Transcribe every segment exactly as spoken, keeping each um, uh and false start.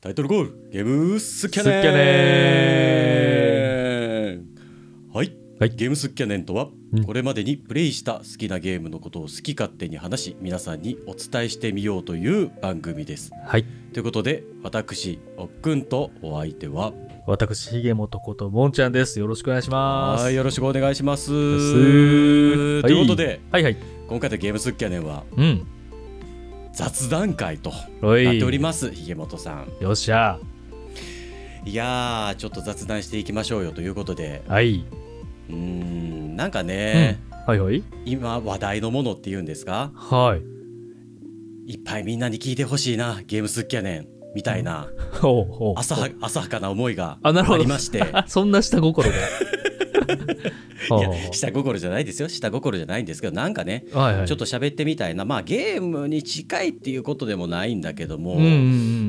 タイトルコールゲームスキャスキャネンはい、 はい、 ゲームスキャネンとは、 うん、 これまでにプレイした好きなゲームのことを好き勝手に話し皆さんにお伝えしてみようという番組です。 はい、 ということで私おっくんとお相手は私ひげもとこともんちゃんです。よろしくお願いします。 はい、よろしくお願いします。とはいいうことで、 はいはい、 今回のゲームスキャネンは、 うん、 雑談会とおいなっております。ひげもとさん、 よっしゃ。 いやーちょっと雑談していきましょうよということで、 はい、 うーんなんかね、 うん、はいはい、 今話題のものっていうんですか、 はい、 いっぱいみんなに聞いてほしいなゲームスキャネンみたいな、 ほうほう浅は浅はかな思いがあ、なるほどありましてそんな下心がいや下心じゃないですよ、下心じゃないんですけど、なんかね、 はいはい、 ちょっと喋ってみたいな、まあゲームに近いっていうことでもないんだけども、 うんうんうん、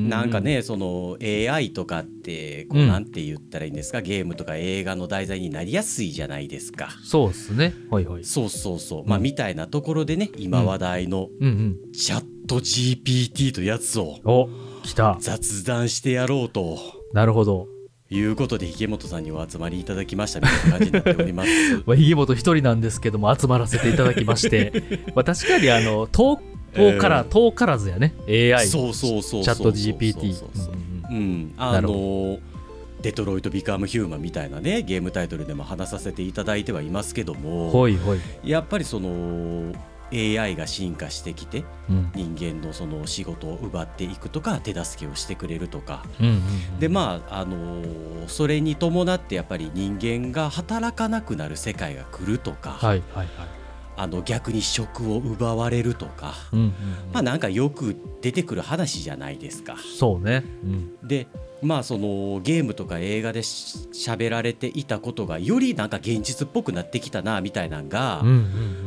なんかね、その エーアイ とかってこう、 うん、 なんて言ったらいいんですか、ゲームとか映画の題材になりやすいじゃないですか。 そうですね、はいはい、 そうそうそう、まあみたいなところでね、今話題のうんうんチャット ジーピーティー というやつをお来た雑談してやろうとなるほどいうことで、ひげもとさんにお集まりいただきましたみたいな感じになっておりますまあひげもと一人なんですけども集まらせていただきましてまあ確かにあの遠遠から、えー、遠からずやね エーアイそうそうそうそうチャット ジーピーティーうんあのデトロイト・ビカム・ヒューマンみたいなねゲームタイトルでも話させていただいてはいますけども、 ほいほいやっぱりそのエーアイ が進化してきて、うん、人間のその仕事を奪っていくとか手助けをしてくれるとか、うんうんうん、でまああのー、それに伴ってやっぱり人間が働かなくなる世界が来るとか、はいはいはい、あの逆に職を奪われるとか、うんうんうん、まあなんかよく出てくる話じゃないですか。 そうね、うん、 でまあそのゲームとか映画で喋られていたことがよりなんか現実っぽくなってきたなみたいなのが、うんうんうん、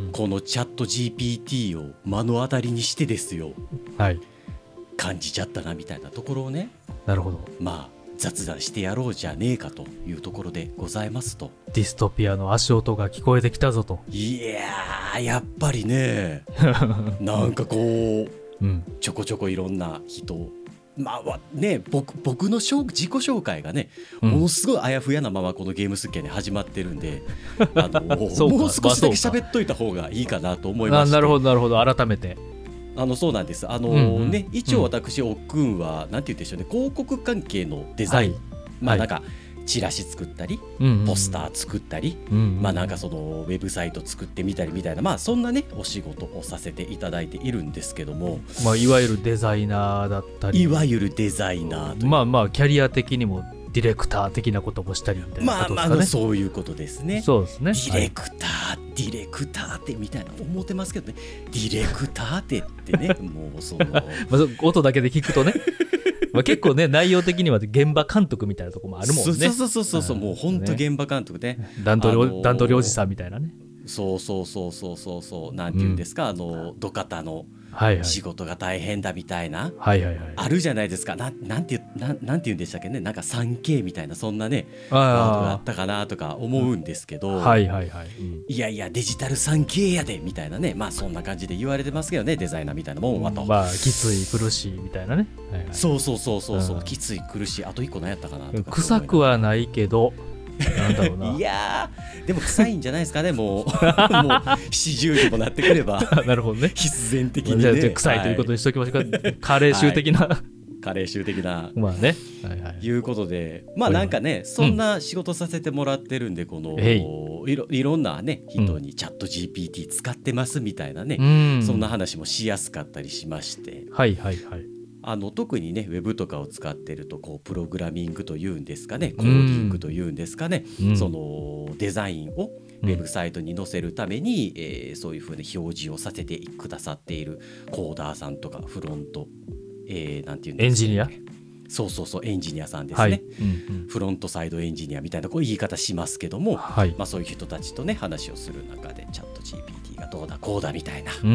このチャット ジーピーティー を目の当たりにしてですよ、はい、感じちゃったなみたいなところをね、 なるほど、 まあ雑談してやろうじゃねえかというところでございますと。 ディストピアの足音が聞こえてきたぞと。 いやーやっぱりねなんかこう、うん、ちょこちょこいろんな人まあね、僕, 僕の自己紹介がね、うん、ものすごいあやふやなままこのゲームスキャネ始まってるんであのもう少しだけ喋っといた方がいいかなと思いまして、 なるほどなるほど、改めてあのそうなんです。あの、うんうん、ね、一応私、おっくんはなんて言うんでしょうね、広告関係のデザイン、はい、まあなんか、はい、チラシ作ったり、うんうんうん、ポスター作ったり、うんうん、まあなんかそのウェブサイト作ってみたりみたいな、まあそんなねお仕事をさせていただいているんですけども、 まあいわゆるデザイナーだったり、 いわゆるデザイナーという、 まあまあキャリア的にもディレクター的なこともしたりみたいなことですかね。 まあまあそういうことですね。 そうですね。 ディレクター、はい、ディレクターってみたいな思ってますけどね。ディレクターってってね、もうそのまあ音だけで聞くとね。まあ結構ね内容的には現場監督みたいなところもあるもんね。 そうそうそうそうそう、もう本当現場監督ね。 段取り、あのー、段取りおじさんみたいなね。 そうそうそうそうそうそう、なんていうんですか、うん、あの土方の仕事が大変だみたいな、はいはいはい、あるじゃないですか。な ん, なん, てななんて言うんでしたっけね、なんか スリーケー みたいなそんなねワードがあったかなとか思うんですけど、うん、はいはいはい、うん、いやいやデジタル スリーケー やでみたいなね、まあそんな感じで言われてますけどね、デザイナーみたいなもんはと、 まあきつい苦しいみたいなね、はいはい、 そうそうそうそうそう、きつい苦しい、あと一個何やったかなとか、 臭くはないけどなんだろうな。 いやでも臭いんじゃないですかね、もうもう四十にもなってくればなるほどね、 必然的にね、 じゃあ臭いということにしておきましょうか、はい、加齢臭的な、はい、 加齢臭的なまあね、はいはい、 いうことで、まあなんかね、そんな仕事させてもらってるんで、この、うん、い, ろいろんなね人にチャット ジーピーティー 使ってますみたいなね、うん、そんな話もしやすかったりしまして、はいはいはい、あの特にねウェブとかを使ってるとこうプログラミングというんですかね、コーディングというんですかね、うん、そのデザインをウェブサイトに載せるために、うん、えー、そういう風に表示をさせてくださっているコーダーさんとかフロント、えー、なんていうんですか、エンジニア、そうそうそう、エンジニアさんですね、はい、うんうん、フロントサイドエンジニアみたいなこういう言い方しますけども、はい、まあ、そういう人たちとね話をする中でチャット ジーピーティー がどうだこうだみたいな、うん、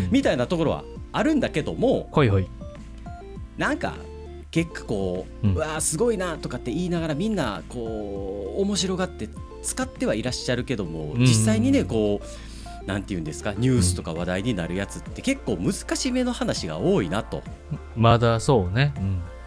みたいなところはあるんだけども、はいはい、なんか結果こう、うん、うわーすごいなとかって言いながらみんなこう面白がって使ってはいらっしゃるけども、実際にねこうなんていうんですか、ニュースとか話題になるやつって結構難しめの話が多いなと。 まだそうね、うん、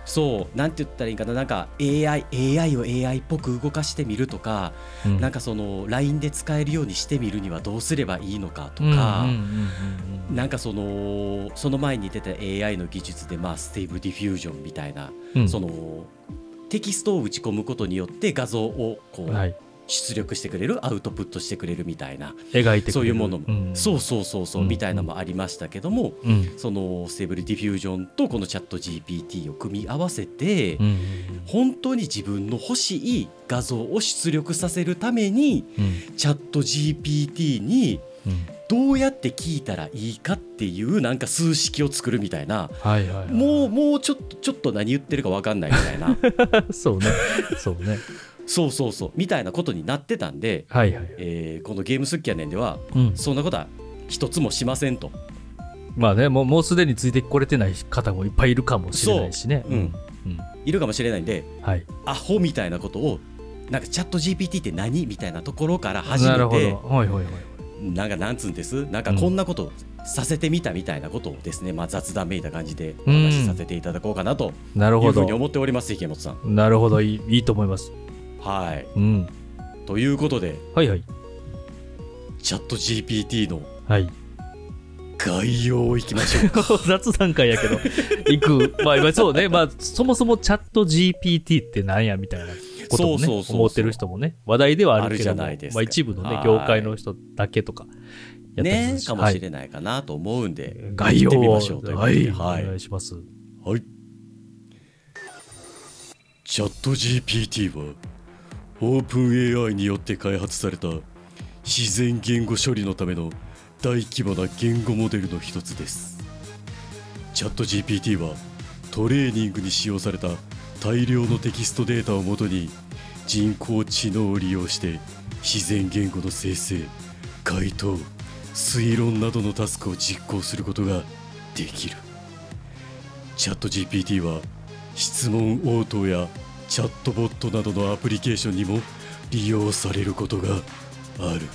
そうなんて言ったらいいかな、なんか エーアイ, エーアイ を エーアイ っぽく動かしてみるとか、うん、なんかその ライン で使えるようにしてみるにはどうすればいいのかとか、なんかそのその前に出た エーアイ の技術で、まあ、ステーブルディフュージョンみたいな、うん、そのテキストを打ち込むことによって画像をこう、はい、出力してくれる、アウトプットしてくれるみたいな、 描いてくれる、 そういうものも、 うん、 そうそうそうそう、うん、みたいなのもありましたけども、うん、そのステーブルディフュージョンとこのチャット ジーピーティー を組み合わせて、うん、本当に自分の欲しい画像を出力させるために、うん、チャット ジーピーティー にどうやって聞いたらいいかっていうなんか数式を作るみたいな、はいはいはい、もうもうちょっとちょっと何言ってるか分かんないみたいなそうねそうねそうそうそうみたいなことになってたんで、はいはいはい、えー、このゲームスッキャネンでは、うん、そんなことは一つもしませんと。 まあね、もう、もうすでについてこれてない方もいっぱいいるかもしれないしね、 そう、うんうん、いるかもしれないんで、はい、アホみたいなことをなんかチャット ジーピーティー って何みたいなところから始めて、なるほど、はいはいはい、なんかなんつうんですなんかこんなことさせてみたみたいなことをですね、まあ、雑談めいた感じでお話しさせていただこうかなというふうに思っております。池本さん、 なるほど、いい、いいと思います。 はい、うん、ということで、はいはい、チャット ジーピーティー の概要をいきましょうか、 はい、雑談会やけどいく、まあ、そうね、まあ、そもそもチャット ジーピーティー ってなんやみたいなこともね、そうそうそうそう思ってる人もね、話題ではあるけども、あるまあ、一部のね業界の人だけとかやったりする、ね、かもしれないかなと思うんで、 はい、概要を見てみましょうということで、 はい、はい、お願いします。 はい、チャット ジーピーティー はオープン エーアイ によって開発された自然言語処理のための大規模な言語モデルの一つです。チャット ジーピーティー はトレーニングに使用された大量のテキストデータをもとに人工知能を利用して自然言語の生成、回答、推論などのタスクを実行することができる。チャット ジーピーティー は質問応答やチャットボットなどのアプリケーションにも利用されることがある。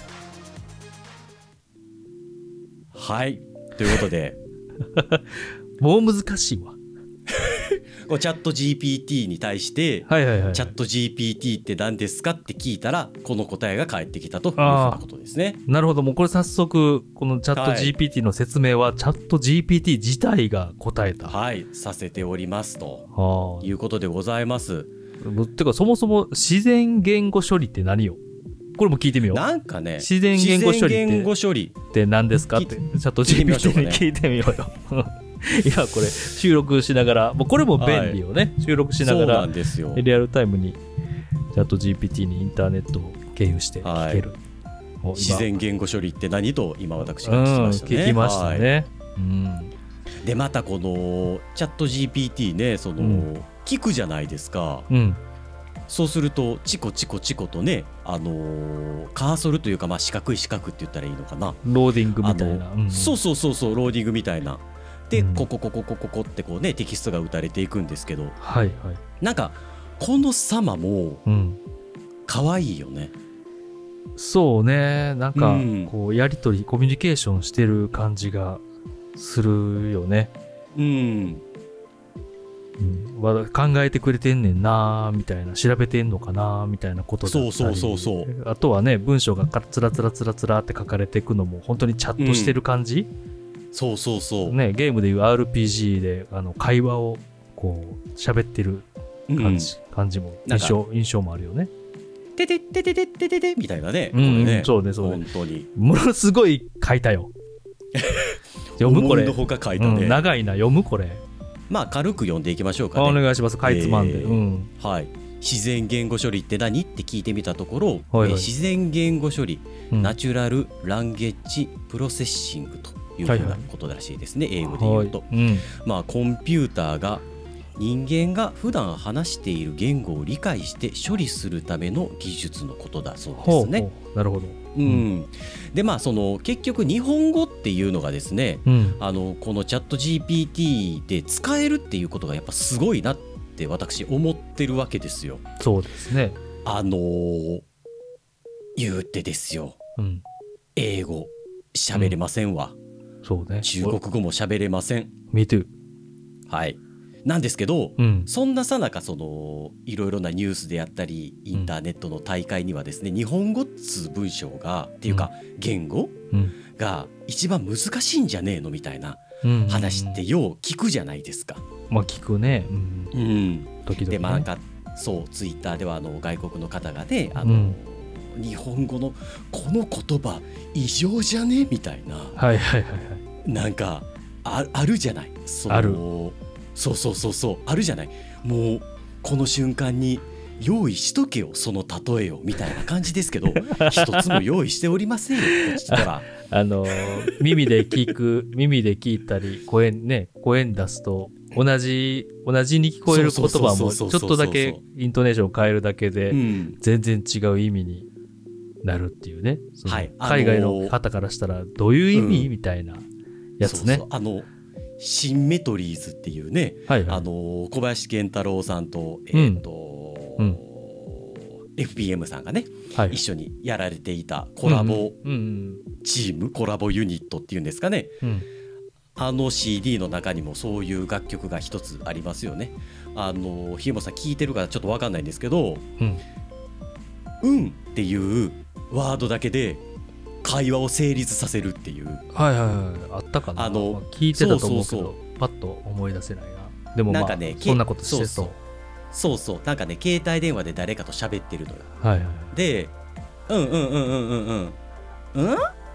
はい、ということでもう難しいわチャット ジーピーティー に対して、はいはいはいはい、チャット ジーピーティー って何ですかって聞いたらこの答えが返ってきたというふうなことですね。 なるほど、もうこれ早速このチャット ジーピーティー の説明は、はい、チャット ジーピーティー 自体が答えた、 はい、させておりますということでございます。 てかそもそも自然言語処理って何よ、これも聞いてみよう。 なんかね、 自然言語処理って、処理って何ですかってチャット ジーピーティー に聞いてみようよいやこれ収録しながら、もうこれも便利よね、はい、収録しながらリアルタイムにチャット ジーピーティー にインターネットを経由して聞ける、 はい、自然言語処理って何と今私が聞きましたね、 うん、聞きましたね、はい、うん、 でまたこのチャット ジーピーティー ね、その、うん、聞くじゃないですか、うん、そうするとチコチコチコとね、あのー、カーソルというか、まあ、四角い四角って言ったらいいのかな、 ローディングみたいな、うん、 そうそうそうそう、ローディングみたいなで、うん、こここここここってこうねテキストが打たれていくんですけど、はいはい、なんかこの様も可愛いよね、 うん、そうね、なんかこうやり取り、コミュニケーションしてる感じがするよね、うん、うん、考えてくれてんねんなみたいな、調べてんのかなみたいなことだったり、そうそうそうそう、あとはね文章がつらつらつらつらって書かれていくのも本当にチャットしてる感じ、うん、 そうそうそう、 ね、ゲームでいう アールピージー であの会話をこう喋ってる感じ、うん、感じも印象印象もあるよね。 ててててててててみたいなね、 うん、これね、そうねそうね、 本当にものすごい書いたよ読むこれ、 思いのほか書いたね、 うん、長いな、読むこれ。 まあ軽く読んでいきましょうかね。 お願いします、かいつまんで、えーうん、 はい。自然言語処理って何って聞いてみたところ、はいはい、えー、自然言語処理、うん、ナチュラルランゲッジプロセッシングというふうなことらしいですね、はいはい、英語で言うと、はい、うん、まあ、コンピューターが人間が普段話している言語を理解して処理するための技術のことだそうですね。 ほうほう、なるほど、 うん、でまあその結局日本語っていうのがですね、うん、あのこのチャット ジーピーティー で使えるっていうことがやっぱすごいなって私思ってるわけですよ。 そうですね。 あのー、言うてですよ、うん、英語喋れませんわ、うん、そうね、中国語も喋れません。 Me too。 はい。 なんですけど、 うん、 そんなさなかそのいろいろなニュースであったりインターネットの大会にはですね、うん、日本語っつう文章がっていうか言語が一番難しいんじゃねえのみたいな話ってよう聞くじゃないですか。 まあ聞くね。うん。うん、時々ね。 でまあなんかそうツイッターではあの外国の方がねあの、うん日本語のこの言葉異常じゃねみたいな、 はいはいはいはい、 なんか あ, あるじゃないそのあるそうそうそうそうあるじゃないもうこの瞬間に用意しとけよその例えをみたいな感じですけど一つも用意しておりませんよこっちとらあの耳で聞く耳で聞いたり声ね声に出すと同じ同じに聞こえる言葉もちょっとだけイントネーションを変えるだけで全然違う意味になるっていうね、はい、海外の方からしたらどういう意味、うん、みたいなやつね。 そうそうあのシンメトリーズっていうね、はいはい、あの小林健太郎さんと、えーとうん、エフピーエム さんがね、はい、一緒にやられていたコラボチーム、うんうん、コラボユニットっていうんですかね、うん、あの シーディー の中にもそういう楽曲が一つありますよね。あのひえもさん聞いてるからちょっと分かんないんですけど、うん、うんっていうワードだけで会話を成立させるっていうはいはいはいあったかなあの、まあ、聞いてたと思うけどそうそうそうパッと思い出せないな。でもまあなんか、ね、そんなことしてそうそうそうそうなんかね携帯電話で誰かと喋ってるのよ、 はいはい、 でうんうんうんうんうんうんうんうんうん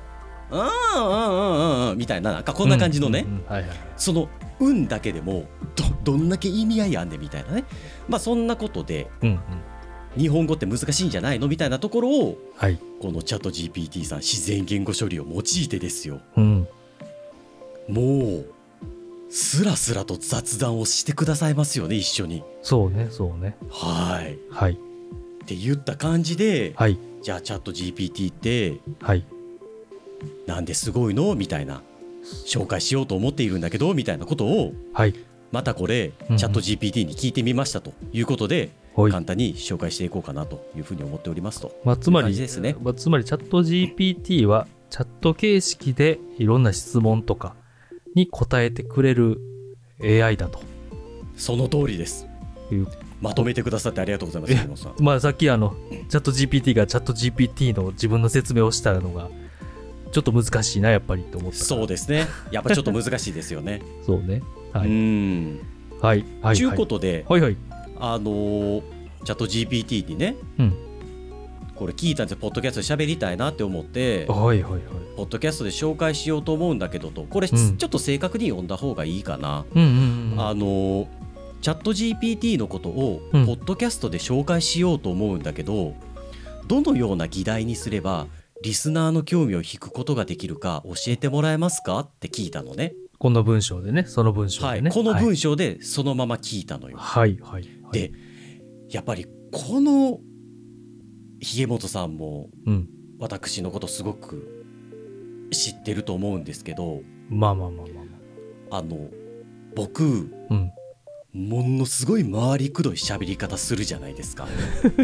うんうんみたいななんかこんな感じのね、うんうんはいはい、そのうんだけでも ど, どんだけ意味合いあんねんみたいなねまあそんなことで、うんうん日本語って難しいんじゃないのみたいなところを、はい、このチャット ジーピーティー さん自然言語処理を用いてですよ、うん、もうスラスラと雑談をしてくださいますよね一緒に。 そうねそうねはい、 はい、 って言った感じで、はい、じゃあチャット ジーピーティー って、はい、なんですごいのみたいな紹介しようと思っているんだけどみたいなことを、はい、またこれ、うんうん、チャット ジーピーティー に聞いてみましたということで簡単に紹介していこうかなというふうに思っておりますと、 まあ、つまりいう感じですね。 まあ、つまりチャット ジーピーティー はチャット形式でいろんな質問とかに答えてくれる エーアイ だと。 その通りです。まとめてくださってありがとうございます。 まあ、さっきあのチャット ジーピーティー がチャット ジーピーティー の自分の説明をしたのがちょっと難しいなやっぱりと思った。 そうですねやっぱちょっと難しいですよねそうねはいうんはいはいということで、 はいはい、 あのー、チャット ジーピーティー にね、うん、これ聞いたんですよポッドキャストで喋りたいなって思って、 はいはいはい、 ポッドキャストで紹介しようと思うんだけどとこれ、うん、ちょっと正確に読んだ方がいいかな、うんうんうん、あのー、チャット ジーピーティー のことをポッドキャストで紹介しようと思うんだけど、うん、どのような議題にすればリスナーの興味を引くことができるか教えてもらえますかって聞いたのね。 この文章でねその文章でね、 はい、この文章でそのまま聞いたのよ。 はいはい、はい、 でやっぱりこのひげもとさんも私のことすごく知ってると思うんですけど、 まあまあまあまあ、 あの僕、うん、ものすごい回りくどい喋り方するじゃないですか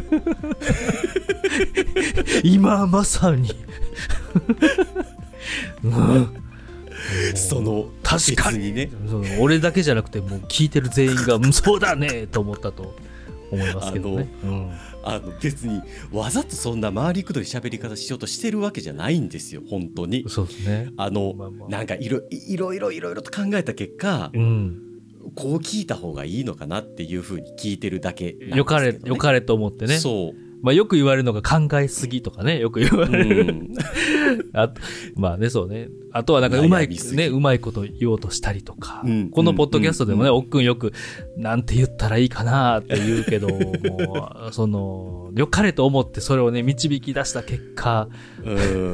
今まさに、うん、 その確かにね俺だけじゃなくてもう聞いてる全員がそうだねと思ったと思いますけどね。あの、うん、あの別にわざとそんな回りくどい喋り方しようとしてるわけじゃないんですよ本当に。 そうですね。 あの、まあまあ、なんかいろいろいろいろいろと考えた結果、うん、こう聞いた方がいいのかなっていう風に聞いてるだけなんですけどね。 よかれよかれと思ってね。 そう。 まあ、よく言われるのが考えすぎとかねよく言われる、うん、あとまあねそうねあとはなんかうまいねうまいこと言おうとしたりとか、うん、このポッドキャストでもね、うん、おっくんよくなんて言ったらいいかなって言うけどもうそのよかれと思ってそれをね導き出した結果、うん、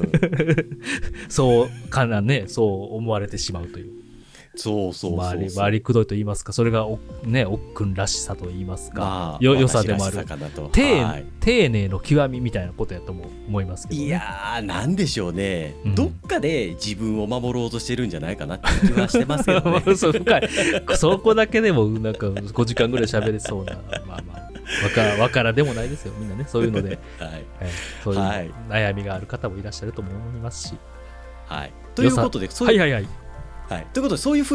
そうかなねそう思われてしまうという。 そうそうそうそう回り回りくどいと言いますかそれがおねおっくんらしさと言いますか、まあ、よ良さでもある丁、はい、丁寧の極みみたいなことやとも思いますけど、ね、 いやーなんでしょうね、うん、どっかで自分を守ろうとしてるんじゃないかなって気はしてますけどねそう深いそこだけでもなんかごじかんぐらい喋れそうなまあまあわかわからでもないですよみんなねそういうので、はいえー、そういう悩みがある方もいらっしゃるとも思いますし、 はい、ということでそういう、 はいはいはいはい、ということでそういうふうに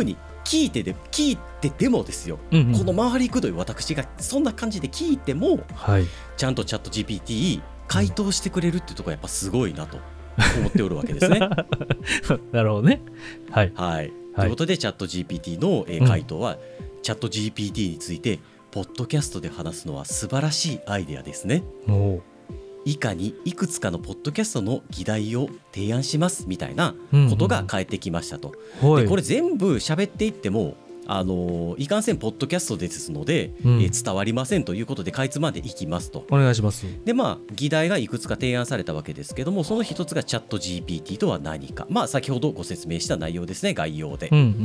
聞いてで聞いてでもですよ、うんうん、この回りくどい私がそんな感じで聞いても、はい、ちゃんとチャット ジーピーティー 回答してくれるっていうところはやっぱすごいなと思っておるわけですねなるほどね、はい、 はい、ということでチャット ジーピーティー の、えー、回答は、うん、チャット ジーピーティー についてポッドキャストで話すのは素晴らしいアイデアですね。お以下にいくつかのポッドキャストの議題を提案しますみたいなことが返ってきましたと、うんうん、でこれ全部喋っていってもあのいかんせんポッドキャストですので、うん、えー、伝わりませんということでかいつまんでいきますと。 お願いします。 でまあ議題がいくつか提案されたわけですけども、その一つがチャット ジーピーティー とは何か、まあ先ほどご説明した内容ですね、概要で、うんうんうんうん、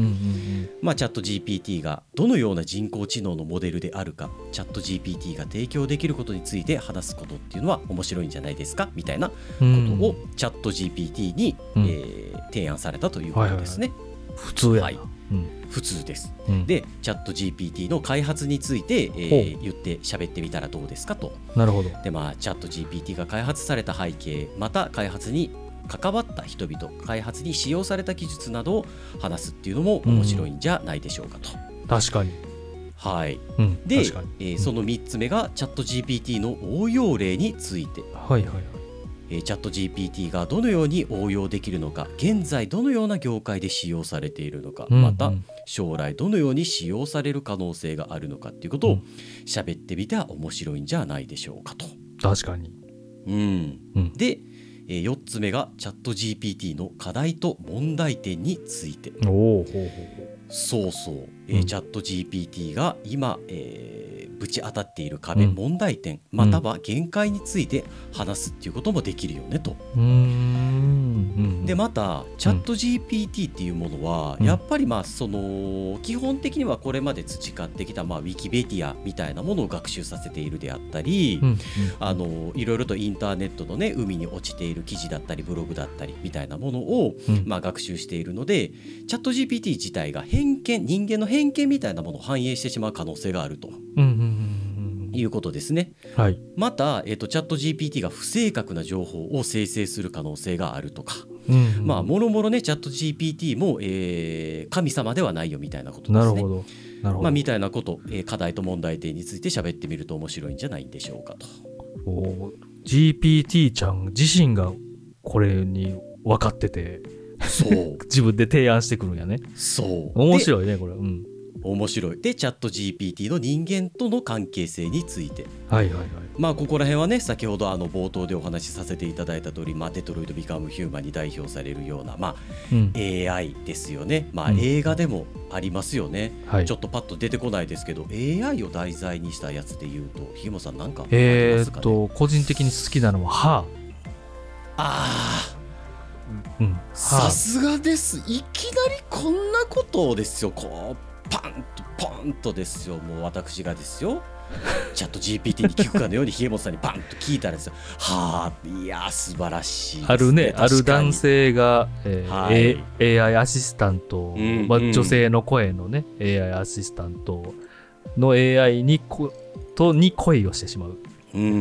まあ、チャット ジーピーティー がどのような人工知能のモデルであるか、チャット ジーピーティー が提供できることについて話すことっていうのは面白いんじゃないですかみたいなことをチャット ジーピーティー に、うん、えー、提案されたということですね、 はいはいはい、普通やな、はい、 うん、普通です、うん、でチャット ジーピーティー の開発について、えー、言って喋ってみたらどうですかと。 なるほど。 で、まあ、チャット ジーピーティー が開発された背景、また開発に関わった人々、開発に使用された技術などを話すっていうのも面白いんじゃないでしょうかと、 うん、確かに、 はい、うん、で、えー、そのみっつめがチャット ジーピーティー の応用例について、 はいはいはい、 チャット ジーピーティー がどのように応用できるのか、現在どのような業界で使用されているのか、うんうん、また将来どのように使用される可能性があるのかっていうことを喋ってみては面白いんじゃないでしょうかと。 確かに、 うんうん、で、よっつめがチャット ジーピーティー の課題と問題点について。おー、ほうほうほう。そうそう、えーうん、チャット ジーピーティー が今、えー、ぶち当たっている壁、うん、問題点または限界について話すっていうこともできるよねと。うーん、でまたチャット ジーピーティー っていうものは、うん、やっぱりまあその基本的にはこれまで培ってきた、まあ、ウィキペディアみたいなものを学習させているであったり、うんうん、あのいろいろとインターネットのね海に落ちている記事だったりブログだったりみたいなものを、うんまあ、学習しているので、チャット ジーピーティー 自体が偏見、人間の偏見みたいなものを反映してしまう可能性があると、うんうんうん、いうことですね、はい、また、えーと、チャット ジーピーティー が不正確な情報を生成する可能性があるとか、うんうん、まあもろもろねチャット ジーピーティー も、えー、神様ではないよみたいなことですね。なるほどなるほど、まあ、みたいなこと、えー、課題と問題点について喋ってみると面白いんじゃないでしょうかと。 お ジーピーティー ちゃん自身がこれに分かっててそう自分で提案してくるんやね。そう面白いねこれ、うん、 面白い。でチャット ジーピーティー の人間との関係性について、 はいはいはい、 まあここら辺はね先ほどあの冒頭でお話しさせていただいた通り、まあ、デトロイト・ビカム・ヒューマンに代表されるような、まあうん、エーアイ ですよね。まあ、映画でもありますよね、うん、ちょっとパッと出てこないですけど、はい、エーアイ を題材にしたやつでいうとひもさんなんかありますかね。 えー、っと個人的に好きなのははああさすがです。いきなりこんなことですよ。こうパンとポンとですよ。もう私がですよチャット ジーピーティー に聞くかのようにひもさんにパンと聞いたらですよ、はあ、いや素晴らしいですね。 あるね、ある男性が、えーはい、エーアイ アシスタント、うんうんまあ、女性の声のね エーアイ アシスタントの エーアイ にことに恋をしてしまう、うんうん、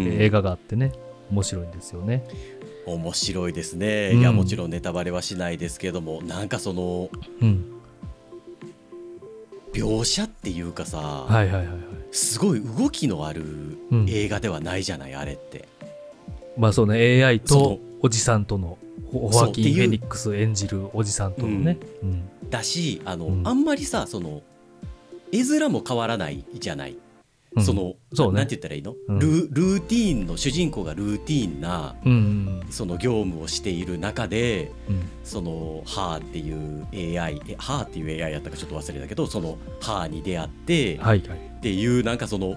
映画があってね面白いんですよね。 面白いですね、うん、いやもちろんネタバレはしないですけども、なんかその、うん、描写っていうかさ、はいはいはいはい、すごい動きのある映画ではないじゃない、うん、あれって。 まあそうね エーアイ とおじさんとのホワキン・フェニックス演じるおじさんとのね、うんうん、だし あの、うん、あんまりさその絵面も変わらないじゃない。そのそうね、なんて言ったらいいの、うん、ル, ルーティーンの主人公がルーティーンな、うんうん、その業務をしている中で、うん、そのハーっていう エーアイ えハーっていう エーアイ やったかちょっと忘れたけど、そのハーに出会って、はいはい、っていうなんかその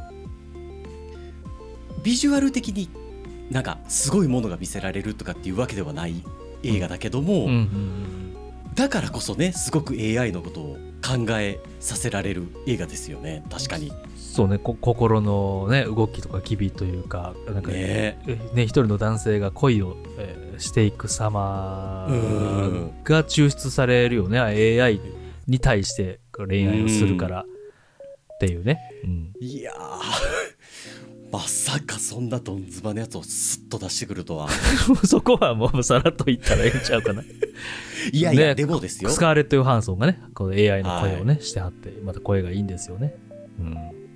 ビジュアル的になんかすごいものが見せられるとかっていうわけではない映画だけども、うんうんうん、だからこそねすごく エーアイ のことを考えさせられる映画ですよね。確かにそうね、こ心の、ね、動きとか機微というか、なんかね、ね一人の男性が恋を、えー、していく様が抽出されるよね、エーアイ に対して恋愛をするからっていうね。うん、 いやまさかそんなどんずばのやつをスッと出してくるとはそこはもうさらっと言ったらええんちゃうかな。 いやいや、 ね、 でもですよ、 スカーレット・ヨハンソンがねこの エーアイ の声をね、はい、してはってまた声がいいんですよね、うん、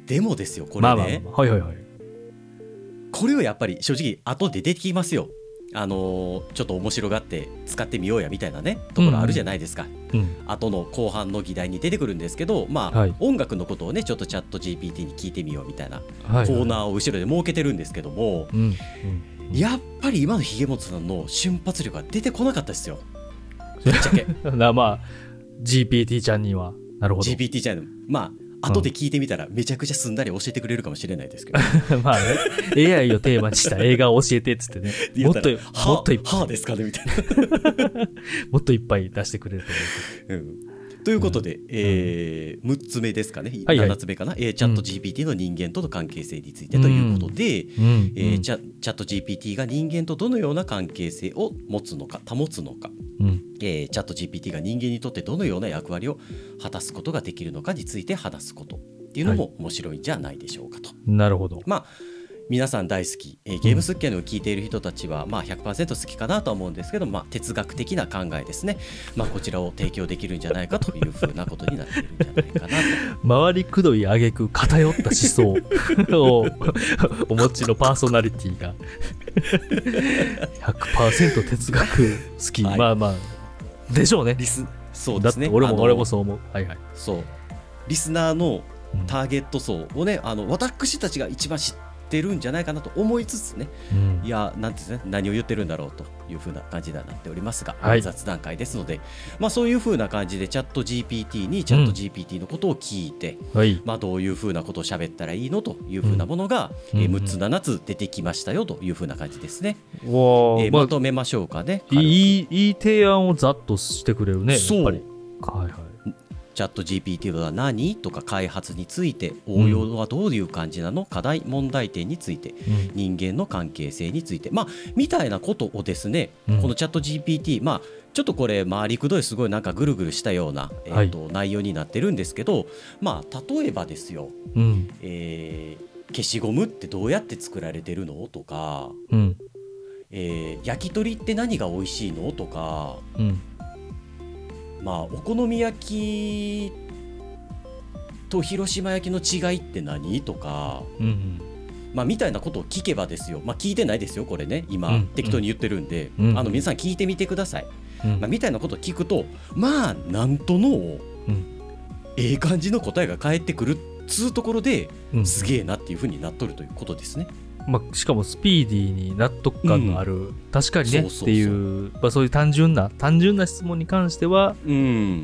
でもですよこれね、まあまあまあ、まあ、 はいはいはい、 これをやっぱり正直後で出てきますよ。あのー、ちょっと面白がって使ってみようやみたいなねところあるじゃないですか、うんうん、後の後半の議題に出てくるんですけど、まあ、はい、音楽のことをねちょっとチャット ジーピーティー に聞いてみようみたいなコーナーを後ろで設けてるんですけども、はいはい、やっぱり今のひげもとさんの瞬発力が出てこなかったですよ、ぶっちゃけまあ ジーピーティー ちゃんにはなるほどジーピーティー ちゃんまあ後で聞いてみたらめちゃくちゃすんなり教えてくれるかもしれないですけどまあね エーアイ をテーマにした映画を教えてっつってねもっともっといっぱいはあですかねみたいなもっといっぱい出してくれると思う、 うんということで、うんえー、むっつめですかね、はいはい、ななつめかな、えー、チャット ジーピーティー の人間との関係性についてということで、うんえー、チャ、チャット ジーピーティー が人間とどのような関係性を持つのか保つのか、うんえー、チャット ジーピーティー が人間にとってどのような役割を果たすことができるのかについて話すことっていうのも面白いんじゃないでしょうかと、はい、 なるほど。 まあ皆さん大好き、えー、ゲームスッキャンを聞いている人たちは、まあ、ひゃくパーセント 好きかなとは思うんですけど、まあ、哲学的な考えですね、まあ、こちらを提供できるんじゃないかというふうなことになっているんじゃないかなと周りくどいあげく偏った思想をお持ちのパーソナリティが ひゃくパーセント 哲学好き、はい、まあまあでしょうね。 リスそうですね、 だって俺も俺もそう思う、はいはい、 そうリスナーのターゲット層をね、あの私たちが一番知っててるんじゃないかなと思いつつね、うん、いやなんて、ね、何を言ってるんだろうという風な感じになっておりますが、はい、雑談会ですので、まあ、そういう風な感じでチャット ジーピーティー にチャット ジーピーティー のことを聞いて、うんはいまあ、どういう風なことを喋ったらいいのという風なものが、うんえー、むっつななつ出てきましたよという風な感じですね、うんえー、まとめましょうかね、 まあ、いい、いい提案をざっとしてくれるね。 そうやっぱり、はいはいチャット ジーピーティー は何とか開発について応用はどういう感じなの、うん、課題問題点について、うん、人間の関係性について、まあ、みたいなことをですね、うん、このチャット ジーピーティー、まあ、ちょっとこれ回りくどいすごいなんかぐるぐるしたような、えーとはい、内容になってるんですけど、まあ、例えばですよ、うんえー、消しゴムってどうやって作られてるのとか、うんえー、焼き鳥って何が美味しいのとか、うんまあ、お好み焼きと広島焼きの違いって何とか、うんうんまあ、みたいなことを聞けばですよ、まあ、聞いてないですよこれね今、うん、適当に言ってるんで、うん、あの皆さん聞いてみてください、うんまあ、みたいなことを聞くとまあなんとの、うん、ええ感じの答えが返ってくるっつうところで、うん、すげえなっていう風になっとるということですね。 まあ、しかもスピーディーに納得感のある、うん、確かにねそうそうそうっていう、まあ、そういう単純な単純な質問に関しては、うん、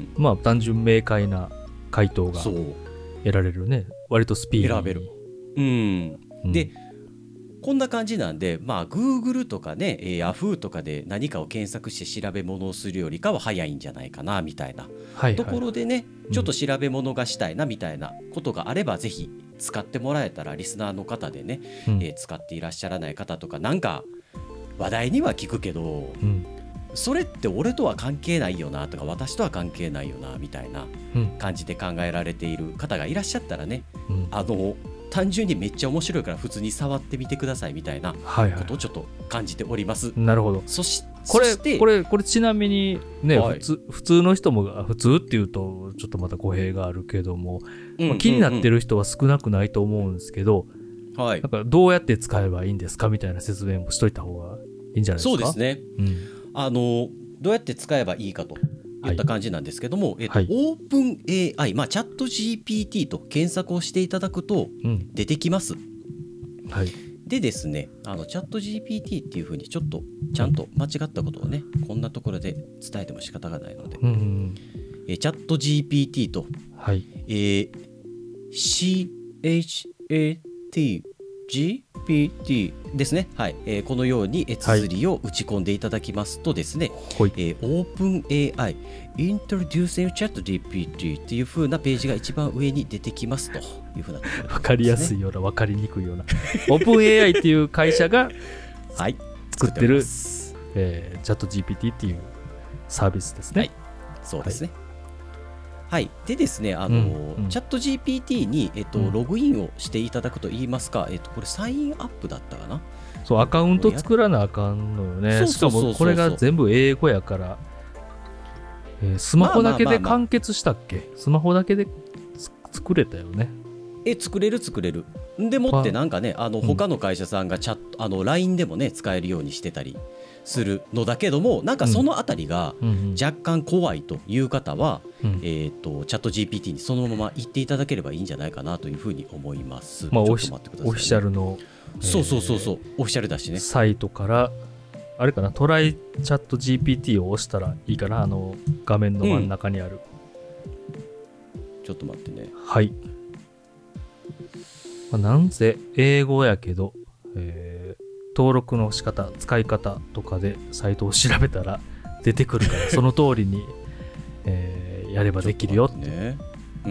まあ単純明快な回答が得られるね。割とスピーディーに選べる、うんうん、でこんな感じなんで、まあ、Google とかね Yahoo とかで何かを検索して調べ物をするよりかは早いんじゃないかなみたいな、はいはい、ところでねちょっと調べ物がしたいなみたいなことがあれば、うん、ぜひ使ってもらえたらリスナーの方でね、うんえー、使っていらっしゃらない方とかなんか話題には聞くけど、うん、それって俺とは関係ないよなとか私とは関係ないよなみたいな感じで考えられている方がいらっしゃったらね、うん、あの単純にめっちゃ面白いから普通に触ってみてくださいみたいなことをちょっと感じております、はいはい、 なるほど。 そしこれそしてこれこれちなみにね、はい、普通普通の人も普通っていうとちょっとまた語弊があるけども、うんうんうんまあ、気になってる人は少なくないと思うんですけど、はい、なんかどうやって使えばいいんですかみたいな説明もしといた方がいいんじゃないですか。 そうですね、うん、あのどうやって使えばいいかといった感じなんですけども、はいえっとはい、オープン エーアイ、まあ、チャット ジーピーティー と検索をしていただくと出てきます、うんはい、でですねあのチャット ジーピーティー っていう風にちょっとちゃんと間違ったことをねこんなところで伝えても仕方がないので、うんうん、えチャット ジーピーティー と、はいえー、シーエイチエーティージーピーティー ですね、はいえー、このように綴りを打ち込んでいただきますとですね、はいえー、オープン エーアイ Introducing Chat ジーピーティー っていう風なページが一番上に出てきますという風なところですね。 分かりやすいような分かりにくいようなオープン エーアイ っていう会社がはい作ってる、えー、チャット ジーピーティー っていうサービスですね。はい、 そうですね、 はい、でですね、あの、うんうん、チャット ジーピーティー に、えっと、ログインをしていただくといいますか、えっと、これサインアップだったかな。 そう、アカウント作らなあかんのよね。しかもこれが全部英語やから、えー、スマホだけで完結したっけ、まあまあまあまあ、スマホだけで作れたよね。 え、作れる作れる。でもってなんかね、あの他の会社さんがチャット、あの ライン でもね使えるようにしてたりするのだけども、なんかそのあたりが若干怖いという方は、うんうん、えっとチャット ジーピーティー にそのまま言っていただければいいんじゃないかなというふうに思います。 まあ、ちょっと待ってくださいね。オフィシャルの、 そうそうそうそう、オフィシャルだしね。 サイトからあれかな、トライチャット ジーピーティー を押したらいいかな、あの画面の真ん中にある、 うん、ちょっと待ってね。 はい。まあ、なんせ英語やけど、えー、登録の仕方、使い方とかでサイトを調べたら出てくるからその通りに、えー、やればできるよって。 ね、うん、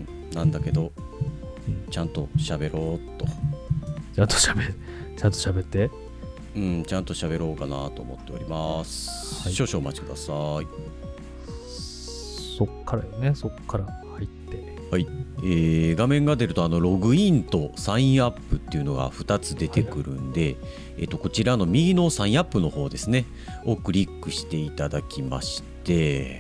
なんだけど、うん、ちゃんと喋ろうと。 ちゃんと喋、ちゃんと喋って。 うん、ちゃんと喋ろうかなと思っております。はい、少々お待ちください。 そっからよね、そっから入って。 はい。えー、画面が出るとあのログインとサインアップっていうのがふたつ出てくるんで、はい、えー、とこちらの右のサインアップの方ですねをクリックしていただきまして、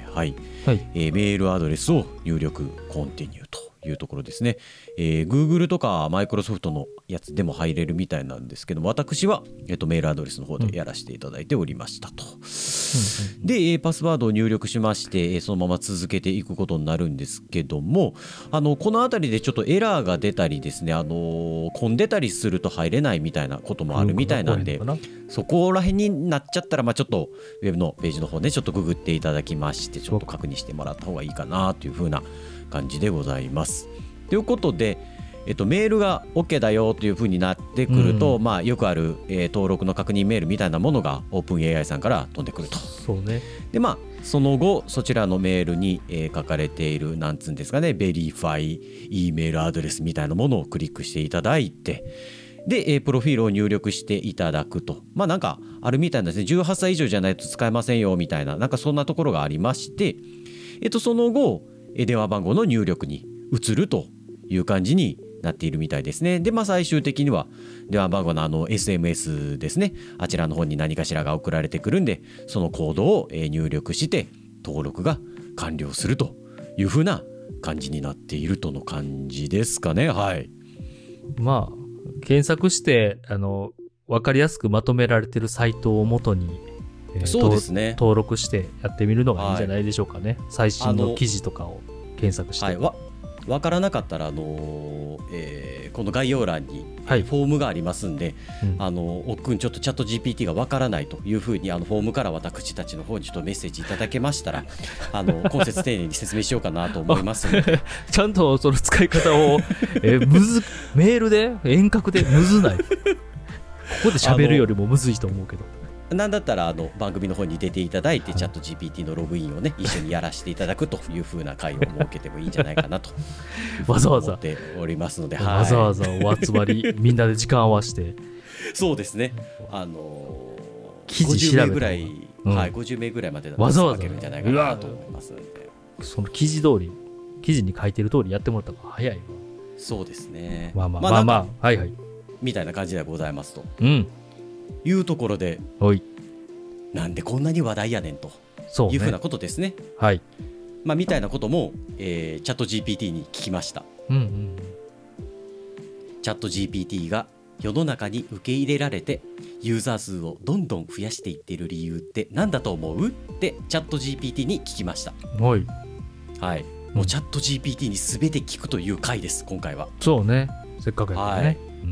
はい、はい、えー、メールアドレスを入力コンティニューというところですね、えー、Google とか Microsoft のやつでも入れるみたいなんですけども、私は、えー、とメールアドレスの方でやらせていただいておりましたと、うん、で、えー、パスワードを入力しまして、えー、そのまま続けていくことになるんですけども、あのこの辺りでちょっとエラーが出たりですね、あのー、混んでたりすると入れないみたいなこともあるみたいなんで、そこら辺になっちゃったら、まあ、ちょっとウェブのページの方ねちょっとググっていただきまして、ちょっと確認してもらった方がいいかなというふうな感じでございます。ということで、えっと、メールが OK だよというふうになってくると、うん、まあ、よくある、えー、登録の確認メールみたいなものが オープンエーアイ さんから飛んでくると。 そうね。 で、まあ、その後そちらのメールに、えー、書かれているなんつうんですかね、ベリファイ E メールアドレスみたいなものをクリックしていただいて、で、えー、プロフィールを入力していただくと、まあなんかあるみたいなんですね。じゅうはっさい以上じゃないと使えませんよみたいな、なんかそんなところがありまして、えっと、その後電話番号の入力に移るという感じになっているみたいですね。で、まあ最終的には電話番号のあの エスエムエス ですね、あちらの方に何かしらが送られてくるんで、そのコードを入力して登録が完了するという風な感じになっているとの感じですかね。はい。 まあ検索してあの分かりやすくまとめられているサイトを元に、 えー、そうですね、 登録してやってみるのがいいんじゃないでしょうかね。はい、最新の記事とかを検索して。 はい、わ分からなかったら、あのーえー、この概要欄に、はい、フォームがありますんで、うん、あのおっくんちょっとチャット ジーピーティー が分からないというふうにあのフォームから私たちの方にちょっとメッセージいただけましたらあの今節丁寧に説明しようかなと思いますのでちゃんとその使い方を、えー、むずメールで遠隔でむずないここで喋るよりもむずいと思うけど、 なんだったらあの番組の方に出ていただいて、はい、チャット ジーピーティー のログインをね一緒にやらせていただくという風な会を設けてもいいんじゃないかなとわざわざ思っておりますので、 わざわざお集まりみんなで時間合わせてそうですね、あのー、 記事調べたごじゅうめいぐらい、うん、はい、ごじゅうめいぐらいまでだと書けるんじゃないかなと思いますので、 その記事通り記事に書いてる通りやってもらった方が早いわ。 そうですね、 まあまあまあまあ、まあ、はいはいみたいな感じでございますと、 うん、 いうところで、 はい、 なんでこんなに話題やねんというふうなことですね。 はい、 まあ、みたいなことも、えー、チャット ジーピーティー に聞きました、 うんうん、 チャット ジーピーティー が世の中に受け入れられてユーザー数をどんどん増やしていっている理由って何だと思うってチャット ジーピーティー に聞きました。 はい、 はい、もうチャット ジーピーティー に全て聞くという回です今回は。 そうね、せっかくやからね、はい、 うん、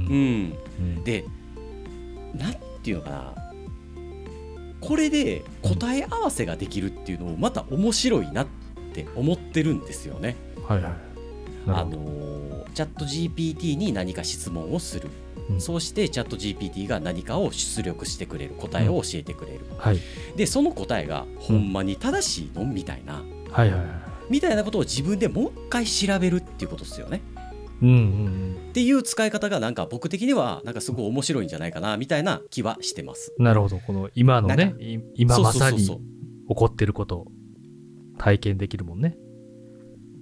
うん、でなんていうのかな、これで答え合わせができるっていうのもまた面白いなって思ってるんですよね。 はいはい、 あのチャット ジーピーティー に何か質問をする、うん、そうしてチャット ジーピーティー が何かを出力してくれる、答えを教えてくれる、うん、はい、でその答えがほんまに正しいの、うん、みたいな、 はいはいはい、 みたいなことを自分でもう一回調べるっていうことですよね。 うんうんうん、 っていう使い方がなんか僕的にはなんかすごい面白いんじゃないかなみたいな気はしてます。 なるほど、この今のね、今まさに起こってることを体験できるもんね。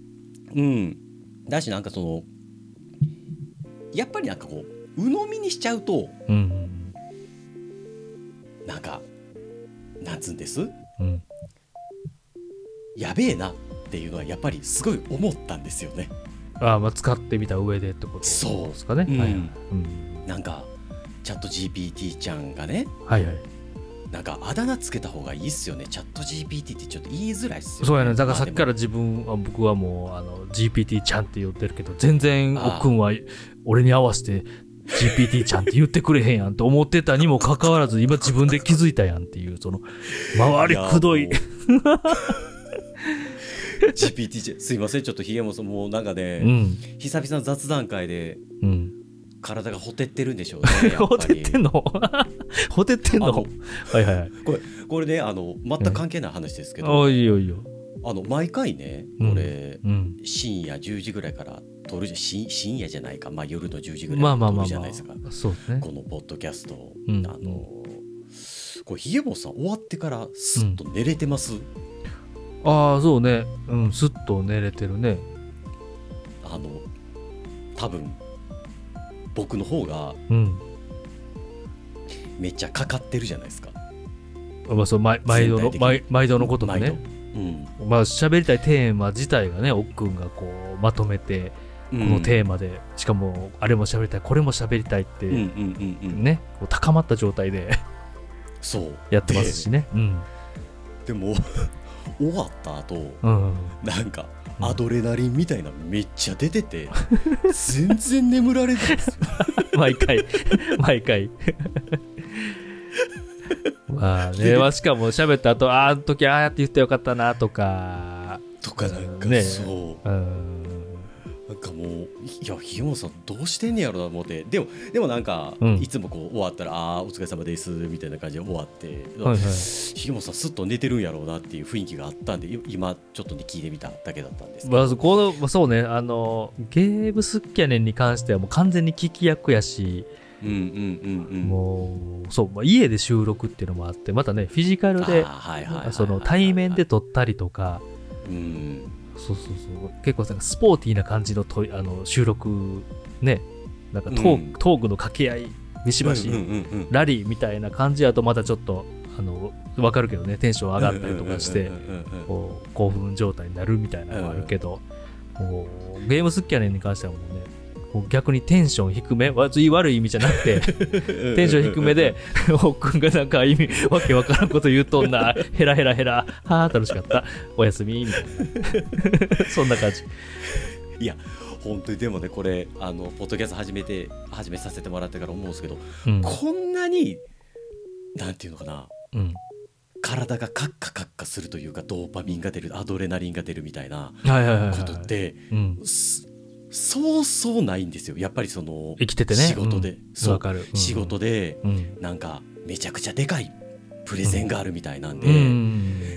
うんだしなんかそのやっぱりなんかこう鵜呑みにしちゃうと、うん、なんかなんつうんです、うん、やべえなっていうのはやっぱりすごい思ったんですよね。 ああ、まあ使ってみた上でってことですかね。 そう、 はいはい、うん、 なんかチャット ジーピーティー ちゃんがね、 はいはい、 なんかあだ名つけた方がいいっすよね。チャット ジーピーティー ってちょっと言いづらいっすよね。 そうやね。だからさっきから自分は、僕はもうあの ジーピーティー ちゃんって言ってるけど、全然おっくんは俺に合わせて ジーピーティー ちゃんって言ってくれへんやんと思ってたにもかかわらず、今自分で気づいたやんっていう、その周りくどいジーピーティー すいません、ちょっとひげもそもうなんかね、うん、久々の雑談会で、うん、体がほてってるんでしょうね。 ほてってんのほてってんのはいはいはい。 これこれね、あの全く関係ない話ですけど、 うん、いいよいいよ。 あの毎回ね、これ、うん、深夜じゅうじぐらいから撮るじゃ深深夜じゃないか、まあ夜のじゅうじぐらいから撮るじゃないですか。まあまあまあまあ、そうね。このポッドキャスト、うん、あのこれひげもさん終わってからすっと寝れてます？うん、 ああそうね、うん、すっと寝れてるね。 あの多分僕の方がめっちゃかかってるじゃないですか。 まあ、そう毎毎度の 毎, 毎度のことがね、うん、まあ喋りたいテーマ自体がね、おっくんがこうまとめてこのテーマで、うん、しかもあれも喋りたいこれも喋りたいってね、こう高まった状態でそうやってますしね。 で、うん、でも終わった後、うん、なんかアドレナリンみたいなめっちゃ出てて、うん、全然眠られないんですよ毎回毎回まあね、まあ、しかも喋った後、ああの時ああやって言ってよかったなとかとかなんか、ね、そう、うん、なんかもういやひげもさんどうしてんねやろなと思って、でもでもなんか、うん、いつもこう終わったらああお疲れ様ですみたいな感じで終わって、はいはい、ひげもさんすっと寝てるんやろうなっていう雰囲気があったんで、今ちょっとね聞いてみただけだったんですけど、 まずこのそうね、あのゲームスキャネンに関してはもう完全に聞き役やし、うんうんうんうん、もうそう、まあ、家で収録っていうのもあって、またねフィジカルでその対面で撮ったりとか、うん、そうそうそう、結構なんかスポーティーな感じのとあの収録ね、なんかトーク、うん、トークの掛け合いビシバシ、うんうんうんうん、ラリーみたいな感じやとまたちょっとあの分かるけどね、テンション上がったりとかしてこう興奮状態になるみたいなのがあるけど、もうゲームスキャネンに関してはもうね、逆にテンション低め、悪い意味じゃなくてテンション低めでおっくんがなんか意味わけわからんこと言うとんな、ヘラヘラヘラ、はー楽しかった、おやすみみたいなそんな感じ。 いや本当にでもね、これあのポッドキャスト始めて始めさせてもらってから思うんですけど、うん、こんなになんていうのかな、うん、体がカッカカッカするというか、ドーパミンが出る、アドレナリンが出るみたいなことってそうそうないんですよ。やっぱりその生きててね、 仕事で、 うん、 そう、 かる、うん、 仕事で、うん、なんかめちゃくちゃでかいプレゼンがあるみたいなんで、うん、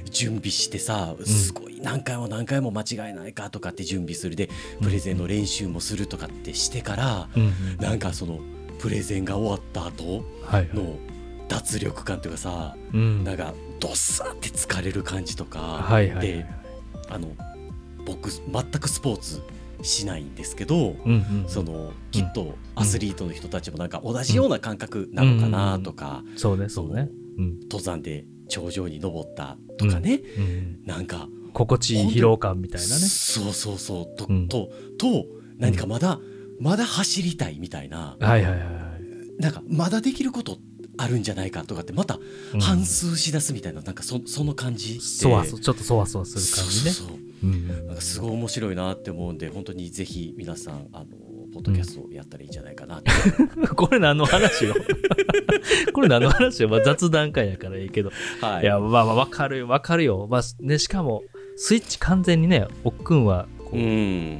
準備してさ、すごい何回も何回も間違いないかとかって準備するで、プレゼンの練習もするとかってしてから、うん、なんかそのプレゼンが終わった後の脱力感というかさ、はいはい、なんかドッサーって疲れる感じとか、はいはいはい、で、あの僕全くスポーツしないんですけど、うんうん、そのきっとアスリートの人たちもなんか同じような感覚なのかなとか、 そうねそうね、 登山で頂上に登ったとかね、うんうん、なんか心地いい疲労感みたいなね、 そうそうそうと、うん、とと何かまだ、うん、まだ走りたいみたいな、 はいはいはい、 なんかまだできることあるんじゃないかとかってまた反芻しだすみたいな、うん、なんか そ, その感じそわそちょっとそわそわする感じね。 そうそうそう、うん、なんかすごい面白いなって思うんで、本当にぜひ皆さんあのポッドキャストをやったらいいんじゃないかなって、 うん、これ何の話よこれ何の話よ、まあ、雑談会やからいいけど、はい、いやまあまあ分かるよ分かるよ、まあね、しかもスイッチ完全にね、おっくんはこう、うん、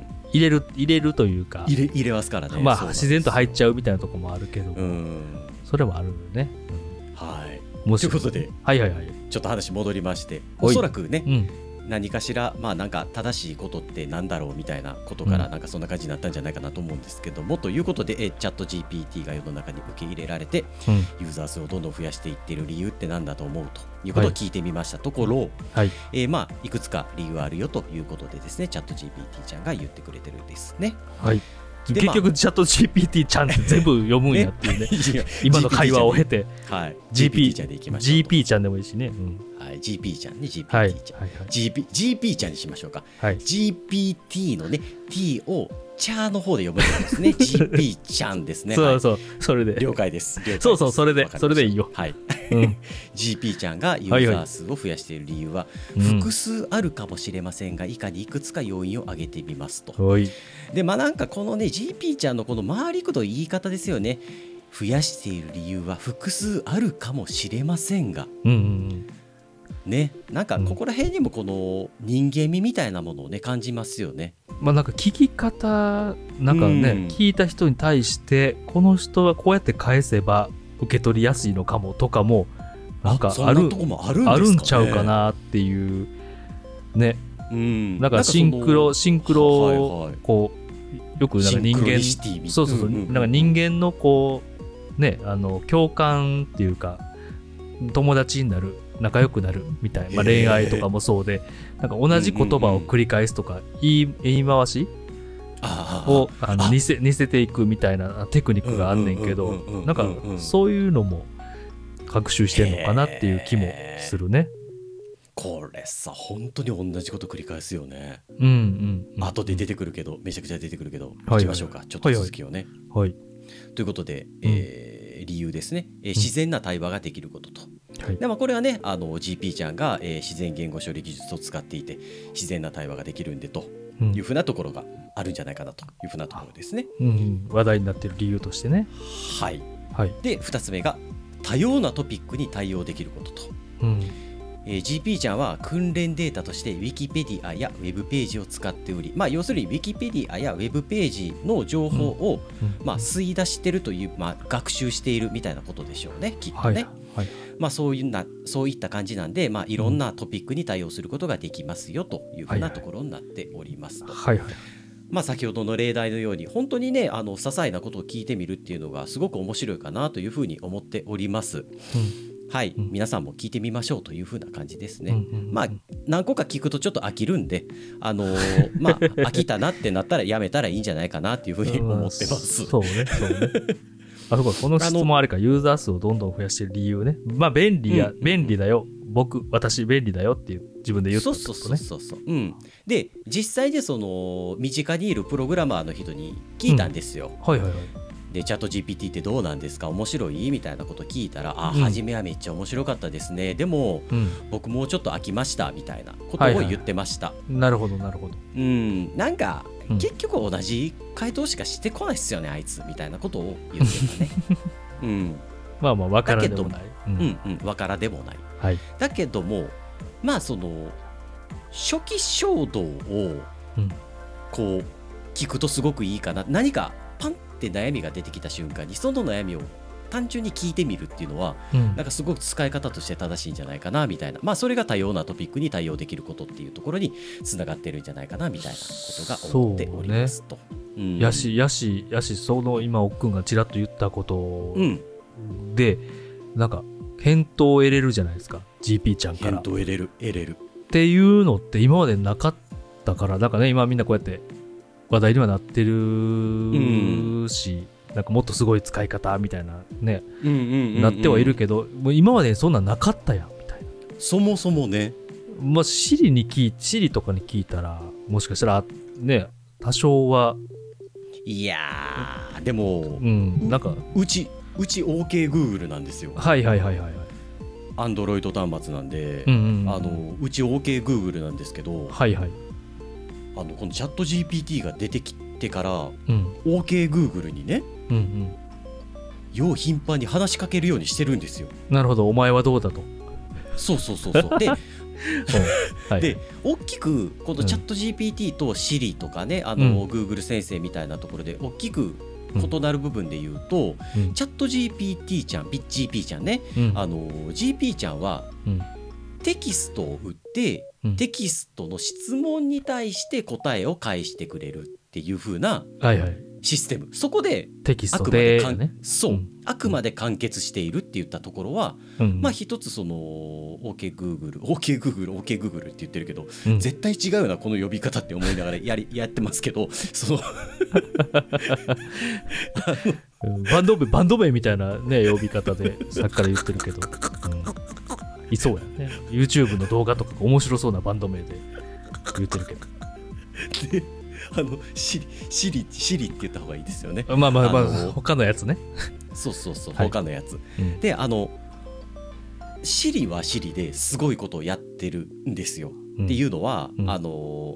入れる入れるというか入れ入れますからね、 まあ自然と入っちゃうみたいなとこもあるけど、うん、それもあるよね、 うん、はい。ということで、 はいはいはい、 ちょっと話戻りまして、おそらくね、うん、 何かしら、まあなんか正しいことってなんだろうみたいなことから、なんかそんな感じになったんじゃないかなと思うんですけども、うん、ということでえチャット ジーピーティー が世の中に受け入れられて、うん、ユーザー数をどんどん増やしていっている理由ってなんだと思うということを聞いてみましたところ、はいえー、まあいくつか理由あるよということでですね、チャット ジーピーティー ちゃんが言ってくれてるんですね。 はい結局チャット ジーピーティー ちゃんって全部読むんやっていうね今の会話を経て、 はい、ジーピー ちゃんでいきましょう。 ジーピー ちゃんでもいいしね、うんはい、ジーピー ちゃんね ジーピーティー ちゃん、はいはいはい、ジーピー、ジーピー ちゃんにしましょうか、はい、ジーピーティー のね T をチャーの方で読むんですねジーピー ちゃんですねそうそう、はい、それで了解です了解ですそうそうそれでそれでいいよ、 はいうん、ジーピー ちゃんがユーザー数を増やしている理由は、はいはい、複数あるかもしれませんが、以下にいくつか要因を挙げてみますと、はい、でまあなんかこのね ジーピー ちゃんのこの回りくどい言い方ですよね。増やしている理由は複数あるかもしれませんが、うんうんうんね、なんかここら辺にもこの人間味みたいなものをね感じますよね。 まあなんか聞き方なんかね、うん、聞いた人に対してこの人はこうやって返せば受け取りやすいのかもとかもなんかある、 あるんですかね、 あるんちゃうかなっていうね、うん、なんかシンクロシンクロをこうよくなんか人間そうそうそう、うんうんうん、なんか人間のこうねあの共感っていうか友達になる仲良くなるみたいな、まあ、恋愛とかもそうでなんか同じ言葉を繰り返すとか、うんうんうん、言い、言い回しをあの似せ、似せていくみたいなテクニックがあんねんけど、なんかそういうのも学習してんのかなっていう気もするね。 これさ本当に同じこと繰り返すよね。 うんうんうん、 後で出てくるけどめちゃくちゃ出てくるけど、はいはい、いきましょうかちょっと続きをね。 はいはい、 ということで、えー、理由ですね、えー、自然な対話ができることと、はい、でまあ、これはねあの ジーピー ちゃんが、えー、自然言語処理技術を使っていて自然な対話ができるんでというふうなところがあるんじゃないかなというふうなところですね、 うんうん、話題になっている理由としてね。 はい、はい、でふたつめが多様なトピックに対応できることと、うんえー、ジーピー ちゃんは訓練データとして Wikipedia や Web ページを使っており、まあ、要するに Wikipedia や Web ページの情報を、うんまあ、吸い出しているという、まあ、学習しているみたいなことでしょうねきっとね、はいはいまあ、そういうなそういった感じなんで、まあ、いろんなトピックに対応することができますよというふうなところになっておりますと、はいはいまあ、先ほどの例題のように本当にねあの些細なことを聞いてみるっていうのがすごく面白いかなというふうに思っております、うんはい、うん、皆さんも聞いてみましょうという風な感じですね、うんうんうん、まあ何個か聞くとちょっと飽きるんで、あのー、まあ飽きたなってなったらやめたらいいんじゃないかなっていう風に思ってます、うん、 そうねそうねあそここの質問あれかユーザー数をどんどん増やしている理由ね、まあ便利や、うん、便利だよ僕私便利だよっていう自分で言ったってことね。そうそうそうそう、うん、で実際でその身近にいるプログラマーの人に聞いたんですよ、うん、はいはいはいでチャット ジーピーティー ってどうなんですか面白いみたいなこと聞いたらあ、うん、初めはめっちゃ面白かったですねでも、うん、僕もうちょっと飽きましたみたいなことを言ってました、はいはい、 なるほどなるほどうんなんか、うん、結局同じ回答しかしてこないっすよねあいつみたいなことを言ってたね、うん、 まあまあ分からでもない、 うん、うんうん分からでもない、はい、だけどもまあその初期衝動をこう聞くとすごくいいかな何かパンって悩みが出てきた瞬間にその悩みを単純に聞いてみるっていうのは、うん、なんかすごく使い方として正しいんじゃないかなみたいな、まあそれが多様なトピックに対応できることっていうところにつながってるんじゃないかなみたいなことが思っておりますと、 うん、やしやしやしその今おっくんがちらっと言ったことで、うん、なんか返答を得れるじゃないですか ジーピー ちゃんから返答得れる得れるっていうのって今までなかったからなんかね今みんなこうやって話題にはなってるし、うん、なんかもっとすごい使い方みたいなね、うんうんうんうん、なってはいるけどもう今までそんなんなかったやんみたいなそもそもねまあ Siri に聞い Siri とかに聞いたらもしかしたらね多少はいやーでも、うん、なんかうちうち OKGoogle なんですよはいはいはいはいはいアンドロイド端末なんで、うんうんうん、あのうち OKGoogle なんですけどはいはいあのこのチャット ジーピーティー が出てきてから、うん、OKGoogle にね、うんうん、よう頻繁に話しかけるようにしてるんですよ。 なるほどお前はどうだとそうそうそうそうで、はい、で大きくこのチャット ジーピーティー と Siri とかねあの、うん、Google 先生みたいなところで大きく異なる部分で言うと、うん、チャット ジーピーティー ちゃん ジーピー ちゃんね、うん、あの ジーピー ちゃんは、うんテキストを打って、うん、テキストの質問に対して答えを返してくれるっていう風なシステム、はいはい、そこでテキストで、ね、 そう、うん、あくまで完結しているって言ったところは、うん、まあ一つその OKGoogle OKGoogle OKGoogle って言ってるけど、うん、絶対違うよなこの呼び方って思いながらやりやってますけど、そのバンド名バンド名みたいなね呼び方でさっきから言ってるけど、うん、いそうやね。 YouTube の動画とか面白そうなバンド名で言ってるけどであのシリシリシリって言った方がいいですよね。 まあまあまあ、あの他のやつね。 そうそうそう、はい、他のやつ、うん、であのシリはシリですごいことをやってるんですよ、うん、っていうのは、うん、あのオ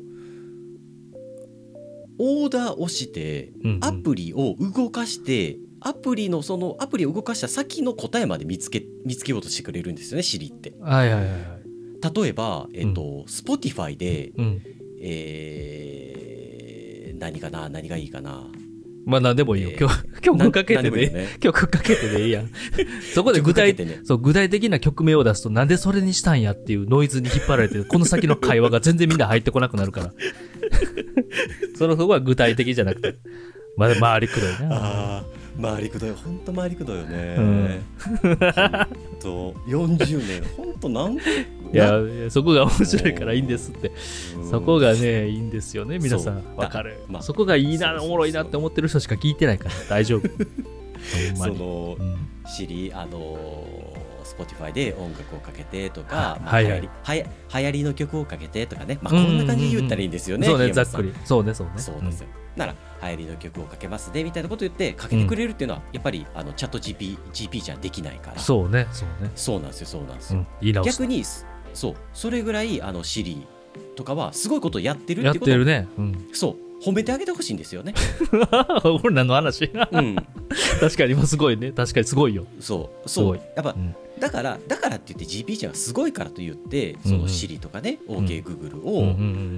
ーダーをして、うんうん、アプリを動かしてアプリのそのアプリを動かした先の答えまで見つけ見つけようとしてくれるんですよね、シリって。 はいはいはいはい。 例えば、えっと、うん、Spotify で、うん、えー何かな何がいいかな、 まあ何でもいいよ、えー、曲, 曲かけて ね, ね曲かけてでいいやんそこで具体、ね、そう具体的な曲名を出すとなんでそれにしたんやっていうノイズに引っ張られてこの先の会話が全然みんな入ってこなくなるからそのそこは具体的じゃなくてまだ回りくどいね。 あ回りくどい、ほんと回りくどいよね、うん、ほんとよんじゅうねんほんとなんいやいやそこが面白いからいいんですって、そこがねいいんですよね皆さん。わかる、まあ、そこがいいなおもろいなって思ってる人しか聞いてないから大丈夫その、うん、シリあのSpotify で音楽をかけてとか、まあ、 はいはい、 流行り、はやりの曲をかけてとかね、まあ、こんな感じで言ったらいいんですよね、 うんうんうん、そうねざっくりそうねそうねそうですよ、うん、なら流行りの曲をかけますねみたいなことを言ってかけてくれるっていうのは、うん、やっぱりあのチャット ジーピー, ジーピーじゃできないから。 そうねそうねそうなんですよそうなんですよ、うん、 言い直した。 逆にそうそれぐらいあのシリとかはすごいことをやってるってことやってるね、うん、 そう褒めてあげてほしいんですよね俺何の話、うん、確かにもすごいね確かにすごいよ。 そうそうやっぱ、うん、だからだからって言って ジーピー ちゃんがすごいからと言ってその Siri とかね、うんうん、OKGoogle を、うんうんうん、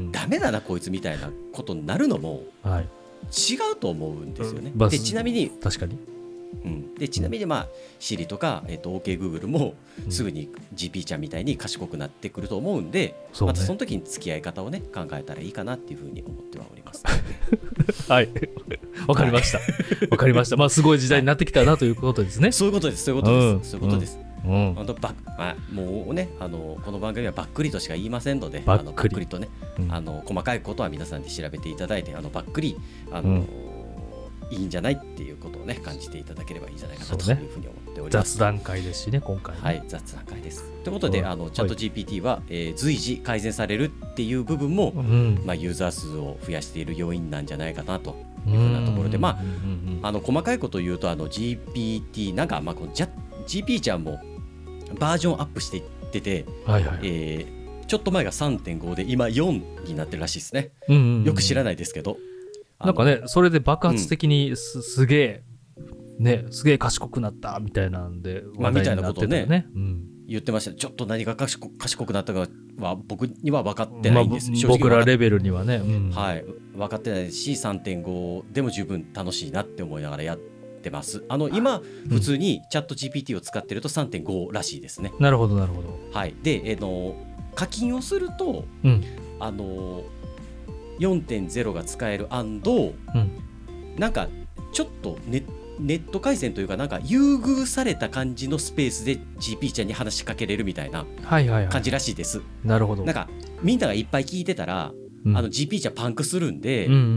ダメだなこいつみたいなことになるのも違うと思うんですよね、 うん、 でちなみに確かに、 うん、でちなみにまあ Siri とか、えー、と OKGoogle もすぐに ジーピー ちゃんみたいに賢くなってくると思うんで、うん、またその時に付き合い方をね考えたらいいかなっていうふうに思ってはおりますはいわかりましたわかりました。まあすごい時代になってきたなということですね。 そういうことですそういうことです、うん、そういうことです、 うん、 本当ば、まあ、もうねあのこの番組はばっくりとしか言いませんのでばっくり、 あのばっくりとね、うん、あの細かいことは皆さんで調べていただいてあのばっくりあの、うんいいんじゃないっていうことをね感じていただければいいんじゃないかなというふうに思っております。 雑談会ですしね今回ね。 はい雑談会です。ということで、うん、あのチャット ジーピーティー は、えー、随時改善されるっていう部分も、うんまあ、ユーザー数を増やしている要因なんじゃないかなというふうなところで、まああの細かいことを言うとあの ジーピーティー なんかまあこの ジーピー ちゃんもバージョンアップしていってて、はいはいえー、ちょっと前が さんてんご で今よんになってるらしいですね、うんうんうん、よく知らないですけど。 なんかねそれで爆発的に す,、うん、すげえねすげえ賢くなったみたいなんで話題になってたよね、まあ、みたいなことをね、うん、言ってました。ちょっと何が賢くなったかは僕には分かってないんです、 まあ、僕らレベルにはね、うん、 はい分かってないし さんてんご でも十分楽しいなって思いながらやってます。あの今普通にチャット ジーピーティー を使ってると さんてんご らしいですね。 なるほどなるほど。 はいで、えー、の課金をすると、うん、あのよんてんゼロ が使える&、うん、なんかちょっと ネ, ネット回線というかなんか優遇された感じのスペースで ジーピー ちゃんに話しかけれるみたいな感じらしいです、はいはいはい、 なるほど。 なんかみんながいっぱい聞いてたら、うん、あの ジーピー ちゃんパンクするんで、うんうんうん、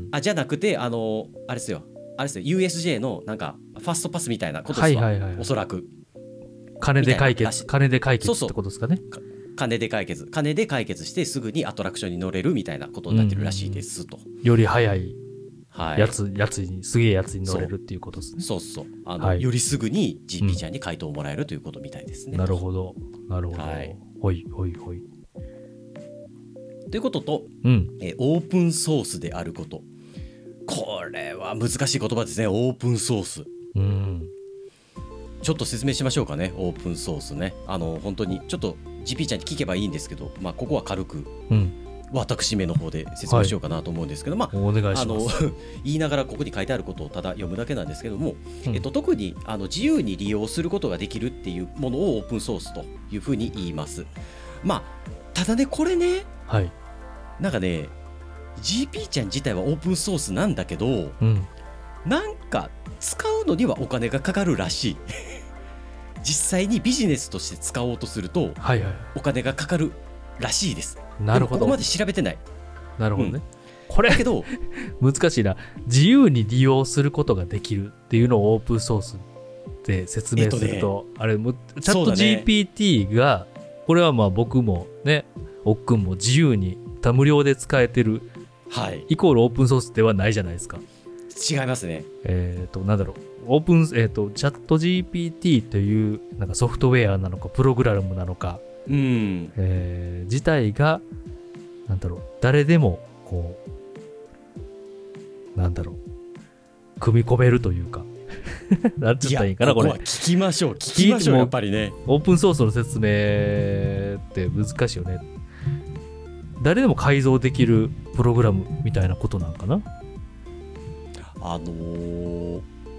あじゃなくてあのあれですよあれですよ ユーエスジェー のなんかファストパスみたいなことですわ、はいはいはい、おそらく金で解決金で解決ってことですかね。 そうそう金で解決金で解決してすぐにアトラクションに乗れるみたいなことになってるらしいですと、 うん、より早いやつ、はい、やつにすげえやつに乗れるっていうことですね。 そうそうそうあの、はい、よりすぐに ジーピー ちゃんに回答をもらえるということみたいですね、 うん、なるほどなるほど、はい、ほいほいほいということと、うんえオープンソースであること。これは難しい言葉ですね。オープンソース、うん、ちょっと説明しましょうかね。オープンソースねあの本当にちょっとジーピー ちゃんに聞けばいいんですけど、まあ、ここは軽く私めの方で説明しようかなと思うんですけど、はい、まあ、 お願いします。あの言いながらここに書いてあることをただ読むだけなんですけども、うん、えっと、特にあの自由に利用することができるっていうものをオープンソースというふうに言います。まあただねこれね、 はい、 なんかね ジーピー ちゃん自体はオープンソースなんだけど、 うん、 なんか使うのにはお金がかかるらしい実際にビジネスとして使おうとすると、 はいはい、 お金がかかるらしいです。 なるほど。 ここまで調べてない。 なるほどね、うん、 これだけど難しいな。自由に利用することができるっていうのをオープンソースって説明すると、えっとね、あれチャット ジーピーティー が、ね、これはまあ僕もねおっくんも自由に無料で使えてる、 はい、 イコールオープンソースではないじゃないですか。 違いますね。 えっとなんだろう、オープン、えーと、チャット ジーピーティー というなんかソフトウェアなのかプログラムなのか、 うん、 えー、自体がなんだろう、誰でもこうなんだろう組み込めるというかなんて言ったらいいかな、これ。 ここは聞きましょう聞きましょうやっぱりね。 オープンソースの説明って難しいよね。誰でも改造できるプログラムみたいなことなんかな。 あのー、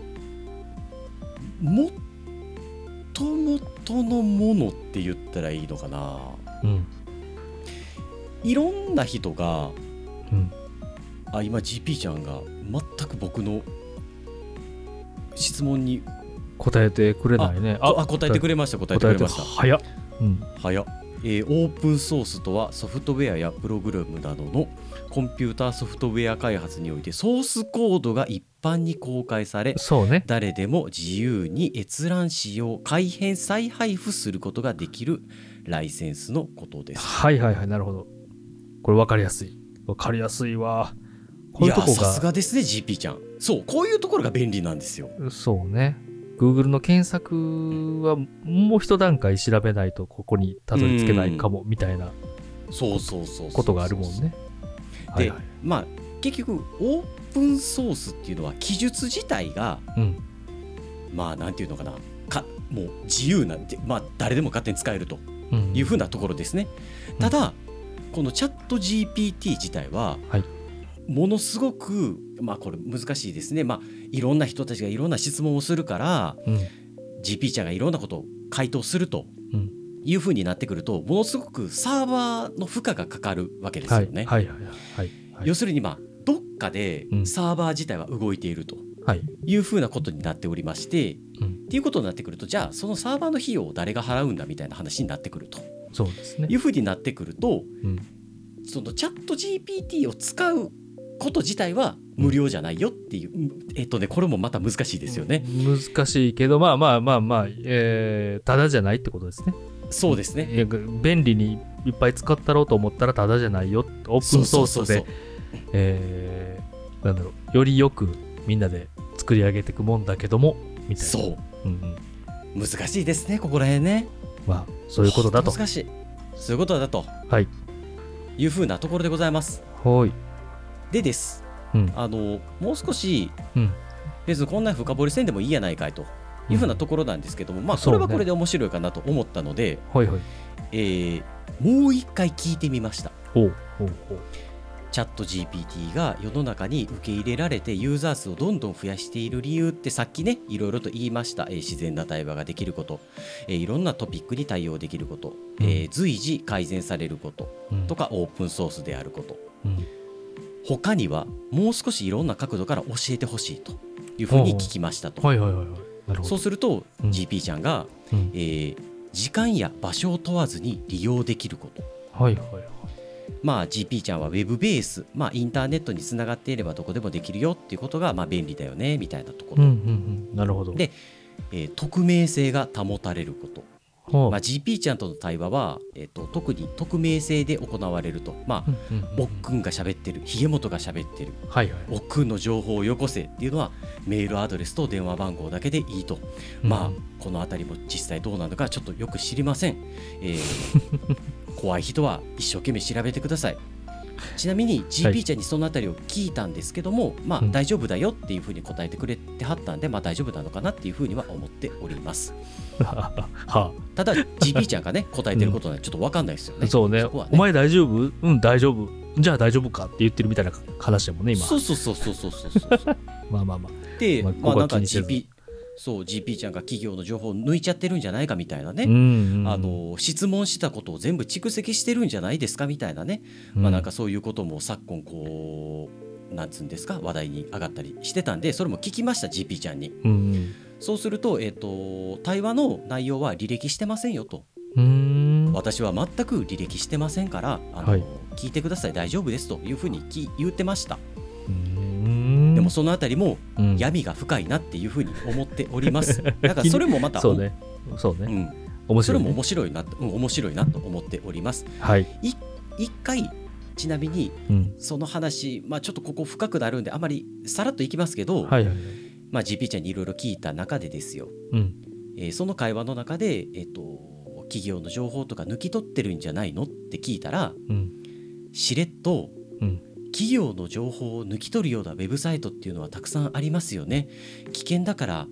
もっともとのものって言ったらいいのかな、 うん、 いろんな人が、 うん、 あ今 ジーピー ちゃんが全く僕の質問に答えてくれないね。 ああ答えてくれました答えてくれました。 早っ、うん、 早っ。えー、オープンソースとはソフトウェアやプログラムなどのコンピューターソフトウェア開発においてソースコードが一般に公開され、 そうね、 誰でも自由に閲覧使用改変再配布することができるライセンスのことです。 はいはいはい、なるほど。これ分かりやすい分かりやすいわ。 こういうとこがいやさすがですね ジーピー ちゃん。そうこういうところが便利なんですよ。 そうね、Google の検索はもう一段階調べないとここにたどり着けないかもみたいなことがあるもんね。 で、まあ結局オープンソースっていうのは記述自体が、 うん、 まあなんていうのかなかもう自由なんで、まあ誰でも勝手に使えるというふうなところですね。うん、ただこのチャット ジーピーティー 自体は、 はい、 ものすごくまあこれ難しいですね。まあいろんな人たちがいろんな質問をするから、うん、ジーピー ちゃんがいろんなことを回答するというふうになってくると、ものすごくサーバーの負荷がかかるわけですよね。 はいはいはいはいはい、 要するにまあどっかでサーバー自体は動いているというふうなことになっておりまして、うん、っていうことになってくると、じゃあそのサーバーの費用を誰が払うんだみたいな話になってくると、 そうですね、 いうふうになってくると、 うん、 そのチャット ジーピーティー を使うこと自体は無料じゃないよっていう、うん、えっとねこれもまた難しいですよね。 難しいけどまあまあまあまあ、えー、ただじゃないってことですね。 そうですね。 便利にいっぱい使ったろうと思ったらただじゃないよ。オープンソースで、えー、なんだろう、よりよくみんなで作り上げていくもんだけどもみたいな。 そう、うんうん、難しいですねここら辺ね。 まあそういうことだと。 難しい。そういうことだと。 はい。 いうふうなところでございます。 はい。 でです、 うん、 あのもう少し、 うん、 別にこんな深掘りせんでもいいやないかいというふうなところなんですけども、うん、まあこれはこれで面白いかなと思ったので、 はいはい、 えー、もう一回聞いてみました。 おうおうおう。 チャット ジーピーティー が世の中に受け入れられてユーザー数をどんどん増やしている理由ってさっきねいろいろと言いました。えー、自然な対話ができること、えー、いろんなトピックに対応できること、うん、えー、随時改善されることとか、うん、オープンソースであること、うん、他にはもう少しいろんな角度から教えてほしいというふうに聞きましたと。 はいはいはいはい、なるほど。 そうすると、うん、ジーピー ちゃんが、うん、えー、時間や場所を問わずに利用できること、 はいはいはい、 まあ ジーピー ちゃんはウェブベース、まあ、インターネットにつながっていればどこでもできるよっていうことがまあ便利だよねみたいなところ、 うんうんうん、なるほど。 で、えー、匿名性が保たれること、まあ、ジーピー ちゃんとの対話は、えー、と特に匿名性で行われると、まあうんうんうん、おっくんが喋ってる、ひげもとが喋ってる、 はいはい、 おっくんの情報をよこせっていうのはメールアドレスと電話番号だけでいいと、うん、まあこのあたりも実際どうなのかちょっとよく知りません、えー、怖い人は一生懸命調べてください。ちなみに ジーピー ちゃんにそのあたりを聞いたんですけども、はい、まあ大丈夫だよっていうふうに答えてくれてはったんで、まあ大丈夫なのかなっていうふうには思っておりますはあ、 ただ ジーピー ちゃんがね答えてることはちょっと分かんないですよね。 そうね、そこはね、お前大丈夫？うん大丈夫じゃあ大丈夫かって言ってるみたいな話だもんね今。 そうそうそうそうそうそうそうまあまあまあで、 まあ、 まあなんか ジーピー そう ジーピー ちゃんが企業の情報を抜いちゃってるんじゃないかみたいなね、 うんうんうん、 あの質問したことを全部蓄積してるんじゃないですかみたいなね、うん、まあなんかそういうことも昨今こうなんつうんですか話題に上がったりしてたんで、それも聞きました ジーピー ちゃんに、うんうん、そうすると、えーと対話の内容は履歴してませんよと、うーん私は全く履歴してませんからあの、はい、聞いてください大丈夫ですというふうに言ってました。うーんでもそのあたりも闇が深いなっていうふうに思っております、うん、だからそれもまたそうねそうね、うん、 面白いね、それも面白いなと、うん、面白いなと思っております、はい、い一回ちなみに、うん、その話、まあ、ちょっとここ深くなるんであまりさらっといきますけど、はいはいはいまあ、ジーピー ちゃんにいろいろ聞いた中でですよ、うんえー、その会話の中で、えーと、企業の情報とか抜き取ってるんじゃないのって聞いたら、うん、しれっと、うん企業の情報を抜き取るようなウェブサイトっていうのはたくさんありますよね。危険だから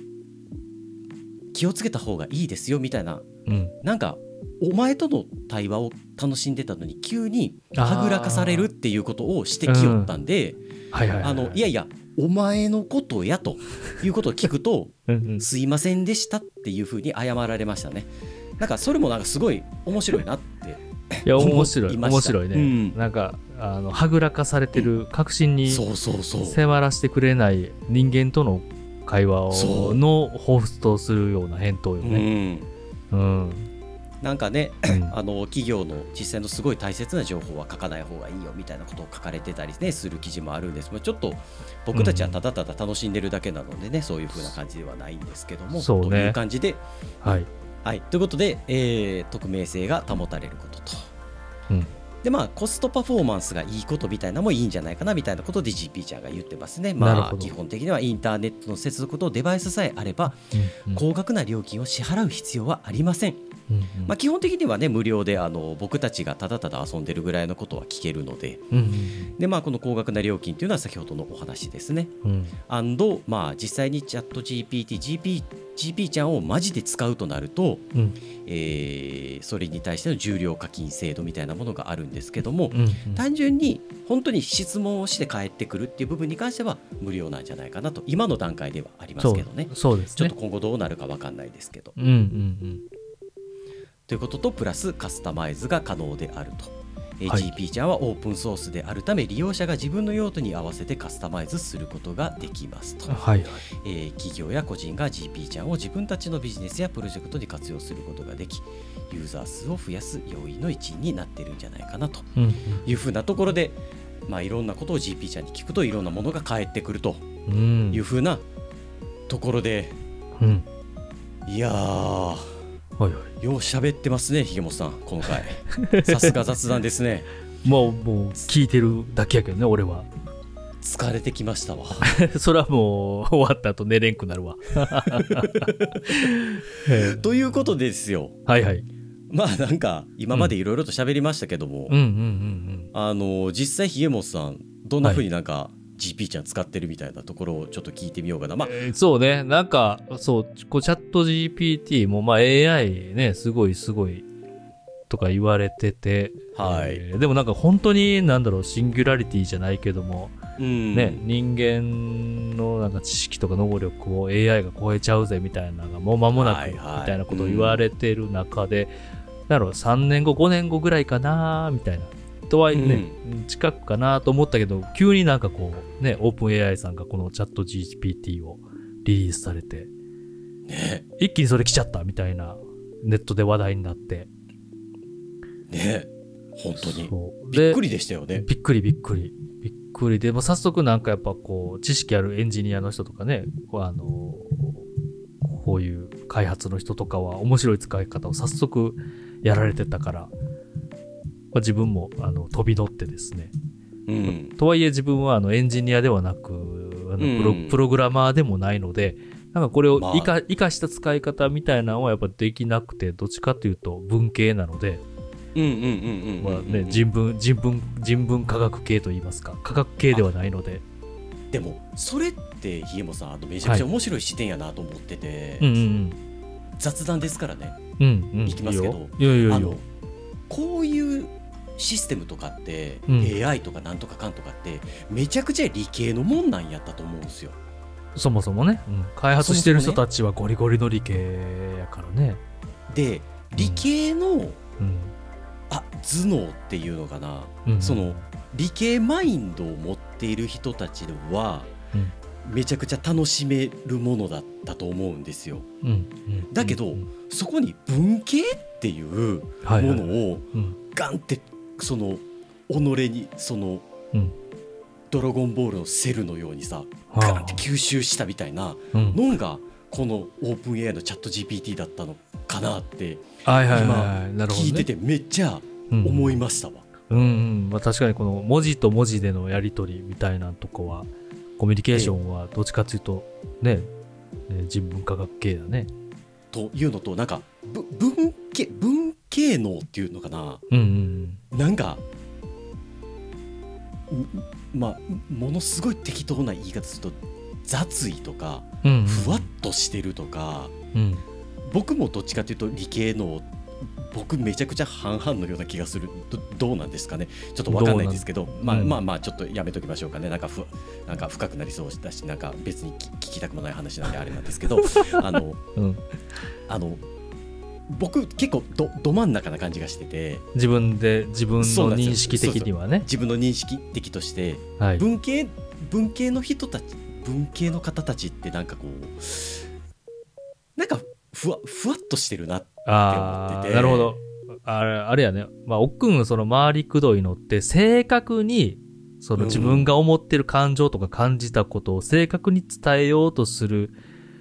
気をつけた方がいいですよみたいな、うん、なんかお前との対話を楽しんでたのに急にはぐらかされるっていうことをしてきよったんで、いやいやお前のことやということを聞くとすいませんでしたっていうふうに謝られましたね。なんかそれもなんかすごい面白いなっていや面白い面白いね、うん、なんかあのはぐらかされてる確信に迫らせてくれない人間との会話をの彷彿とするような返答よね、うんうん、 なんかね、うん、あの企業の実際のすごい大切な情報は書かない方がいいよみたいなことを書かれてたり、ね、する記事もあるんです。ちょっと僕たちはただただ楽しんでるだけなのでね、うん、そういう風な感じではないんですけども、そうね、という感じで、はいはい、ということで、えー、匿名性が保たれることと、うんでまあ、コストパフォーマンスがいいことみたいなのもいいんじゃないかなみたいなことで ジーピー ちゃんが言ってますね。まあ、基本的にはインターネットの接続とデバイスさえあれば、うんうん、高額な料金を支払う必要はありません。うんうんまあ、基本的にはね無料であの僕たちがただただ遊んでるぐらいのことは聞けるので、うんうん、でまあこの高額な料金というのは先ほどのお話ですね、うん、アンドまあ実際にチャット ジーピーティー ジーピー ジーピー ちゃんをマジで使うとなると、うんえー、それに対しての重量課金制度みたいなものがあるんですけども、うんうん、単純に本当に質問をして返ってくるっていう部分に関しては無料なんじゃないかなと今の段階ではありますけどね。 そう、そうですね。 ちょっと今後どうなるか分かんないですけど、うんうんうんということとプラスカスタマイズが可能であると、はい、ジーピー ちゃんはオープンソースであるため利用者が自分の用途に合わせてカスタマイズすることができますと、はいはいえー、企業や個人が ジーピー ちゃんを自分たちのビジネスやプロジェクトに活用することができユーザー数を増やす要因の一員になっているんじゃないかなというふうなところで、まあ、いろんなことを ジーピー ちゃんに聞くといろんなものが返ってくるというふうなところで、うん、いやーはいはい、よう喋ってますねひげもさん今回さすが雑談ですねもうもう聞いてるだけやけどね俺は疲れてきましたわそれはもう終わった後寝れんくなるわということですよはいはいまあなんか今までいろいろと喋りましたけども、うんうんうんうん、あの実際ひげもさんどんな風になんか、はいジーピー ちゃん使ってるみたいなところをちょっと聞いてみようかな、まあえー、そうねなんかそうこうチャット ジーピーティー もまあ エーアイ ねすごいすごいとか言われてて、はいえー、でもなんか本当になんだろうシンギュラリティじゃないけども、うんね、人間のなんか知識とか能力を エーアイ が超えちゃうぜみたいなのがもう間もなくみたいなことを言われてる中で、はいはいうん、だろうさんねんごごねんごぐらいかなみたいなとはね、うん、近くかなと思ったけど急になんかこうねオープン エーアイ さんがこのチャット ジーピーティー をリリースされて、ね、一気にそれ来ちゃったみたいなネットで話題になってね本当にびっくりでしたよね。 びっくりびっくりびっくりでも早速なんかやっぱこう知識あるエンジニアの人とかねあのこういう開発の人とかは面白い使い方を早速やられてたからまあ、自分もあの飛び乗ってですね、うん、とはいえ自分はあのエンジニアではなくあのプロ、うん、プログラマーでもないのでなんかこれを生か、まあ、生かした使い方みたいなのはやっぱできなくてどっちかというと文系なので人文人文人文科学系といいますか科学系ではないのででもそれってひげもさんあのめちゃくちゃ面白い視点やなと思ってて、はいうんうんうん、雑談ですからね、うんうん、いきますけどいやいやいやこういうシステムとかって、 うん、 エーアイ とかなんとかかんとかってめちゃくちゃ理系のもんなんやったと思うんですよ。 そもそもね、うん、開発してる人たちはゴリゴリの理系やからね。 で理系の、うん、あ頭脳っていうのかな、うん、その理系マインドを持っている人たちは、うん、めちゃくちゃ楽しめるものだったと思うんですよ、うんうん、だけど、うん、そこに文系っていうものをガンってその己にその、うん、ドラゴンボールのセルのようにさガンって吸収したみたいなのがこのオープン エーアイ のチャット ジーピーティー だったのかなって今聞いててめっちゃ思いましたわ。 うんうんうんまあ、確かにこの文字と文字でのやり取りみたいなとこはコミュニケーションはどっちかというとね、ね人文科学系だね。 というのとなんか文系文系能っていうのかな、 うんうん、 なんかまあものすごい適当な言い方すると雑いとか、うんうん、ふわっとしてるとか、うん、僕もどっちかというと理系能僕めちゃくちゃ半々のような気がする ど, どうなんですかねちょっと分かんないですけどまあ、うん、まあまあちょっとやめときましょうかねなんかふなんか深くなりそうだしなんか別に聞きたくもない話なんであれなんですけどあの、うん、あの僕結構 ど, ど真ん中な感じがしてて自分で自分の認識的にはね自分の認識的として、はい、文系文系の人たち文系の方たちってなんかこうなんかふわふわっとしてるなって思ってて。 あなるほど。あれ、あれやね。まあ、おっくんその回りくどいのって正確にその自分が思ってる感情とか感じたことを正確に伝えようとする、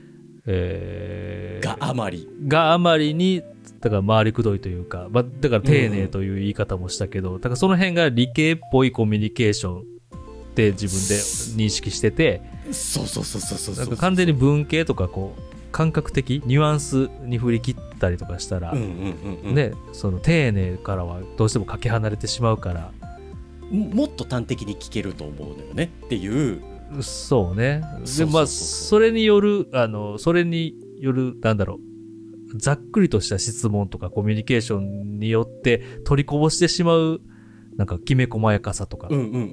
えー、 があまりがあまりにだから回りくどいというか、まあ、だから丁寧という言い方もしたけど、うん、だからその辺が理系っぽいコミュニケーションって自分で認識してて、 そうそうそうそうそうそう、 なんか完全に文系とかこう感覚的ニュアンスに振り切ったりとかしたら、うんうんうんうん、ね、その丁寧からはどうしてもかけ離れてしまうからもっと端的に聞けると思うのよねっていう。 そうね。でまあそれによるあのそれによるなんだろうざっくりとした質問とかコミュニケーションによって取りこぼしてしまうなんかきめ細やかさとか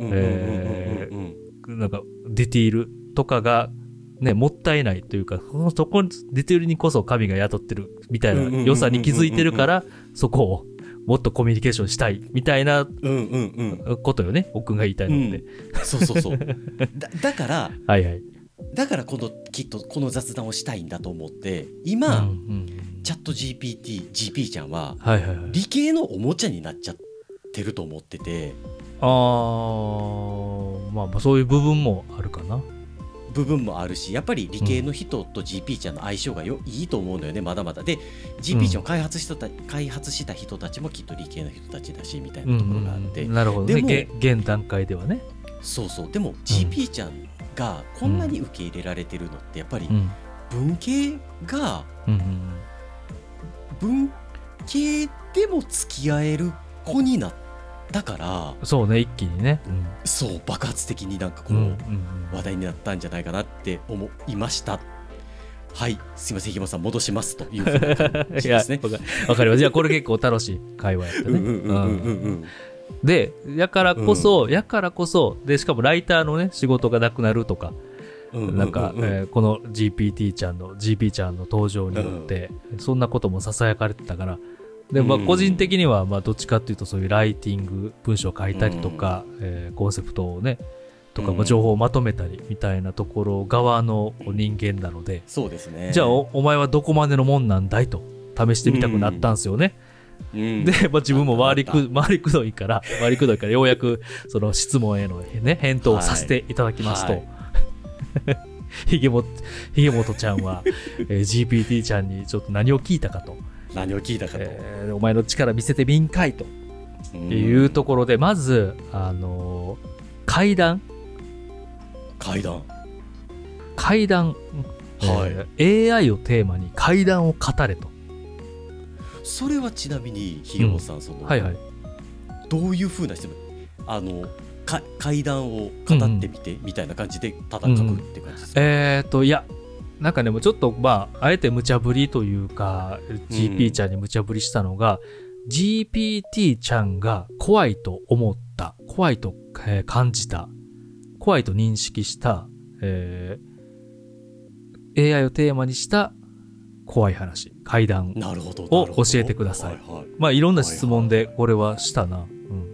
なんかディティールとかがね、もったいないというか、そこ、ディテールにこそ神が宿ってるみたいな良さに気づいてるから、そこをもっとコミュニケーションしたいみたいなことよね、奥が言いたいのって、 うん。そうそうそう。だ, だから、 はいはい。 だからこのきっとこの雑談をしたいんだと思って、今、うんうん、チャット ジーピーティー、ジーピー ちゃんは、はいはいはい、理系のおもちゃになっちゃってると思ってて。 あー、まあそういう部分もあるかな。 部分もあるしやっぱり理系の人と ジーピー ちゃんの相性がよ、うん、いいと思うのよねまだまだで ジーピー ちゃんを開発した、うん、開発した人たちもきっと理系の人たちだしみたいなところがあって、 うんうん、なるほどね。でも現段階ではねそうそうでも ジーピー ちゃんがこんなに受け入れられてるのってやっぱり文系が、うんうん、文系でも付き合える子になってだからそうね一気にね、 うん、そう爆発的になんかこう、うんうんうん、話題になったんじゃないかなって思いました。はいすいませんひもさん戻しますというふうな感じですね。 わかります。じゃあこれ結構楽しい会話やったね。でやからこそ、うん、やからこそでしかもライターのね仕事がなくなるとか、うんうんうんうん、なんか、えー、この ジーピーティー ちゃんの ジーピー ちゃんの登場によって、うん、そんなこともささやかれてたからでまあ、個人的にはまあどっちかっていうとそういうライティング文章を書いたりとか、うんえー、コンセプトをねとか、まあ、情報をまとめたりみたいなところ側の人間なので、 そうですね。 じゃあ お, お前はどこまでのもんなんだいと試してみたくなったんですよね、うん、で、まあ、自分も回りく回りくどいから回りくどいからようやくその質問への、ね、返答をさせていただきますと、はいはいひげもひげもとちゃんは、えー、ジーピーティー ちゃんにちょっと何を聞いたかと何を聞いたかと、 えー、お前の力見せてみんかいというところでまず、あのー、怪談怪談怪談、はいえー、エーアイ をテーマに怪談を語れと。 それはちなみにひげもさん、うん、その、はいはい、どういう風な質問あのか怪談を語ってみて、うん、みたいな感じでただ書くって感じですか、 うん、えーといやなんかねもうちょっとまああえて無茶ぶりというか、うん、ジーピー ちゃんに無茶ぶりしたのがジーピーティー ちゃんが怖いと思った、怖いと、えー、感じた、怖いと認識した、えー、エーアイ をテーマにした怖い話、怪談を教えてください。はいはい、まあいろんな質問でこれはしたな、うん、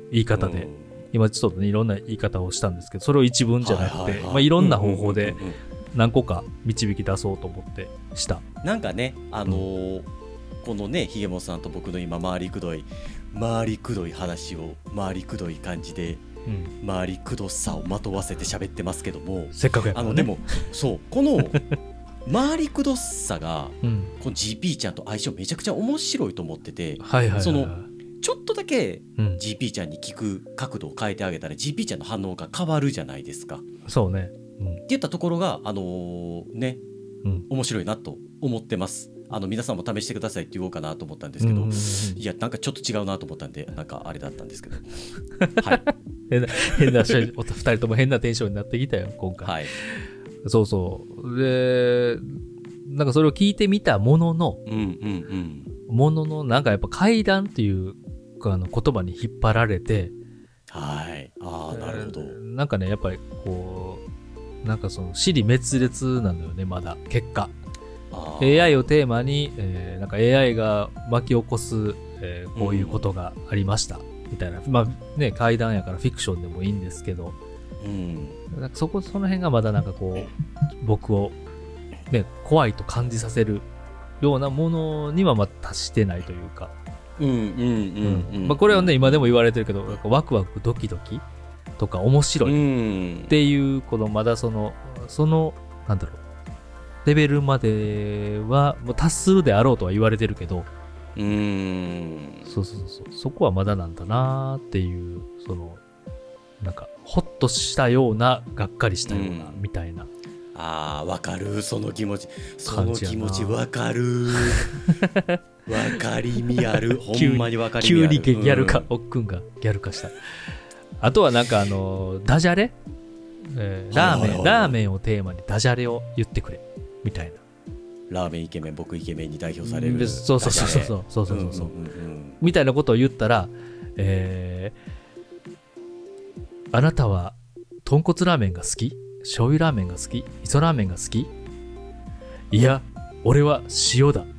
言い方で、うん、今ちょっとねいろんな言い方をしたんですけど、それを一文じゃなくて、はいはいはい、まあいろんな方法で何個か導き出そうと思ってした。 なんかね、あのーうん、このねひげもさんと僕の今回りくどい回りくどい話を回りくどい感じで、うん、回りくどさをまとわせて喋ってますけども、 せっかくやからね。 あのでもそうこの回りくどさが、うん、この ジーピー ちゃんと相性めちゃくちゃ面白いと思ってて、 はいはいはいはい、 そのちょっとだけ ジーピー ちゃんに聞く角度を変えてあげたら、うん、ジーピー ちゃんの反応が変わるじゃないですか。 そうね、 うん、って言ったところがあのー、ね、うん、面白いなと思ってます。あの皆さんも試してくださいって言おうかなと思ったんですけど、うんうんうん、いやなんかちょっと違うなと思ったんでなんかあれだったんですけどはい変な変なふたりとも変なテンションになってきたよ今回。はい、そうそうでなんかそれを聞いてみたものの、うんうんうん、もののなんかやっぱ怪談っていうあの言葉に引っ張られて、 はい、ああなるほど。 なんかねやっぱりこうなんかその支離滅裂なのよねまだ結果。エーアイ をテーマに、えー、なんか エーアイ が巻き起こす、えー、こういうことがありました、うん、みたいな、まあね怪談やからフィクションでもいいんですけど、うん、なんかそこその辺がまだなんかこう僕をね怖いと感じさせるようなものにはまあ達してないというか、うんうんうんうん、まあこれはね今でも言われてるけどなんかワクワクドキドキとか面白いっていうこのまだそのそのなんだろうレベルまではもう達するであろうとは言われてるけど、うーんそうそうそうそこはまだなんだなっていう、そのなんかホッとしたようながっかりしたようなみたいな。 あーわかるその気持ち、その気持ちわかるわかりみあるほんまにわかりみある。 急にギャル化、おっくんがギャル化した。あとはなんかあのダジャレ、えー、ラーメン、はいはいはい、ラーメンをテーマにダジャレを言ってくれみたいな。 ラーメンイケメン僕イケメンに代表されるそうそうそうそうそうそうそうそうみたいなことを言ったら、えー、あなたは豚骨ラーメンが好き？醤油ラーメンが好き？味噌ラーメンが好き？いや俺は塩だ。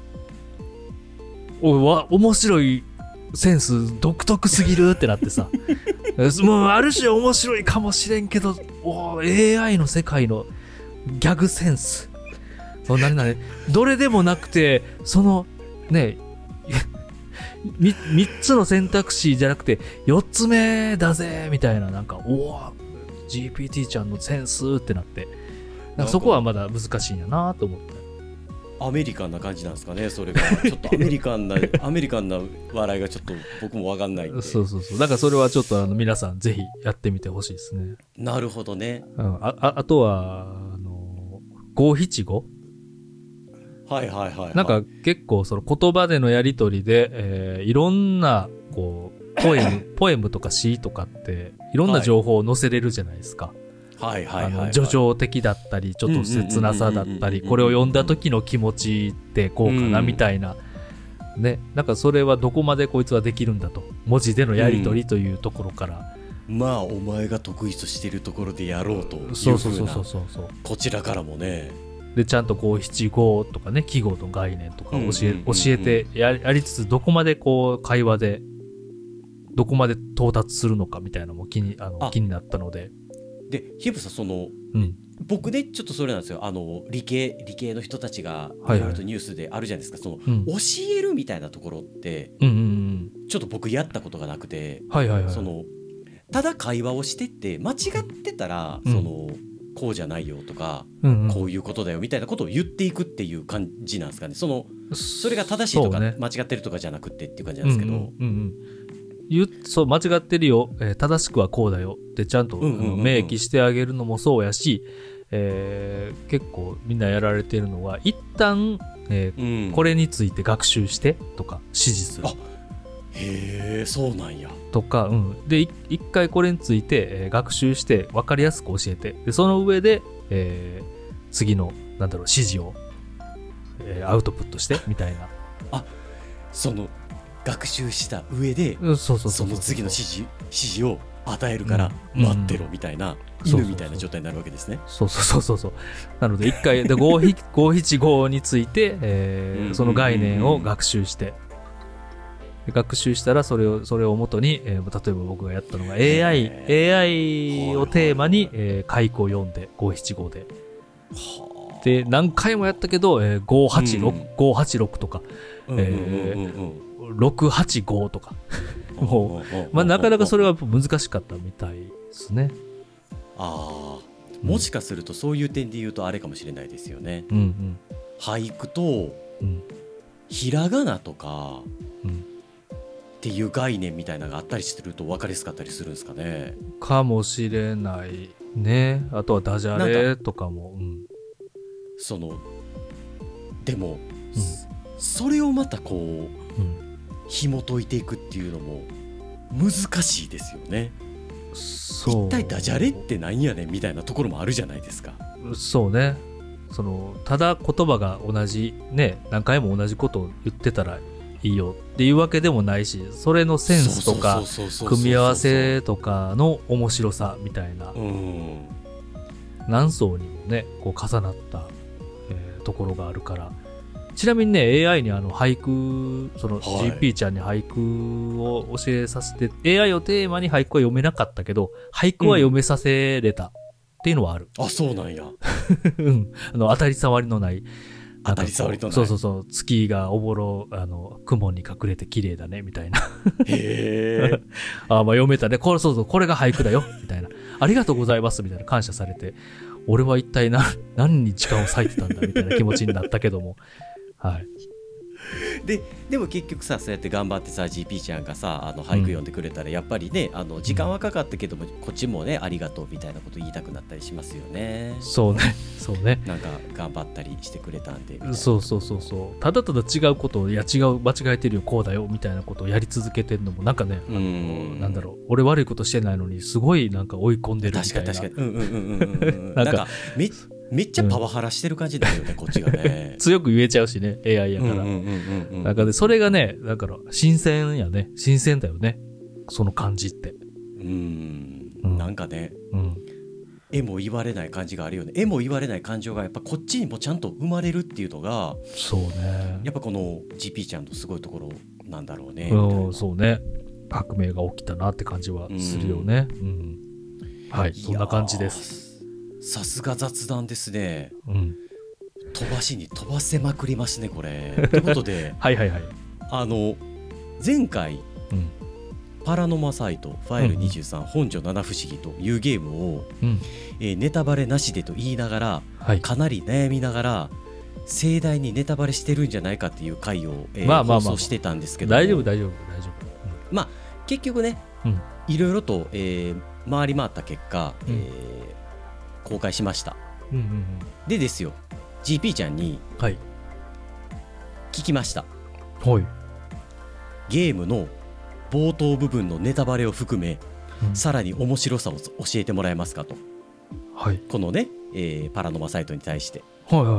おいわ面白いセンス独特すぎるってなってさもうある種面白いかもしれんけどお エーアイ の世界のギャグセンスそんなになねどれでもなくてそのねみみっつの選択肢じゃなくてよっつめだぜみたいな、なんかおお ジーピーティー ちゃんのセンスってなって、なんかそこはまだ難しいんやなと思って。 アメリカンな感じなんですかねそれがちょっとアメリカンなアメリカンな笑いがちょっと僕も分かんないんでそうそうそうだからそれはちょっとあの皆さんぜひやってみてほしいですね。 なるほどね、 うん、あ, あ, あとはあの五七五はいはいはい、はい、 なんか結構その言葉でのやり取りで、えー、いろんなこうポエムポエムとか詩とかっていろんな情報を載せれるじゃないですか。 はいはいはいはい、 叙情的だったりちょっと切なさだったりこれを読んだ時の気持ちってこうかなみたいな、うん、ね、なんかそれはどこまでこいつはできるんだと文字でのやり取りというところから、 うん、まあお前が得意としているところでやろうというふうなそうそうそうそうそうそうこちらからもねでちゃんとこう七五とかね記号の概念とか教え、うんうんうんうん、教えて や, やりつつどこまでこう会話でどこまで到達するのかみたいなのも気にあの気になったので。 でヒブさんその、うん、僕ねちょっとそれなんですよ、あの理系理系の人たちがいろいろとニュースであるじゃないですか、はいはい、その、うん、教えるみたいなところって、うんうんうん、ちょっと僕やったことがなくて、はいはいはい、そのただ会話をしてって間違ってたら、うん、そのこうじゃないよとか、うんうん、こういうことだよみたいなことを言っていくっていう感じなんですかね。そのそれが正しいとか、ね、間違ってるとかじゃなくてっていう感じなんですけど、うんうんうんうん言そう間違ってるよ、えー、正しくはこうだよってちゃんと、うんうんうんうん、明記してあげるのもそうやし、えー、結構みんなやられてるのは一旦、えーうん、これについて学習してとか指示する。あへーそうなんやとか、うん、で一回これについて、えー、学習して分かりやすく教えてでその上で、えー、次のなんだろう指示を、えー、アウトプットしてみたいな。 あその学習した上で、 うん、そうそうそうそうその次の指示指示を与えるから待ってろみたいな、うん、犬みたいな状態になるわけですね。 そうそうそうそう。なので一回でごひゃくななじゅうごについて、えー、その概念を学習して、学習したらそれをそれを元に、えー、例えば僕がやったのが エーアイ エーアイ をテーマに、えー、回顧を読んでごひゃくななじゅうごで。で何回もやったけど、えー、ごひゃくはちじゅうろく、うん、ごひゃくはちじゅうろくとか、えー、ろくひゃくはちじゅうごとかもう、まあ、なかなかそれは難しかったみたいですね。 ああ、もしかするとそういう点で言うとあれかもしれないですよね。 うんうん、 俳句と、うん、ひらがなとか、うん、っていう概念みたいなのがあったりすると分かりやすかったりするんですかね。 かもしれないね。あとはダジャレとかも。うん、 そのでも、うん、それをまたこう、うん、紐解いていくっていうのも難しいですよね。一体ダジャレってなんやねんみたいなところもあるじゃないですか。 そうね。そのただ言葉が同じね、何回も同じことを言ってたらいいよっていうわけでもないし、それのセンスとか組み合わせとかの面白さみたいな、何層にもねこう重なった、えー、ところがあるから。ちなみにね エーアイ にあの俳句、その ジーピー ちゃんに俳句を教えさせて、はい、エーアイ をテーマに俳句は読めなかったけど俳句は読めさせれたっていうのはある。 うん、あ、そうなんや。 うん、あの当たり障りのない当たり障りとない。 そうそうそう、月がおぼろあの雲に隠れて綺麗だねみたいな。 へえ。 あ、まあ読めたね。これそうそう、これが俳句だよみたいな。ありがとうございますみたいな感謝されて、俺は一体何何に時間を割いてたんだみたいな気持ちになったけども。はい、 で, でも結局さ、そうやって頑張ってさ ジーピー ちゃんがさあの俳句読んでくれたら、やっぱりね、あの時間はかかったけども、うん、こっちもねありがとうみたいなこと言いたくなったりしますよね。 そうね、そうね。 なんか頑張ったりしてくれたんでみたいな。 そうそうそうそう。ただただ違うことを、いや違う、間違えてるよ、こうだよみたいなことをやり続けてるのもなんかね、あのー、なんだろう、俺悪いことしてないのにすごいなんか追い込んでるみたいな。 確かに確かに。うんうんうんうんうん。なんかめめっちゃパワハラしてる感じだよね、うん、こっちがね。 強く言えちゃうしね、エーアイ やから。なんかね、それがね、だから新鮮やね、新鮮だよね、その感じって。 うーん、うん、なんかね、うん、絵も言われない感じがあるよね。絵も言われない感情がやっぱこっちにもちゃんと生まれるっていうのが、 そうね。 やっぱこの ジーピー ちゃんのすごいところなんだろうね。 うん、そうね。革命が起きたなって感じはするよね。うん、うん、はい、そんな感じです。 さすが雑談ですね、うん、飛ばしに飛ばせまくりますねこれ。ということではいはいはい、 あの前回、うん、パラノマサイトファイルにじゅうさん、うんうん、本所七不思議というゲームを、うんえー、ネタバレなしでと言いながら、はい、かなり悩みながら盛大にネタバレしてるんじゃないかっていう回を、えーまあまあまあ、放送してたんですけど、 大丈夫大丈夫大丈夫、 うん、まあ結局ね、うん、いろいろと、えー、回り回った結果、うんえー公開しました、うんうんうん、でですよ ジーピー ちゃんに聞きました、はい、ゲームの冒頭部分のネタバレを含め、うん、さらに面白さを教えてもらえますかと、はい、このね、えー、パラノマサイトに対して、はいはいはい、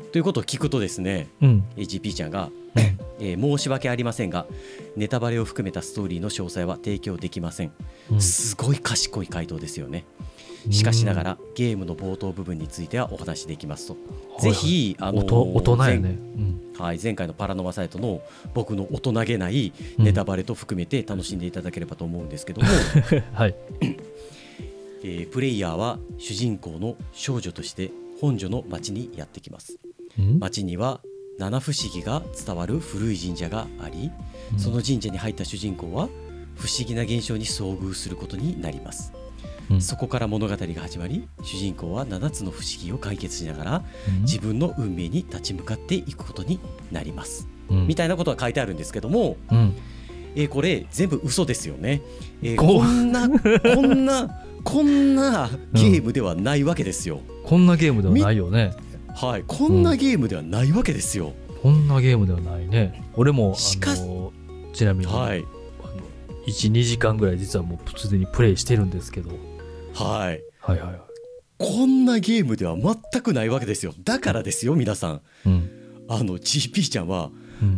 ということを聞くとですね、うん、ジーピー ちゃんが、えー、申し訳ありませんがネタバレを含めたストーリーの詳細は提供できません、うん、すごい賢い回答ですよね。しかしながらゲームの冒頭部分についてはお話しできますと、はいはい、ぜひあの大人やね、 うんはい、前回のパラノマサイトの僕の大人げないネタバレと含めて楽しんでいただければと思うんですけども、はいえー、プレイヤーは主人公の少女として本所の町にやってきます。町には七不思議が伝わる古い神社があり、その神社に入った主人公は不思議な現象に遭遇することになります。うん、そこから物語が始まり、主人公はななつの不思議を解決しながら、うん、自分の運命に立ち向かっていくことになります、うん、みたいなことが書いてあるんですけども、うんえー、これ全部嘘ですよね、えー、こんなこんなこんなゲームではないわけですよ、 うん、こんなゲームではないよね。 はい、こんなゲームではないわけですよ、 うん、こんなゲームではないね。俺もしかしあのちなみに、はい、あのいち、にじかんぐらい実はもうすでにプレイしてるんですけど、 はい、 はいはいはい、 こんなゲームでは全くないわけですよ。だからですよ皆さん、うん、あの ジーピー ちゃんは、うん、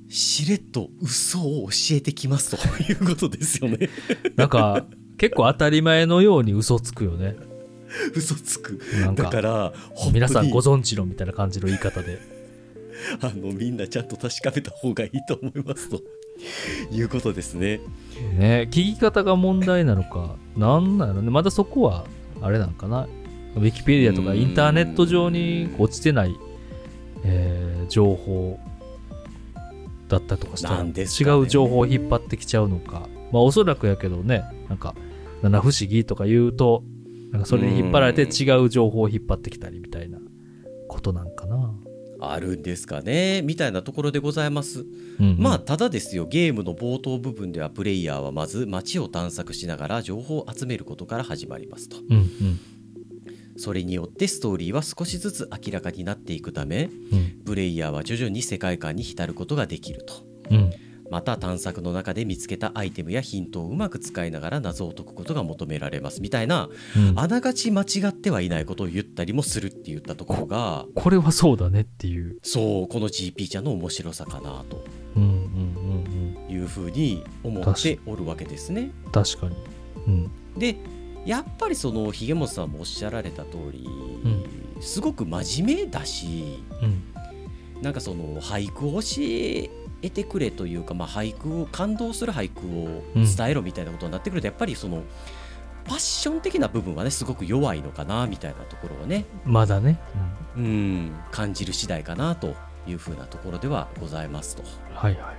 しれっと嘘を教えてきますということですよねなんか結構当たり前のように嘘つくよね。 嘘つく。 なんかだから皆さんご存知のみたいな感じの言い方であのみんなちゃんと確かめた方がいいと思いますということですね。 ね、聞き方が問題なのかなんなのね。まだそこはあれなんかな。ウィキペディアとかインターネット上に落ちてない、えー、情報だったとかしたら、ね、違う情報を引っ張ってきちゃうのか。まあおそらくやけどね、なんか七不思議とか言うとなんかそれに引っ張られて違う情報を引っ張ってきたりみたいなことなんかな。 あるんですかねみたいなところでございます、 うんうん、 まあただですよ、ゲームの冒頭部分ではプレイヤーはまず街を探索しながら情報を集めることから始まりますと、 うんうん、 それによってストーリーは少しずつ明らかになっていくため、 うん、 プレイヤーは徐々に世界観に浸ることができると、 うん、 また探索の中で見つけたアイテムやヒントをうまく使いながら謎を解くことが求められますみたいな、うん、あながち間違ってはいないことを言ったりもするって言ったところがこ, これはそうだねっていう、 そうこの ジーピー ちゃんの面白さかなというふうに思っておるわけですね。 確かに、うん、 でやっぱりそのひげもとさんもおっしゃられた通り、うん、すごく真面目だし、うん、なんかその俳句を教え得てくれというか、まあ、俳句を感動する俳句を伝えろみたいなことになってくると、うん、やっぱりそのパッション的な部分はねすごく弱いのかなみたいなところはねまだね、 うん、うん感じる次第かなというふうなところではございますと、 はいはい、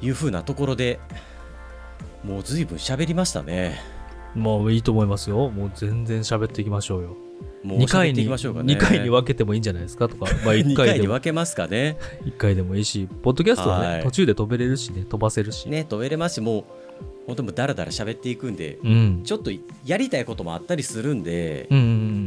いうふうなところでもう随分喋りましたね。 もういいと思いますよ。もう全然喋っていきましょうよ。 もうにかいに、ね、 にかいに分けてもいいんじゃないですかとか、 まあ、いっかいにかいに分けますかね。 いっかいでもいいし、ポッドキャストはね、はい、途中で飛べれるしね、飛ばせるしね、飛べれますし、もう本当にだらだら喋っていくんで、 うん、 ちょっとやりたいこともあったりするんで、 うんうんうん、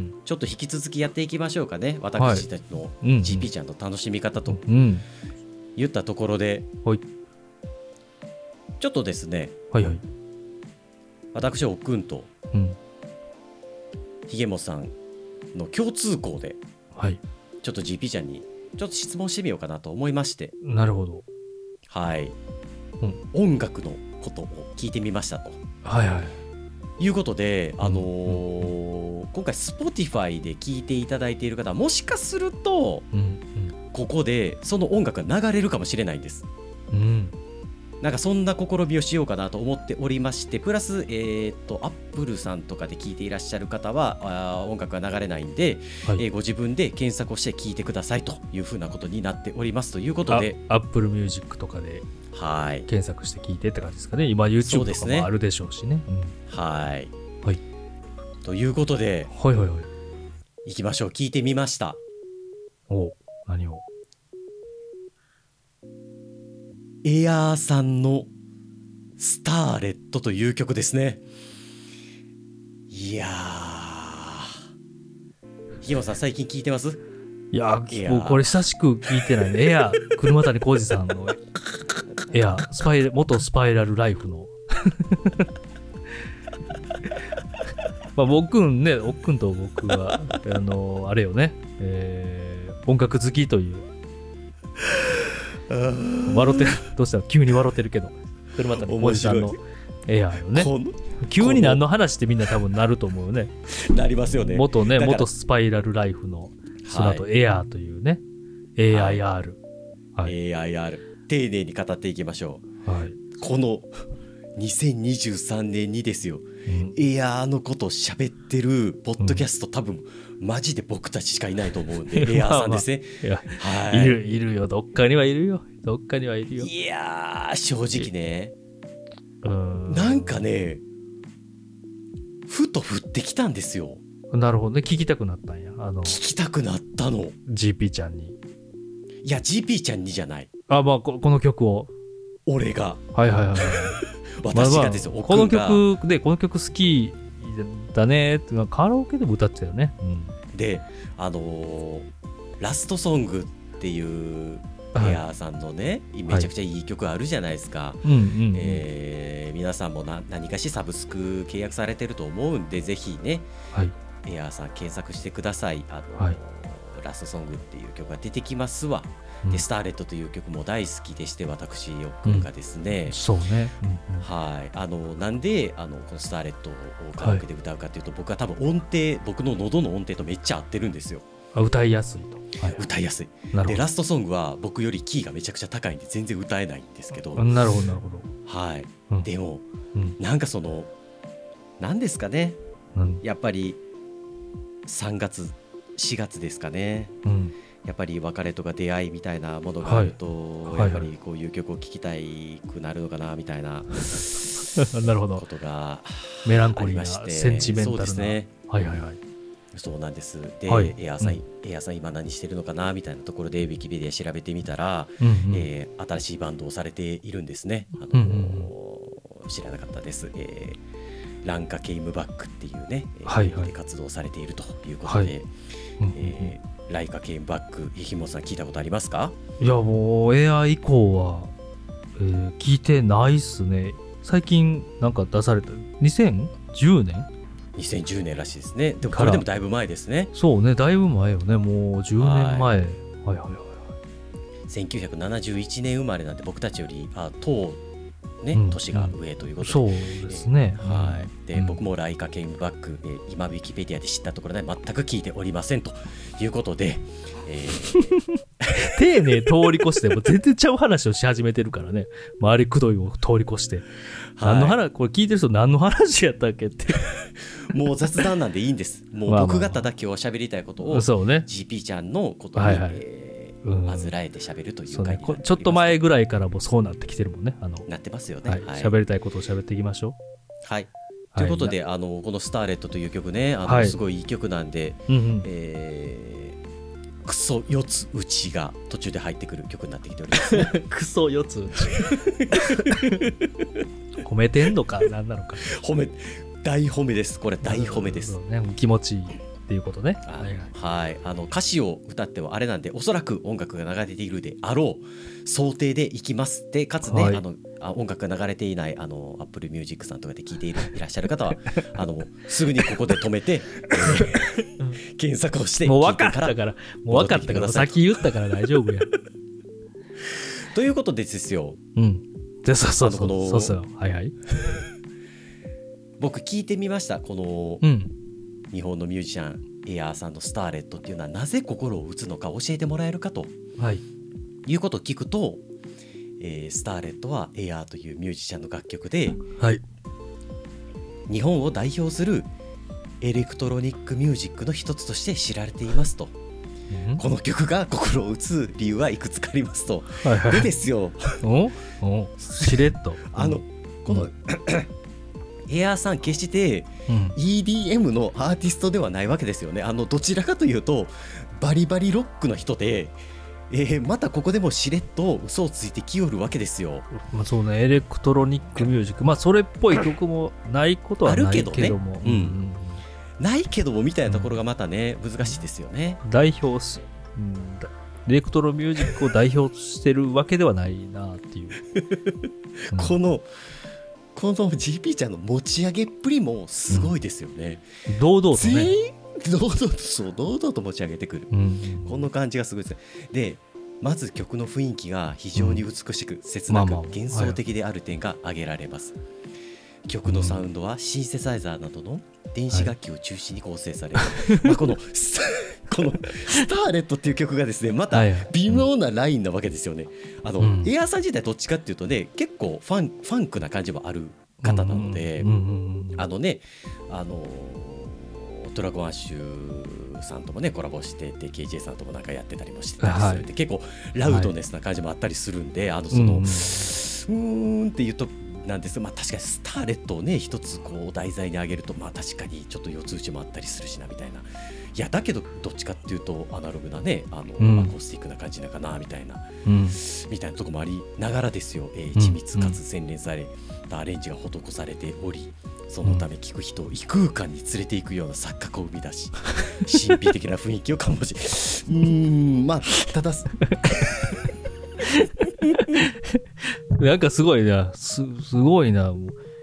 ちょっと引き続きやっていきましょうかね。私たちの ジーピー ちゃんの楽しみ方と言ったところで、 うんうん、 ちょっとですね、 はいはい、 私おっくんと、うん、ひげもさんの共通項で、 はい、 ちょっと ジーピー ちゃんにちょっと質問してみようかなと思いまして。 なるほど、 はい、うん、音楽のことを聞いてみましたと、 はいはい、 いうことで、あのーうんうん、今回 Spotify で聞いていただいている方はもしかすると、うんうん、ここでその音楽が流れるかもしれないんです、 うん、 なんかそんな試みをしようかなと思っておりまして、プラス、えー、と Apple さんとかで聞いていらっしゃる方はあ音楽が流れないんで、はい、えー、ご自分で検索をして聞いてくださいというふうなことになっておりますということで、 Apple Music とかで検索して聞いてって感じですかね。今 YouTube とかもあるでしょうしね。 うん、はい、 はい、 ということで、 はいはいはい、 いきましょう。聞いてみました。 お、何を？ エアーさんのスターレットという曲ですね。いやー、ひげもさん最近聞いてます？ いやー、もうこれ久しく聞いてないね。エアー、車谷浩二さんのエアー、スパイ元スパイラルライフのまあ僕ね、おっくんと僕はあのー、あれよね、えー、音楽好きという笑ってる、どうしたの急に笑ってるけど、車谷浩二さんのエアーよね。急に何の話ってみんな多分なると思うよね。 なりますよね。 元ね、元スパイラルライフのその後エアーというね、エーアイアール、 はい、エーアイアール、丁寧に語っていきましょう。はい、 このにせんにじゅうさんねんにですよ、うん、エアーのことを喋ってるポッドキャスト、うん、多分マジで僕たちしかいないと思うんで、エアーさんですね。 まあまあ、い, はい、いるいるよ、どっかにはいるよ、どっかにはいるよ。 いやー、正直ね、うん、なんかね、ふと降ってきたんですよ。 なるほどね、聞きたくなったんや。あの聞きたくなったのジーピー ちゃんに。 いや ジーピー ちゃんにじゃない、 あ、まあ こ, この曲を俺が、 はいはいはい私がですよ、 まあまあ、この曲でこの曲好きだねってカラオケでも歌ってたよね、うん、 であのー、ラストソングっていうエアーさんのね、はい、めちゃくちゃいい曲あるじゃないですか、はい、えー、皆さんもな何かしサブスク契約されてると思うんで、ぜひね、はい、エアーさん検索してください。あのーはい、 ラストソングっていう曲が出てきますわ、うん、でスターレットという曲も大好きでして私よくがですね、 うん、そうね、うんうん、 はいあのなんであのこのスターレットをカラオケで歌うかというと、はい、僕は多分音程僕の喉の音程とめっちゃ合ってるんですよ。 歌いやすいと、 はい、歌いやすいでラストソングは僕よりキーがめちゃくちゃ高いんで全然歌えないんですけど、 なるほどなるほど、 はい、 うん、 でも、 うん、 なんかそのなんですかね、うん、やっぱりさんがつしがつですかね、うん、やっぱり別れとか出会いみたいなものがあると、はい、やっぱりこういう曲を聴きたくなるのかなみたいななるほどことがメランコリーなセンチメンタルな、 そうですね、 はいはいはい、 そうなんです。で、 はい、 エアさん、うん、エアさん今何してるのかなみたいなところでウィキペディア調べてみたら、 うんうん、 えー、新しいバンドをされているんですね。あのーうんうん、知らなかったです。えーランカケイムバックっていうね、 はいはい、 で活動されているということで、はいえー、ライカケイムバック、ひもさん聞いたことありますか？ いやもうエア以降は、えー、聞いてないっすね。最近なんか出されたにせんじゅうねんにせんじゅうねんらしいですね。でもこれでもだいぶ前ですね。 そうね、だいぶ前よね、もうじゅうねんまえ、はい、はいはいはいはいせんきゅうひゃくななじゅういちねん生まれなんで僕たちよりあ当ね、うん、年が上ということで、 そうですね、 はい、で、うん、僕もライカケイムバック、えー、今ウィキペディアで知ったところで全く聞いておりませんということで、えー、 丁寧通り越してもう全然ちゃう話をし始めてるからね、周りくどいを通り越して、はい、何の話、これ聞いてる人何の話やったっけってもう雑談なんでいいんです。もう僕がただ今日は喋りたいことを、 そうね、 ジーピー ちゃんのことに、はいはい、えーあずらえて喋るという回になっております、ね、 ちょっと前ぐらいからもうそうなってきてるもんね。あのなってますよね。 はい、喋、はい、りたいことを喋っていきましょう。 はい。ということで、はい、あのこのスターレットという曲ね、あの、はい、すごいいい曲なんで、うんうんえー、クソ四つ打ちが途中で入ってくる曲になってきております、ね。 クソ四つ打ち。褒めてんのか何なのか。 褒め大褒めです。これ大褒めです。 ね、気持ちいい。っていうことね。 はい、はい、あの歌詞を歌ってはあれなんでおそらく音楽が流れているであろう想定でいきますでかつね、はい、あのあ音楽が流れていないあの Apple Music さんとかで聞いているいらっしゃる方はあのすぐにここで止めて、えー、検索をしてもう分かったからもう分かったから先言ったから大丈夫やということでですよ。 うんでそうそうそうそうそうはいはい僕聞いてみましたこの、 うん日本のミュージシャンエアーさんのスターレットっていうのはなぜ心を打つのか教えてもらえるかと、はい、いうことを聞くと、えー、スターレットはエアーというミュージシャンの楽曲で、 はい、 日本を代表するエレクトロニックミュージックの一つとして知られていますと、うん、この曲が心を打つ理由はいくつかありますと、はいはい、でですよおおしれっとあの、うん、この、うんエアーさん決して イーディーエム のアーティストではないわけですよね。あのどちらかというとバリバリロックの人で、えー、またここでもしれっと嘘をついてきよるわけですよ。 まあそうね、エレクトロニックミュージック、まあそれっぽい曲もないことはないけども、あるけどね、うんうん、 ないけどもみたいなところがまたね、うん、難しいですよね。 代表す、うん、エレクトロミュージックを代表してるわけではないなっていう、 うん、このこの ジーピー ちゃんの持ち上げっぷりもすごいですよね、 うん、堂々とね堂々とそう堂々と持ち上げてくる、うん、この感じがすごいです。でまず曲の雰囲気が非常に美しく、うん、切なく、まあまあ、幻想的である点が挙げられます、はい、曲のサウンドはシンセサイザーなどの電子楽器を中心に構成される、はいまあ、このこのスターレットっていう曲がですねまた微妙なラインなわけですよね。あの、うん、エアーさん自体どっちかっていうとね結構ファン、ファンクな感じもある方なので、うんうんうんうん、あのねあのドラゴンアッシュさんともねコラボしてて ケージェー さんともなんかやってたりもしてたりするんで、はい、結構ラウドネスな感じもあったりするんで、はい、あのその、うん、うーんっていうとなんですが、まあ、確かにスターレットをね一つこう題材に挙げるとまあ確かにちょっと四つ打ちもあったりするしなみたいな。いやだけどどっちかっていうとアナログなねあの、うん、アコースティックな感じなのかなみたいな、うん、みたいなところもありながらですよ、えー、緻密かつ洗練されたアレンジが施されており、そのため聴く人を異空間に連れていくような錯覚を生み出し神秘的な雰囲気を醸しうーんまあただなんかすごいな す, すごいな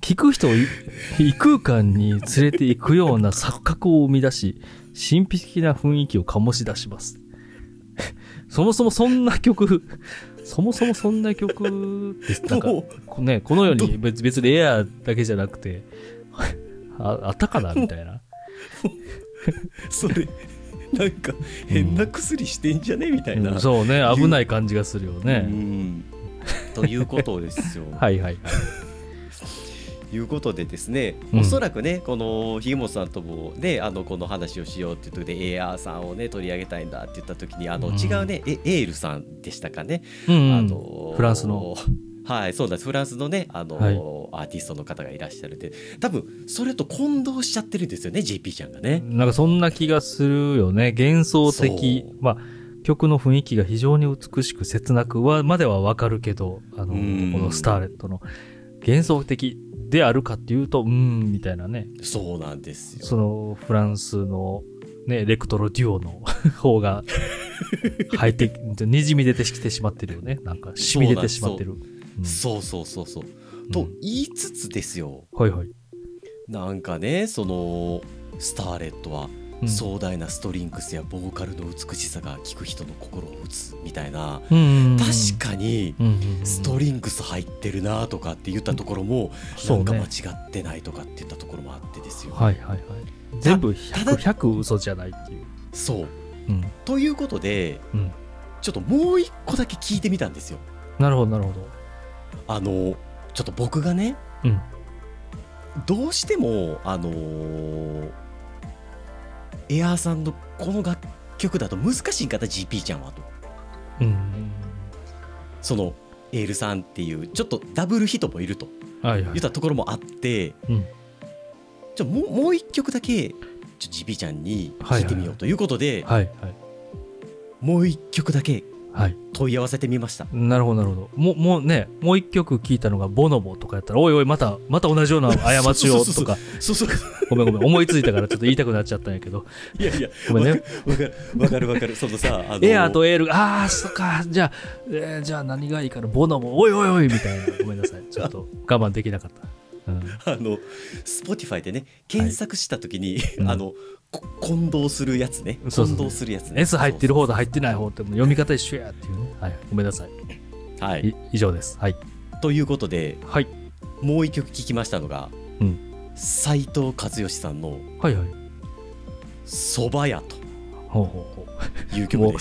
聞く人を異空間に連れて行くような錯覚を生み出し、神秘的な雰囲気を醸し出します。そもそもそんな曲、そもそもそんな曲です。なんか、ね、このように別別にエアーだけじゃなくて、あ, あったかなみたいな。 それ、なんか変な薬してんじゃねみたいな、 うん。そうね、危ない感じがするよね。 うん、ということですよ。 はいはいはい。 いうことでですね、 うん、 おそらくねこのひげもとさんともねあのこの話をしようっていう時でエアーさんをね取り上げたいんだって言った時にあの、うん、違うねエールさんでしたかね、 うんうん、 あのフランスのはいそうなんですフランスのねあの、はい、アーティストの方がいらっしゃるんで多分それと混同しちゃってるんですよね ジェーピー ちゃんがね。 なんかそんな気がするよね。幻想的まあ曲の雰囲気が非常に美しく切なくはまではわかるけどあのこのスターレットの幻想的であるかっていうとうーんみたいなね。 そうなんですよ。 そのフランスのねエレクトロデュオの方が入ってにじみ出てきてしまってるよね。なんか染み出てしまってる。 そうそうそうそう、うん、と言いつつですよ、 はいはい、 なんかねそのスターレットは壮大なストリングスやボーカルの美しさが聴く人の心を打つみたいな、うんうんうん、確かにストリングス入ってるなとかって言ったところも、うん、なんか間違ってないとかって言ったところもあってですよ、 はいはいはい、全部 ひゃく, ひゃく嘘じゃないっていう。 そう、うん、ということで、うん、ちょっともう一個だけ聞いてみたんですよ。 なるほどなるほど。 あのちょっと僕がね、うん、どうしてもあのーエアーさんのこの楽曲だと難しい方 ジーピー ちゃんはと、うん、そのエールさんっていうちょっとダブルヒットもいると言ったところもあって、はいはい、ちょもう、もう一曲だけちょ ジーピー ちゃんに聴いてみようということで、はいはいはい、もう一曲だけ問い合わせてみました、はい、 なるほどなるほど。も, もうねもう一曲聞いたのがボノボとかやったらおいおいまたまた同じような過ちをとかごめんごめん思いついたからちょっと言いたくなっちゃったんやけどいやいやごめんねわかるわかるわかるそのさあのエアーとエールああそっかじゃあ、えー、じゃあ何がいいかなボノボおいおいおいみたいなごめんなさいちょっと我慢できなかった、うん、 あの Spotify でね検索した時に、はい、あの混同するやつね混同するやつね S 入ってる方と入ってない方って読み方一緒やっていうね、はい、ごめんなさい、はい、い以上です、はい、 ということで、 はい、 もう一曲聴きましたのが斎、うん、藤和義さんのそば屋という曲です。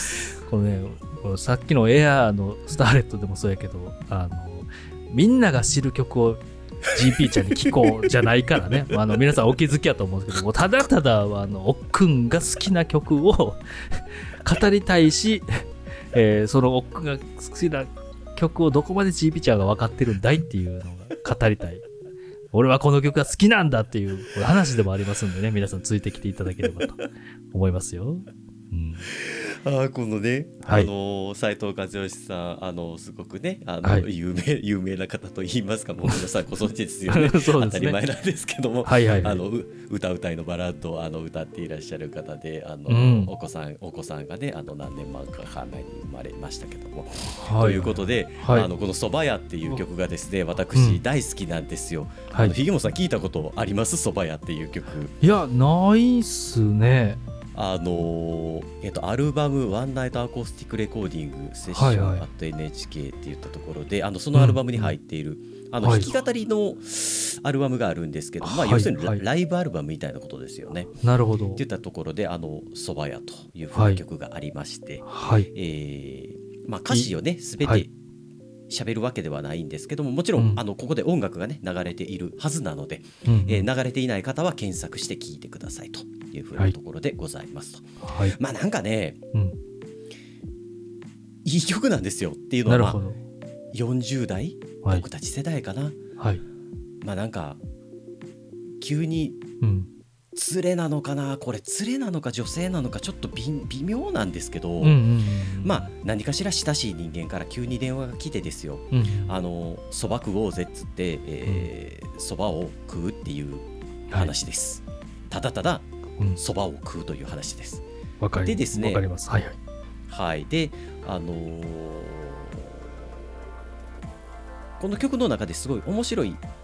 このねさっきのエアーのスターレットでもそうやけどあのみんなが知る曲をジーピー ちゃんに聞こうじゃないからねあの皆さんお気づきやと思うんですけどもただただあのおっくんが好きな曲を語りたいし、えー、そのおっくんが好きな曲をどこまで ジーピー ちゃんが分かってるんだいっていうのが語りたい俺はこの曲が好きなんだっていう話でもありますんでね皆さんついてきていただければと思いますよ。うん、 あこのね、はい、あの斎藤和義さんあのすごくねあの、はい、有名有名な方と言いますかもう皆さんご存知ですよねそうですね当たり前なんですけども、はいはいはい、あの歌うたいのバラッドをあの歌っていらっしゃる方であの、うん、お子さんお子さんがねあの何年前か前に生まれましたけども、はい、ということで、はい、あのこのそば屋っていう曲がですね私大好きなんですよ。はい、あのひげもさん聞いたことありますそば屋っていう曲。 いやないっすね。 あのえっと、アルバム「ワンナイトアコースティックレコーディングセッションアット エヌエイチケー」っていったところで、はいはい、あのそのアルバムに入っている、うん、あの弾き語りのアルバムがあるんですけど、はいまあ、要するに ラ,、はいはい、ライブアルバムみたいなことですよね。 なるほど。 っていったところで「あのそば屋」というふうな曲がありまして、はいえーまあ、歌詞をねすべて喋るわけではないんですけどももちろん、うん、あのここで音楽がね流れているはずなので、うんえー、流れていない方は検索して聴いてくださいというふうなところでございますと、はい、まあなんかね、うん、いい曲なんですよっていうのは、まあ、よんじゅう代、はい、僕たち世代かな、はい、まあなんか急に連れなのかなこれ連れなのか女性なのかちょっと 微, 微妙なんですけど、うんうんうん、まあ何かしら親しい人間から急に電話が来てですよ、うんうん、あのそば食おうぜっつってそば、えー、を食うっていう話です、はい、ただただそばを食うという話です。 わかりでですね、 わかります。はいはい。 はい、で、あのー、この曲の中ですごい面白い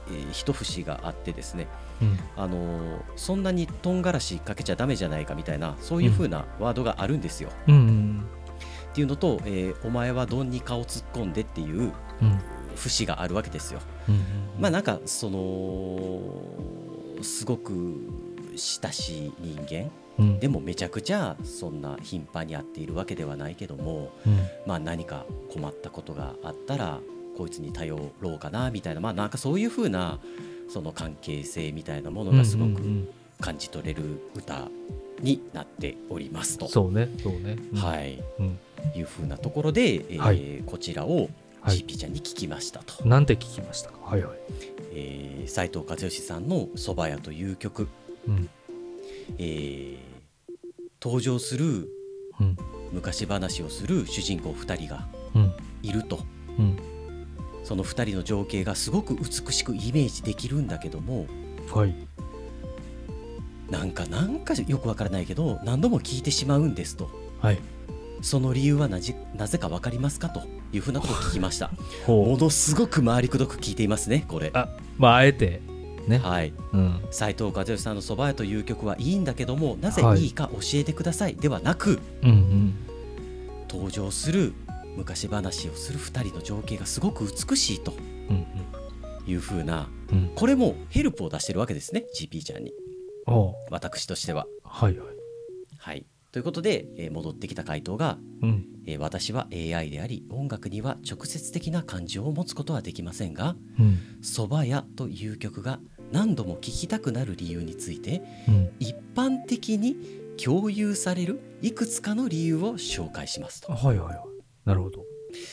えー、一節があってですね、 うん、 あのー、そんなにとんがらしかけちゃダメじゃないかみたいなそういう風なワードがあるんですよ、 うんうんうん、 っていうのと、えー、お前はどんに顔突っ込んでっていう節があるわけですよ、うんうんうん、まあなんかそのすごく親しい人間、うん、でもめちゃくちゃそんな頻繁に会っているわけではないけども、うん、まあ何か困ったことがあったらこいつに頼ろうかなみたいな、まあなんかそういう風なその関係性みたいなものがすごく感じ取れる歌になっておりますと。 そうね、そうね、 うん、はい、うん、いう風なところで、えーはい、こちらを ジーピー ちゃんに聞きましたと。 はい、なんて聞きましたか。はいはい。 えー、斉藤和義さんの蕎麦屋という曲、うん、えー、登場する、うん、昔話をする主人公ふたりがいると、うんうん、そのふたりの情景がすごく美しくイメージできるんだけども、 はい、 なんかなんかよくわからないけど何度も聞いてしまうんですと、 はい、 その理由はなぜ、なぜかわかりますかというふうなことを聞きましたものすごく回りくどく聞いていますねこれ。 あ、まああえてね、 はい、うん、斉藤和義さんの蕎麦屋という曲はいいんだけどもなぜいいか教えてください、はい、ではなく、うんうん、登場する昔話をするふたりの情景がすごく美しいというふうな、うんうん、これもヘルプを出してるわけですね ジーピー ちゃんに、私としては。 はいはいはい、ということで、えー、戻ってきた回答が、うんえー、私は エーアイ であり音楽には直接的な感情を持つことはできませんが、蕎麦屋という曲が何度も聴きたくなる理由について、うん、一般的に共有されるいくつかの理由を紹介しますと。 はいはいはい、なるほど。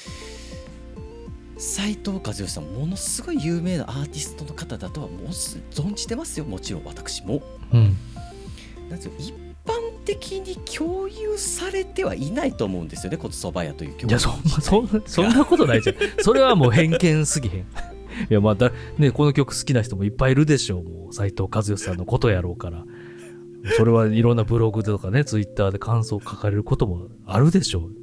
斉藤和義さんものすごい有名なアーティストの方だとはもう存じてますよ、もちろん私も、うん、なんですよ、一般的に共有されてはいないと思うんですよね、この蕎麦屋という曲。 いや そ, そ, そんなことないじゃんそれはもう偏見すぎへんいやまたね、この曲好きな人もいっぱいいるでしょう。もう斉藤和義さんのことやろうからそれはいろんなブログとかねツイッターで感想を書かれることもあるでしょう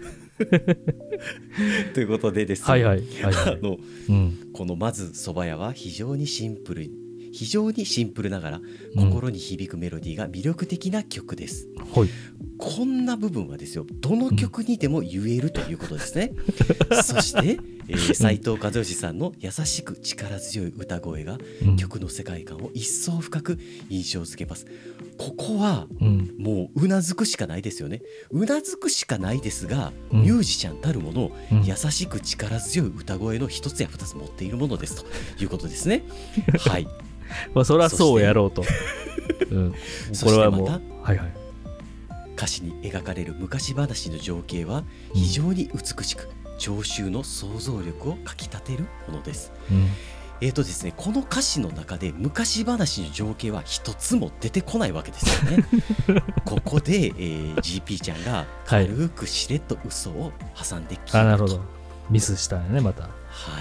ということでですね、 はいはいはいはい、あの、 うん、このまず蕎麦屋は非常にシンプル非常にシンプルながら心に響くメロディーが魅力的な曲です、うん、はい、こんな部分はですよどの曲にでも言えるということですね、うん、そして、えー、斉藤和義さんの優しく力強い歌声が曲の世界観を一層深く印象づけます。ここはもううなずくしかないですよね。うなずくしかないですが、うん、ミュージシャンたるもの、うん、優しく力強い歌声の一つや二つ持っているものですということですねはいまあそりゃそうやろうとうん、これはもう、はいはい、 歌詞に描かれる昔話の情景は非常に美しく、うん、聴衆の想像力をかきたてるものです、うん、えーとですね、この歌詞の中で昔話の情景は一つも出てこないわけですよねここで、えー、ジーピー ちゃんが軽くしれっと嘘を挟んできた、 はい、あ、なるほど、ミスしたんやねまた。 はい、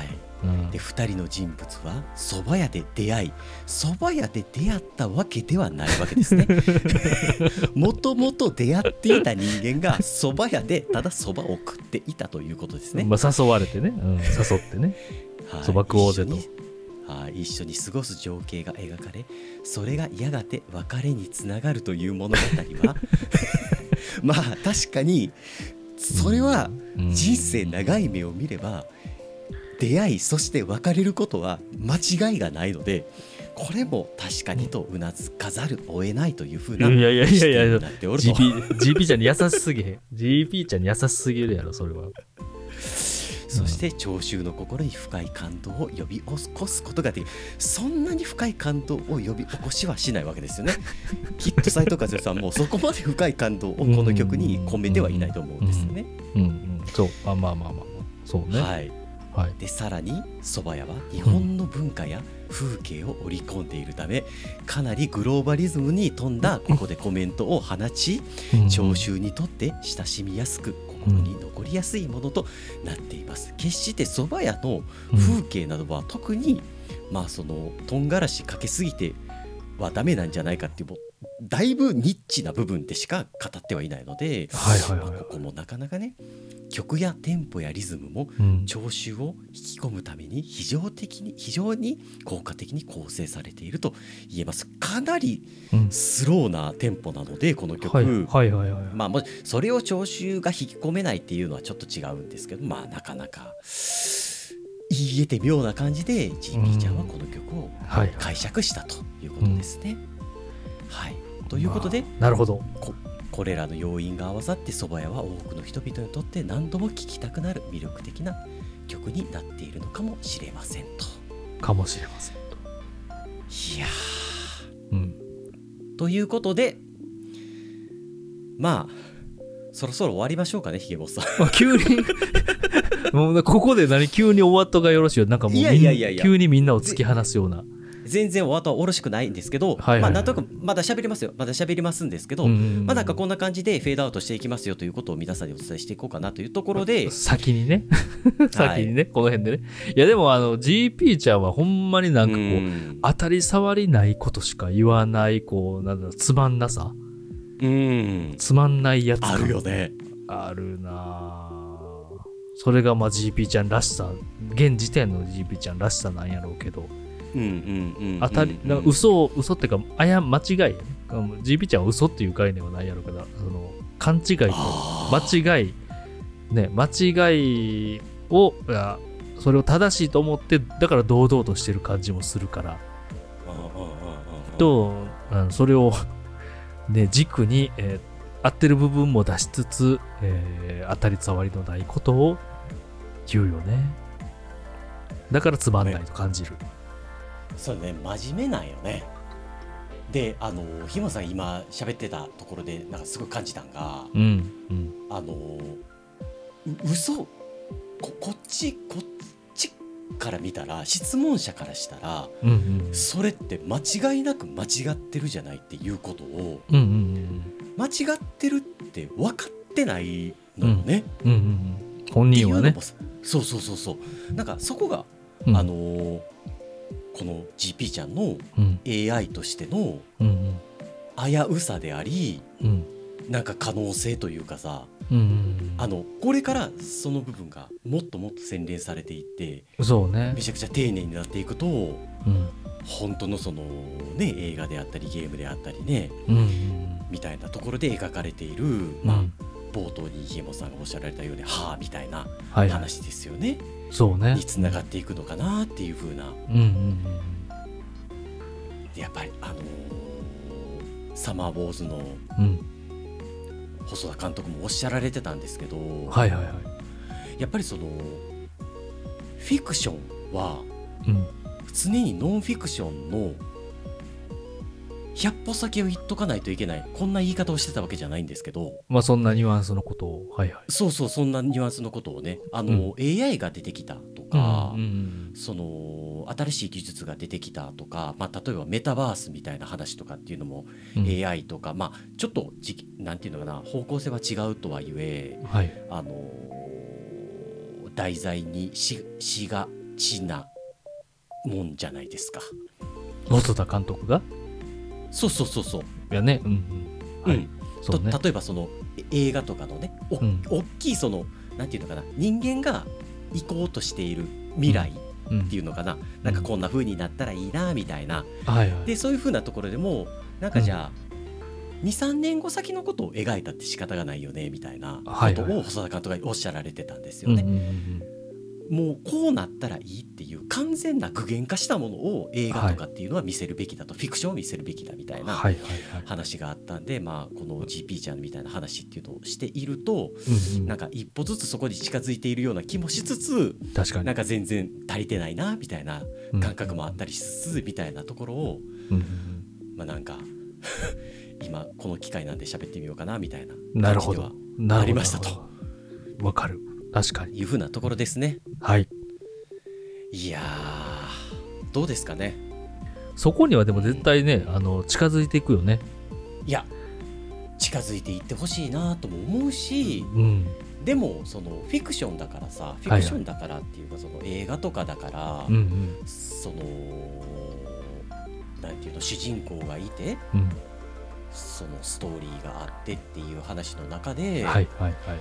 うん、でふたりの人物は蕎麦屋で出会い蕎麦屋で出会ったわけではないわけですねもともと出会っていた人間が蕎麦屋でただ蕎麦を食っていたということですね、 まあ、誘われてね、うん、誘ってね蕎麦食おうぜと、 はい、一緒に過ごす情景が描かれそれがやがて別れにつながるという物語はまあ確かにそれは人生長い目を見れば出会いそして別れることは間違いがないのでこれも確かにとうなずかざるを得ないというふうな視点になっておると。 ジーピー ジーピー ちゃんに優しすぎへんジーピー ちゃんに優しすぎるやろそれは。 そして聴衆の心に深い感動を呼び起こすことができる。そんなに深い感動を呼び起こしはしないわけですよねきっと斉藤和義さんもそこまで深い感動をこの曲に込めてはいないと思うんですよね。 うんうんうん、そうあまあまあまあそうね。 はいはい、でさらに蕎麦屋は日本の文化や風景を織り込んでいるため、うん、かなりグローバリズムに富んだここでコメントを放ち、うん、聴衆にとって親しみやすく心に残りやすいものとなっています。決して蕎麦屋の風景などは特に、うん、まあそのとんがらしかけすぎてはダメなんじゃないかっていうだいぶニッチな部分でしか語ってはいないので、はいはいはい、まあ、ここもなかなかね曲やテンポやリズムも聴衆を引き込むために非常的に非常に効果的に構成されていると言えます。かなりスローなテンポなので、この曲、 はいはいはいはい、 まあもうそれを聴衆が引き込めないっていうのはちょっと違うんですけど、まあなかなか言えて妙な感じで ジーピー ちゃんはこの曲を解釈したということですね。はい、はい、ということで、 まあ、なるほど。 ここれらの要因が合わさって蕎麦屋は多くの人々にとって何度も聴きたくなる魅力的な曲になっているのかもしれませんと。 かもしれませんと。 いやー、 うん、 ということで、まあそろそろ終わりましょうかね、ひげぼっさん。 急にもうここで何急に終わっとがよろしいよ。なんかもういやいやいやいや急にみんなを突き放すような。 全然お後はおろしくないんですけど、はいはいはい、まあなんとかまだ喋りますよまだ喋りますんですけど、うんうんうん、まあなんかこんな感じでフェードアウトしていきますよということを皆さんにお伝えしていこうかなというところで、 先にね先にね、はい、この辺でね。いやでもあの ジーピー ちゃんはほんまになんかこう、うん、当たり障りないことしか言わない、こうなんだつまんなさ、 うん、 つまんないやつあるよね。 あるな。それがまあ ジーピー ちゃんらしさ、現時点の ジーピー ちゃんらしさなんやろうけど、 うんうんうんうん、 当たりなんか嘘嘘っていうかあや間違いやね。ジーピー ちゃんは嘘っていう概念はないやろうけど、その勘違いと間違いね、間違いをそれを正しいと思ってだから堂々としてる感じもするから、とそれをね軸に、えー、合ってる部分も出しつつ、えー、当たり障りのないことを言うよね。だからつまんないと感じる。 そうね、真面目なんよね。で、あのひもさん今喋ってたところでなんかすごい感じたんが、 うんうん、 あの嘘ここっちこっちから見たら、質問者からしたら、 うんうん、 それって間違いなく間違ってるじゃないっていうことを、 うんうんうん、 間違ってるって分かってないのよね、 うんうんうん、本人はね。 そうそうそうそう、なんかそこが、 うん、 あのー、この ジーピー ちゃんの エーアイ としての危うさであり、 うん、 なんか可能性というかさ、 うんうんうん、 あのこれからその部分がもっともっと洗練されていって、 そうね、 めちゃくちゃ丁寧になっていくと、うん、本当のそのね映画であったりゲームであったりね、 うんうん、 みたいなところで描かれている、まあ、うん、冒頭にひえもさんがおっしゃられたようにはあみたいな話ですよね、はいはい、 そうね、 につながっていくのかなっていう風な、 うんうんうん、 でやっぱりあのー、サマーウォーズの、うん、細田監督もおっしゃられてたんですけど、 はいはいはい、 やっぱりそのフィクションは、 うん、 常にノンフィクションのひゃっぽ先を言っとかないといけない、こんな言い方をしてたわけじゃないんですけど、 まあそんなニュアンスのことを、はいはい、 そうそう、そんなニュアンスのことをね、あの、うん、エーアイ が出てきたとか、 うんうんうん、 その新しい技術が出てきたとか、まあ、例えばメタバースみたいな話とかっていうのも、うん、エーアイ とか、まあ、ちょっとじなんていうのかな、方向性は違うとはいえ、 はい、 あの題材に し, しがちなもんじゃないですか。 細田監督がそうそうそうそういやね、うんうん、はい、 うん、そうね、と例えばその映画とかのね、お、うん、大きいそのなんていうのかな、人間が行こうとしている未来っていうのかな、うん、なんかこんな風になったらいいなみたいな、 うん、はいはい、 でそういう風なところでもなんかじゃあ、うん、にさんねんご先のことを描いたって仕方がないよねみたいなことを細田監督がおっしゃられてたんですよね、 うんうんうん、 もうこうなったらいいっていう完全な具現化したものを映画とかっていうのは見せるべきだと、はい、フィクションを見せるべきだみたいな話があったんで、まあ、この ジーピー ちゃんみたいな話っていうのをしていると、うんうん、なんか一歩ずつそこに近づいているような気もしつつ、 確かになんか全然足りてないなみたいな感覚もあったりしつつみたいなところを、 うんうん、 まあなんか今この機会なんで喋ってみようかなみたいな感じではありましたと。 わかる、確かにいうふうなところですね。 はい。 いやーどうですかね。 そこにはでも絶対ね、うん、あの近づいていくよね。 いや近づいていってほしいなとも思うし、 うん、 でもそのフィクションだからさ、フィクションだからっていうか、その映画とかだから、 はいはい、 そのなんていうの、主人公がいて、 うん、 そのストーリーがあってっていう話の中で、 はいはいはい、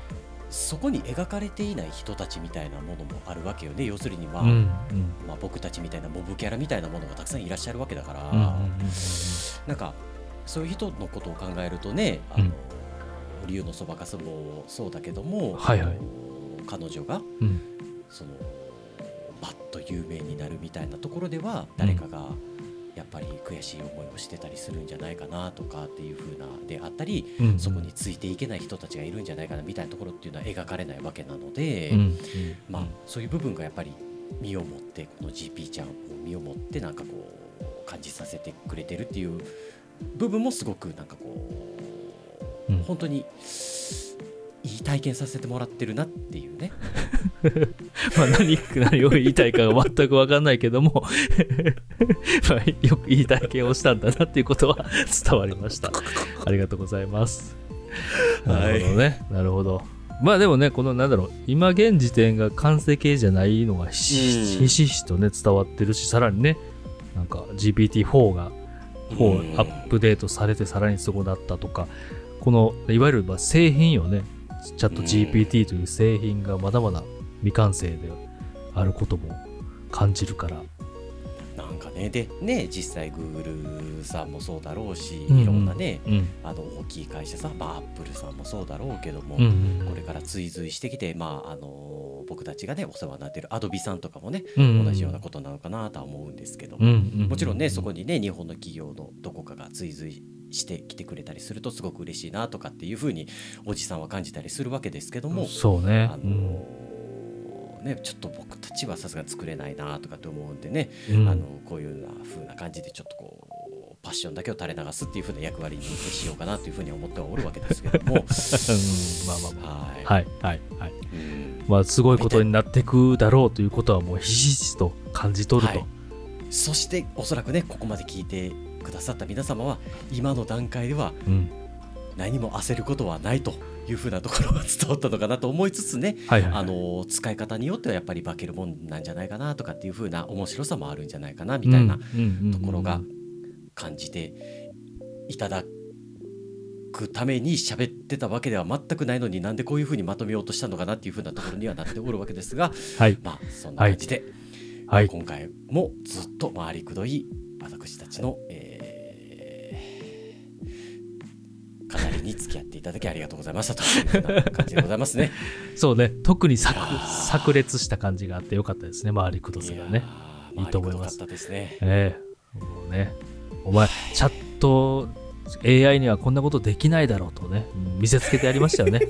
そこに描かれていない人たちみたいなものもあるわけよね。要するに、まあうんうん、 まあ、僕たちみたいなモブキャラみたいなものがたくさんいらっしゃるわけだから、 うんうんうんうん、 なんかそういう人のことを考えるとね、あの、うん、竜のそばかすもそうだけども、 はいはい、 彼女が、 うん、 そのバッと有名になるみたいなところでは誰かがやっぱり悔しい思いをしてたりするんじゃないかなとかっていう風なであったり、うんうん、そこについていけない人たちがいるんじゃないかなみたいなところっていうのは描かれないわけなので、うんうん、まあそういう部分がやっぱり身をもってこの ジーピー ちゃんを身をもってなんかこう感じさせてくれてるっていう部分もすごくなんかこう、うん、本当にいい体験させてもらってるなっていうねまあ 何, 何を言いたいかが全く分かんないけどもまあよくいい体験をしたんだなっていうことは伝わりました。ありがとうございます。なるほどね、はい、なるほど。まあでもね、このなんだろう、今現時点が完成形じゃないのがひしひしとね伝わってるし、さらにねなんか ジーピーティーフォー がフォーアップデートされてさらにすごくなったとか、このいわゆる製品よね、チャット ジーピーティー という製品がまだまだ未完成であることも感じるから、 なんかね、でね、実際 Google さんもそうだろうし、うんうん、いろんなね、うん、あの大きい会社さん、まあ、Apple さんもそうだろうけども、うんうん、これから追随してきて、まあ、あの僕たちがねお世話になっている Adobe さんとかもね、うんうん、同じようなことなのかなとは思うんですけども、うんうんうん、もちろんねそこにね日本の企業のどこかが追随してきてくれたりするとすごく嬉しいなとかっていうふうにおじさんは感じたりするわけですけども、 そうね、 あのーうん、ねちょっと僕たちはさすがに作れないなとかって思うんでね、うん、あのこういうような風な感じでちょっとこうパッションだけを垂れ流すっていう風な役割にしようかなというふうに思ってはおるわけですけども、うん、 まあまあまあはいはいはいはい、うん、まあすごいことになっていくだろうということはもうひしひしと感じ取ると、はい、そしておそらくねここまで聞いてくださった皆様は今の段階では何も焦ることはないというふうなところが伝わったのかなと思いつつね、はいはいはい、あの使い方によってはやっぱり化けるもんなんじゃないかなとかっていうふうな面白さもあるんじゃないかなみたいなところが感じていただくために喋ってたわけでは全くないのに、なんでこういうふうにまとめようとしたのかなっていうふうなところにはなっておるわけですが、はい、まあそんな感じで、はい、今回もずっと回りくどい私たちの、えー、語りに付き合っていただきありがとうございましたという感じでございますね。 そうね、特に炸裂した感じがあってよかったですね、回りくどさがね。いいと思います。 回りくどかったですね。 えー、もうね、お前チャット エーアイ にはこんなことできないだろうとね見せつけてやりましたよね。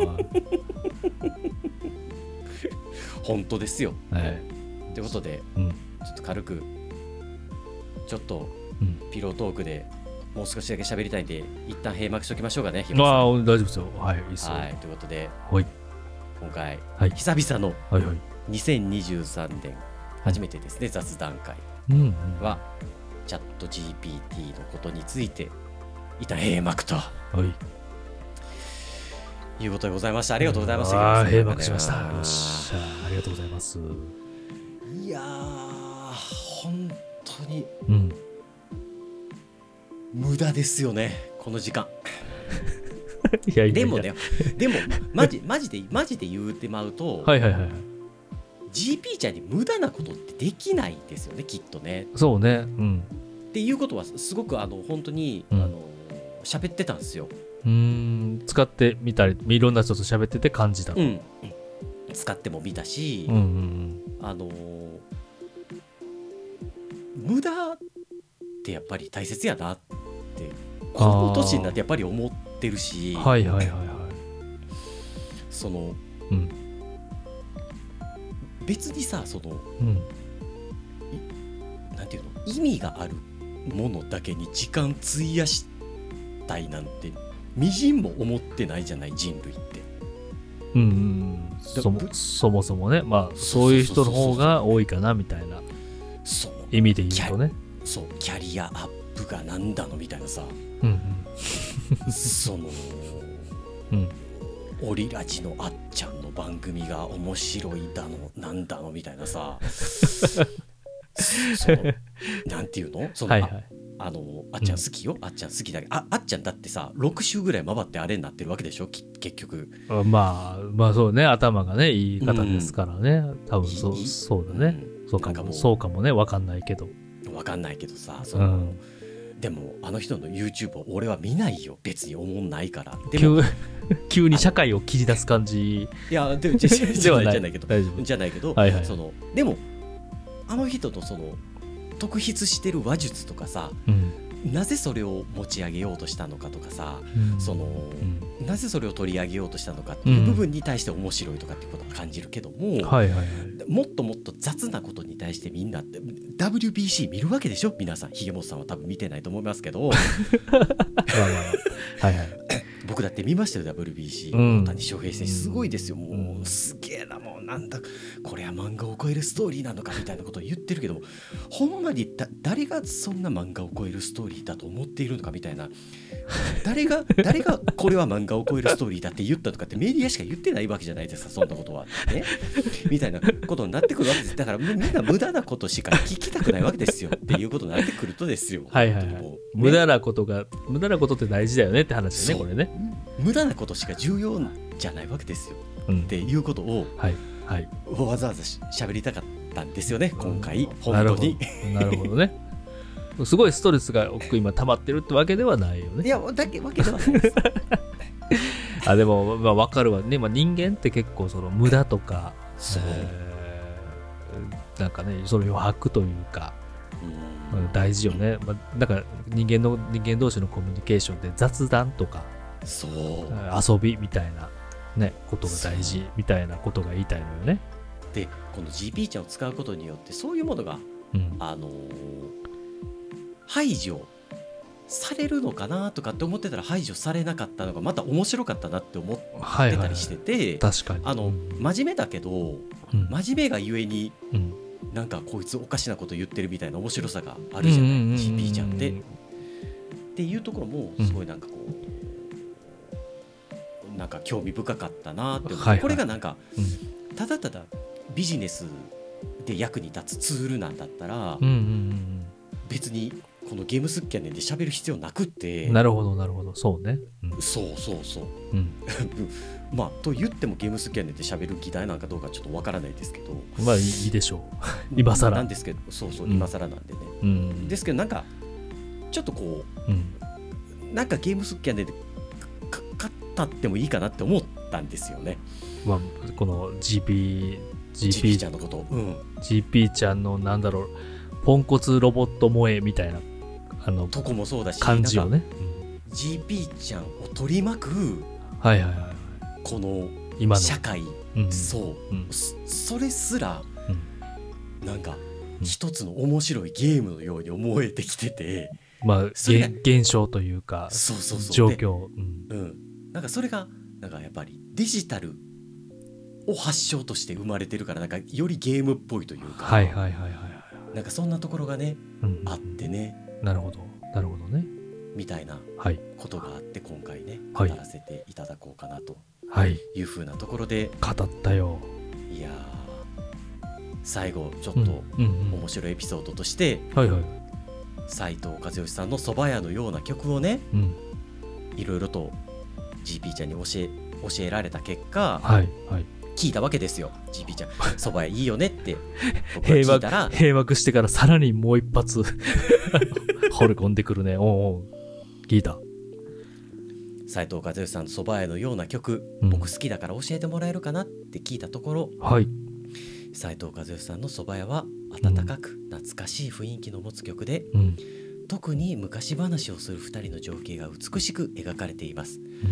本当ですよ。えー、ということで、うん、ちょっと軽くちょっとピロートークでもう少しだけ喋りたいんで一旦閉幕しておきましょうかね。 ああ大丈夫ですよ。はい、いいですよ。 はい、ということで、 はい、 今回、はい、久々のにせんにじゅうさんねん初めてですね、うん、雑談会は、うん、チャット ジーピーティー のことについて一旦閉幕と、はい、いうことでございました。ありがとうございました。 ああ閉幕しました。よっしゃ、ありがとうございます。 いやー本当に、うん、無駄ですよねこの時間。 いやいやいやでもね、でもマジマジでマジで言うてまうと、 はいはいはい、 ジーピー ちゃんに無駄なことってできないですよねきっとね。 そうね、うん、 っていうことはすごくあの本当に、うん、あの喋ってたんですよ。 うーん使ってみたりいろんな人と喋ってて感じた、うん、 使っても見たし、 うんうんうん、 あの無駄ってやっぱり大切やなってこの年になってやっぱり思ってるし、 はいはいはいはい、 その、うん、別にさその、うん、なんていうの意味があるものだけに時間費やしたいなんてみじんも思ってないじゃない人類って。 うんうん、そもそもそもね、まあそういう人の方が多いかなみたいな意味で言うとね。 そうキャリアアップがなんだのみたいなさ、 うんうん、 その、うん、オリラジのあっちゃんの番組が面白いだのなんだのみたいなさそのなんていうのその、はいはい、 あのあっちゃん好きよ、うん、あっちゃん好きだけど あ, あっちゃんだってさろく周ぐらい回ってあれになってるわけでしょ結局。 まあまあそうね、頭がねいい方ですからね、うん、多分そうそうだね、うん、そうかもそうかもね、分かんないけど分かんないけどさその、うん、でもあの人の YouTube を俺は見ないよ別に思んないから。でも急に社会を切り出す感じ。 いやでもじゃないけどじゃないけど、はいはい、そのでもあの人のその特筆してる話術とかさ、うん、なぜそれを持ち上げようとしたのかとかさ、うん、その、うん、なぜそれを取り上げようとしたのかっていう部分に対して面白いとかっていうことは感じるけども、うんはいはいはい、もっともっと雑なことに対してみんなって ダブリュービーシー 見るわけでしょ皆さん。ひげもとさんは多分見てないと思いますけどはいはい僕だって見ましたよ ダブリュービーシー、うん、大谷翔平選手すごいですよ、もうすげえな、もうなんだこれは漫画を超えるストーリーなのかみたいなことを言ってるけども、ほんまにだ誰がそんな漫画を超えるストーリーだと思っているのかみたいな、誰が誰がこれは漫画を超えるストーリーだって言ったとかってメディアしか言ってないわけじゃないですか、そんなことはねみたいなことになってくるわけです。だからみんな無駄なことしか聞きたくないわけですよっていうことになってくるとですよはいはい、はいね、無駄なことが無駄なことって大事だよねって話だねこれね。 無駄なことしか重要じゃないわけですよ、うん、っていうことを、はいはい、わざわざしゃべりたかったんですよね、うん、今回本当に。 なるほど、なるほどねすごいストレスが今溜まってるってわけではないよね。 いやだけわけではないですあでも、まあ、分かるわね、まあ、人間って結構その無駄とかそう、えー、なんかねその余白というかうん、大事よね、まあ、だから人間の人間同士のコミュニケーションで雑談とかそう遊びみたいな、ね、ことが大事みたいなことが言いたいのよね。 でこの ジーピー ちゃんを使うことによってそういうものが、うんあのー、排除されるのかなとかって思ってたら排除されなかったのがまた面白かったなって思ってたりしてて、はいはいはい、 確かにあの、うん、真面目だけど、うん、真面目がゆえに、うんなんかこいつおかしなこと言ってるみたいな面白さがあるじゃない、うんうんうんうん、ジーピー ちゃんってっていうところもすごいなんかこう、うん、なんか興味深かったなって思う、はいはい、これがなんか、うん、ただただビジネスで役に立つツールなんだったら、うんうんうん、別にこのゲームスキャネンで喋る必要なくって。 なるほどなるほどそうね、 うん、そうそうそう、うんまあと言ってもゲームスキャネンで喋る議題なんかどうかちょっとわからないですけど、 まあいいでしょう今更なんですけど、そうそう今更なんでね、うん、ですけどなんかちょっとこう、うん、なんかゲームスキャネンで買ったってもいいかなって思ったんですよね、 まあ、この ジーピージーピー ちゃんのこと、うん、 ジーピー ちゃんのなんだろうポンコツロボット萌えみたいなあのとこもそうだし感じをね、 うん、ジーピー ちゃんを取り巻くはいはいはいこの社会、うん、そう、うん、それすら、うん、なんか一つの面白いゲームのように思えてきてて、 まあ現象というかそうそうそう状況、 うんうん、なんかそれがなんかやっぱりデジタルを発祥として生まれてるからなんかよりゲームっぽいというか、 はいはいはいはい、 なんかそんなところがね、うん、あってね、 なるほどなるほどねみたいなことがあって今回ね語らせていただこうかなというふうなところで、 はい、語ったよ。いや最後ちょっと面白いエピソードとして、うんうんうん、斉藤和義さんの蕎麦屋のような曲をね、うん、いろいろと ジーピー ちゃんに教え、教えられた結果、はいはい、聞いたわけですよ。 ジーピー ちゃん蕎麦屋いいよねって僕が聞いたら閉幕してからさらにもう一発掘り込んでくるね。おうおう聞いた。 斉藤和義さんの蕎麦屋のような曲、うん、僕好きだから教えてもらえるかなって聞いたところ、はい、斉藤和義さんの蕎麦屋は温かく懐かしい雰囲気の持つ曲で、うん、特に昔話をするふたりの情景が美しく描かれています、うん、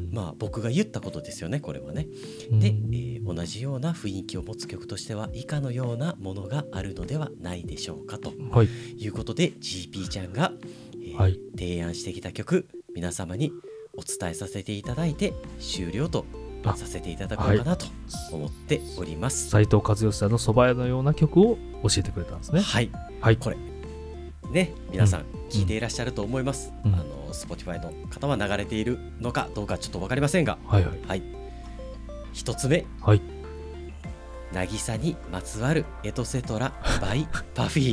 まあ僕が言ったことですよねこれはね、うん、で、えー、同じような雰囲気を持つ曲としては以下のようなものがあるのではないでしょうかと、はい、いうことで ジーピー ちゃんが、えーはい、提案してきた曲皆様にお伝えさせていただいて終了とさせていただこうかなと思っております。 斉藤和義さんの蕎麦屋のような曲を教えてくれたんですね。 はい、はい、これね皆さん聞いていらっしゃると思います、うん、あの Spotify の方は流れているのかどうかちょっと分かりませんが、はいはいはい、一つ目、はい、渚にまつわるエトセトラ by パフィー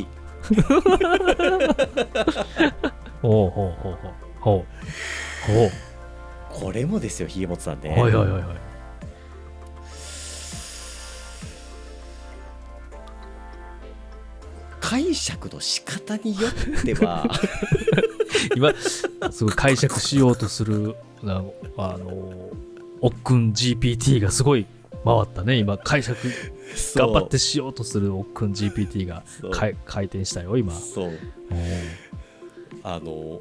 ほうほうほうほうほうほう。 これもですよ、ひげもとさんね。 はいはいはいはい。 解釈の仕方によっては今すごい解釈しようとするなあのおっくん ジーピーティー がすごい回ったね。今解釈頑張ってしようとするおっくん ジーピーティー が回転したよ今。 そうあの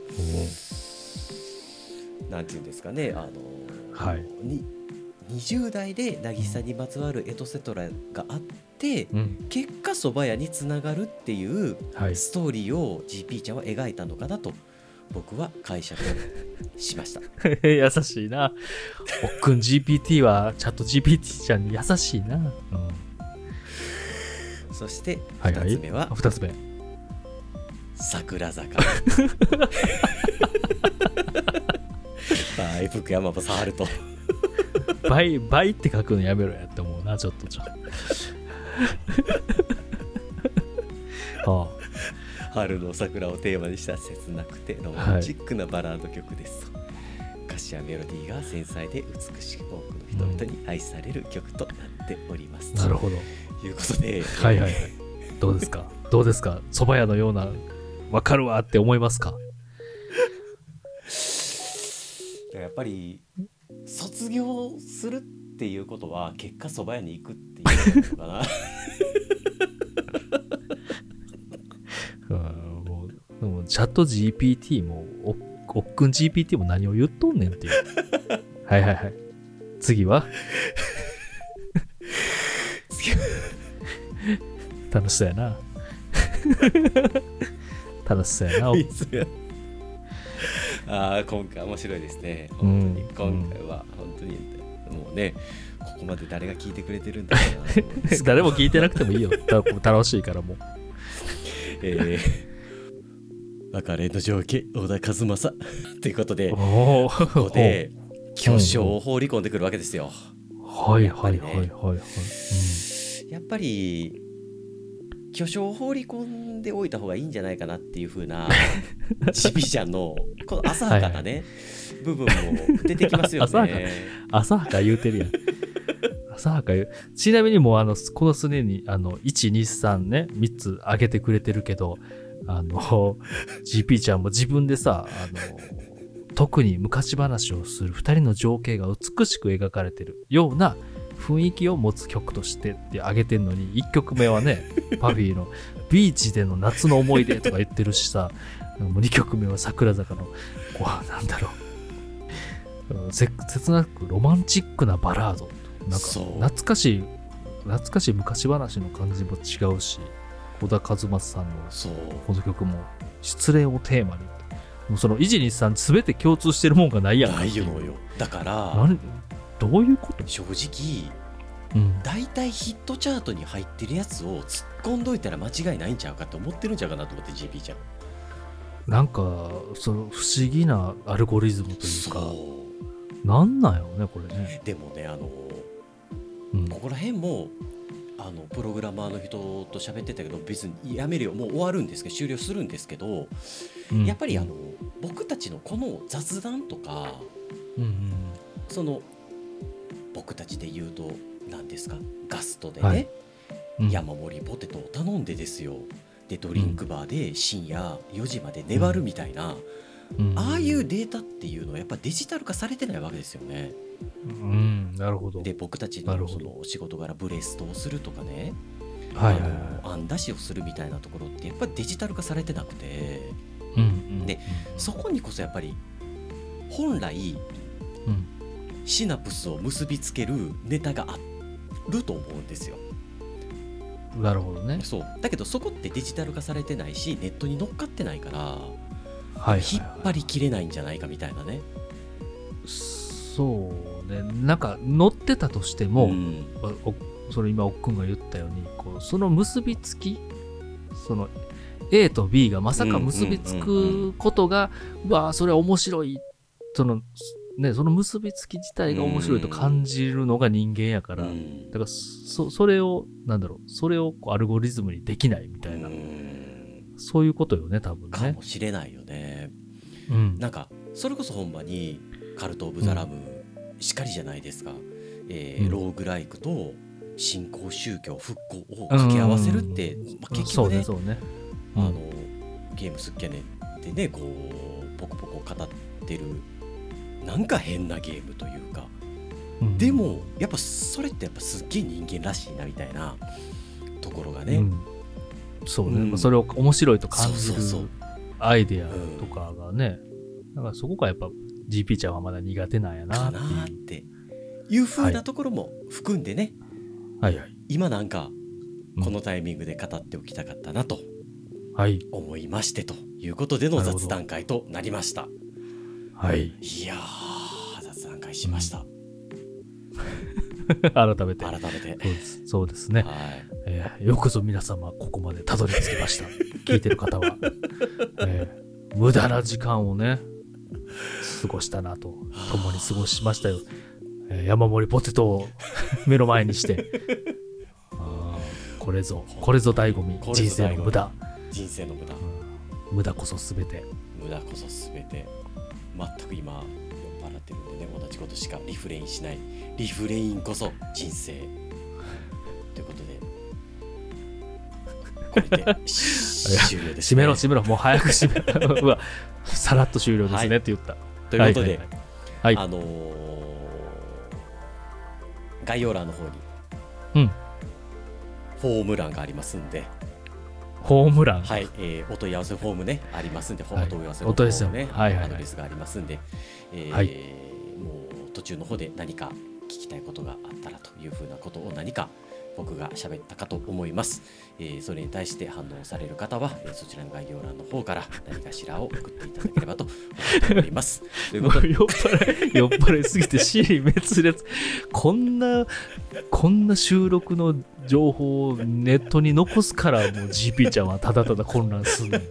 なんていうんですかね、あの、 はい、 ににじゅう代で渚にまつわるエトセトラがあって、うん、結果蕎麦屋につながるっていうストーリーを ジーピー ちゃんは描いたのかなと僕は解釈しました優しいなおっくん ジーピーティー はチャット ジーピーティー ちゃんに優しいな、うん、 そしてふたつめは、はいはい、 ふたつめ桜坂倍福山も触ると倍倍って書くのやめろやって思うなちょっとちょっと、はあ、春の桜をテーマにした切なくてロマンチックなバラード曲ですと、はい、歌詞やメロディーが繊細で美しく多くの人々に愛される曲となっております、うん、 なるほどということで、 はいはいはいどうですかどうですか蕎麦屋のようなわかるわって思いますか。 やっぱり卒業するっていうことは結果蕎麦屋に行くっていうのかなうんもうもうチャット ジーピーティー も お, おっくん ジーピーティー も何を言っとんねんっていうはいはいはい次は次は楽しそうやな楽しそうやなあ今回面白いですね本当に、うん、今回は本当にもうねここまで誰が聞いてくれてるんだろうな誰も聞いてなくてもいいよ楽しいからもうえー、別れの情景小田和正ということでここで巨匠を放り込んでくるわけですよ。 はいはいはいはいはい、 うん、やっぱり巨匠を放り込んでおいた方がいいんじゃないかなっていう風なジビちゃんのこの浅はかなね、はいはい、部分も出てきますよね。 浅はか浅はか言うてるやん浅はか言う。ちなみにもうあのこのすでにあのいち、に、さんねみっつ上げてくれてるけどあの ジーピー ちゃんも自分でさあの特に昔話をするふたりの情景が美しく描かれてるような雰囲気を持つ曲としてって上げてんのにいっきょくめはねパフィーのビーチでの夏の思い出とか言ってるしさもうにきょくめは桜坂のこうなんだろう切なくロマンチックなバラードなんか懐かしい懐かしい昔話の感じも違うし小田和正さんのこの曲も失恋をテーマにもうそのいちにさん全て共通してるもんがないやんかないよだからどういうこと。 正直、うん、だいたいヒットチャートに入ってるやつを突っ込んどいたら間違いないんちゃうかって思ってるんちゃうかなと思って ジーピー ちゃんなんかその不思議なアルゴリズムというかなんなんやろねこれね。 でもねあの、うん、ここら辺もあのプログラマーの人と喋ってたけど別にやめるよもう終わるんですけど終了するんですけど、うん、やっぱりあの僕たちのこの雑談とか、うんうん、その僕たちで言うと何ですかガストでね、はいうん、山盛りポテトを頼んでですよでドリンクバーで深夜よじまで粘るみたいな、うん、ああいうデータっていうのはやっぱデジタル化されてないわけですよね。 うん、なるほど。 で僕たちのその仕事柄ブレストをするとかね、 はいはいはい、 あの案出しをするみたいなところってやっぱデジタル化されてなくて、 うんうん、 でそこにこそやっぱり本来、うんシナプスを結びつけるネタがあると思うんですよ。 なるほどね。 そうだけどそこってデジタル化されてないしネットに乗っかってないから、はいはいはい、 引っ張りきれないんじゃないかみたいなね。 そうねなんか乗ってたとしても、うん、それ今おっくんが言ったようにこうその結びつきその A と B がまさか結びつくことが、うんうんうんうん、うわそれは面白いそのね、その結びつき自体が面白いと感じるのが人間やから、うん、だからそそれをなんだろうそれをこうアルゴリズムにできないみたいなそういうことよね多分ね。 かもしれないよね。 うん、 なんかそれこそほんまにカルト・オブ・ザ・ラムしかりじゃないですか、えーうん、ローグライクと新興宗教復興を掛け合わせるって、うんまあ、結局ね、 そうねそうね、 うん、あのゲームスキャネでねこうポコポコ語ってるなんか変なゲームというか、うん、でもやっぱそれってやっぱすっげえ人間らしいなみたいなところがね、うん、 そうね、うん、それを面白いと感じるアイデアとかがね、だからそこがやっぱ ジーピー ちゃんはまだ苦手なんやなっていう、かなっていう風なところも含んでね、 はいはいはい、 今なんかこのタイミングで語っておきたかったなと思いましてということでの雑談会となりました。 はい、 いやー雑談会しました、 うん、改めて改めてそうです、そうですね、 はいえー、よくぞ皆様ここまでたどり着きました聞いてる方は、えー、無駄な時間をね過ごしたなと共に過ごしましたよ、えー、山盛りポテトを目の前にしてあこれぞこれぞ醍醐味、人生の無駄人生の無駄、 うん、無駄こそすべて無駄こそすべて全く今酔っ払ってるんでね同じことしかリフレインしないリフレインこそ人生ということでこれで終了です、ね、 締めろ締めろもう早く締めろうわさらっと終了ですね、はい、って言ったということで、 はいはいはい、 あのー、概要欄の方に、 うん、 フォーム欄がありますんでフォーム欄はい、えー、お問い合わせフォームねありますんで、フォームお問い合わせフォームね、はいはいはい、アドレスがありますんで、えーはい、もう途中の方で何か聞きたいことがあったらというふうなことを何か僕が喋ったかと思います、えー、それに対して反応される方は、えー、そちらの概要欄の方から何かしらを送っていただければと思っておりますということで酔っ払い酔っ払いすぎて支離滅裂こんなこんな収録の情報をネットに残すからもう ジーピー ちゃんはただただ混乱するの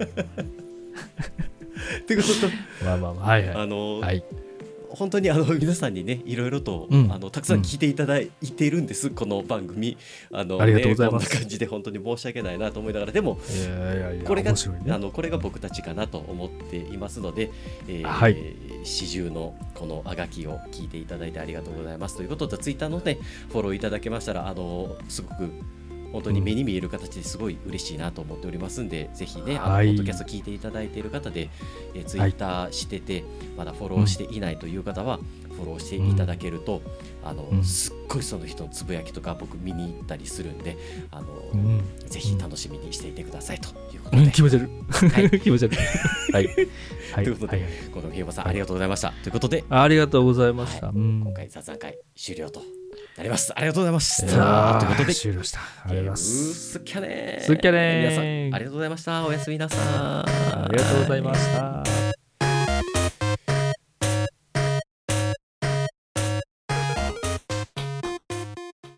ってこととまあまあまあはいはいあのーはい本当にあの皆さんにねいろいろと、うん、あのたくさん聞いていただいているんです、うん、この番組あの、ね、 ありがとうございます。 こんな感じで本当に申し訳ないなと思いながらでもいやいやいやこれが、 ね、 あのこれが僕たちかなと思っていますので、えーはい、 始終のこのあがきを聞いていただいてありがとうございますということとツイッターのねフォローいただけましたらあのすごく本当に目に見える形ですごい嬉しいなと思っておりますんで、うん、ぜひね、あの、はい、ポッドキャスト聞いていただいている方で、えー、ツイッターしてて、はい、まだフォローしていないという方は、うん、フォローしていただけると、うん、あの、うん、すっごいその人のつぶやきとか僕見に行ったりするんで、あの、うん、ぜひ楽しみにしていてくださいということで、 うん、気持ち悪い、はい、気持ち悪いはい、 はい、ということで、はい、このひよまさん、はい、ありがとうございましたということでありがとうございました、 はい、今回雑談会終了となります。ありがとうございました。 ということで終了した。ありがとうございます。 すっきゃねー。 すっきゃねー。 皆さんありがとうございました。おやすみなさい。 ありがとうございました。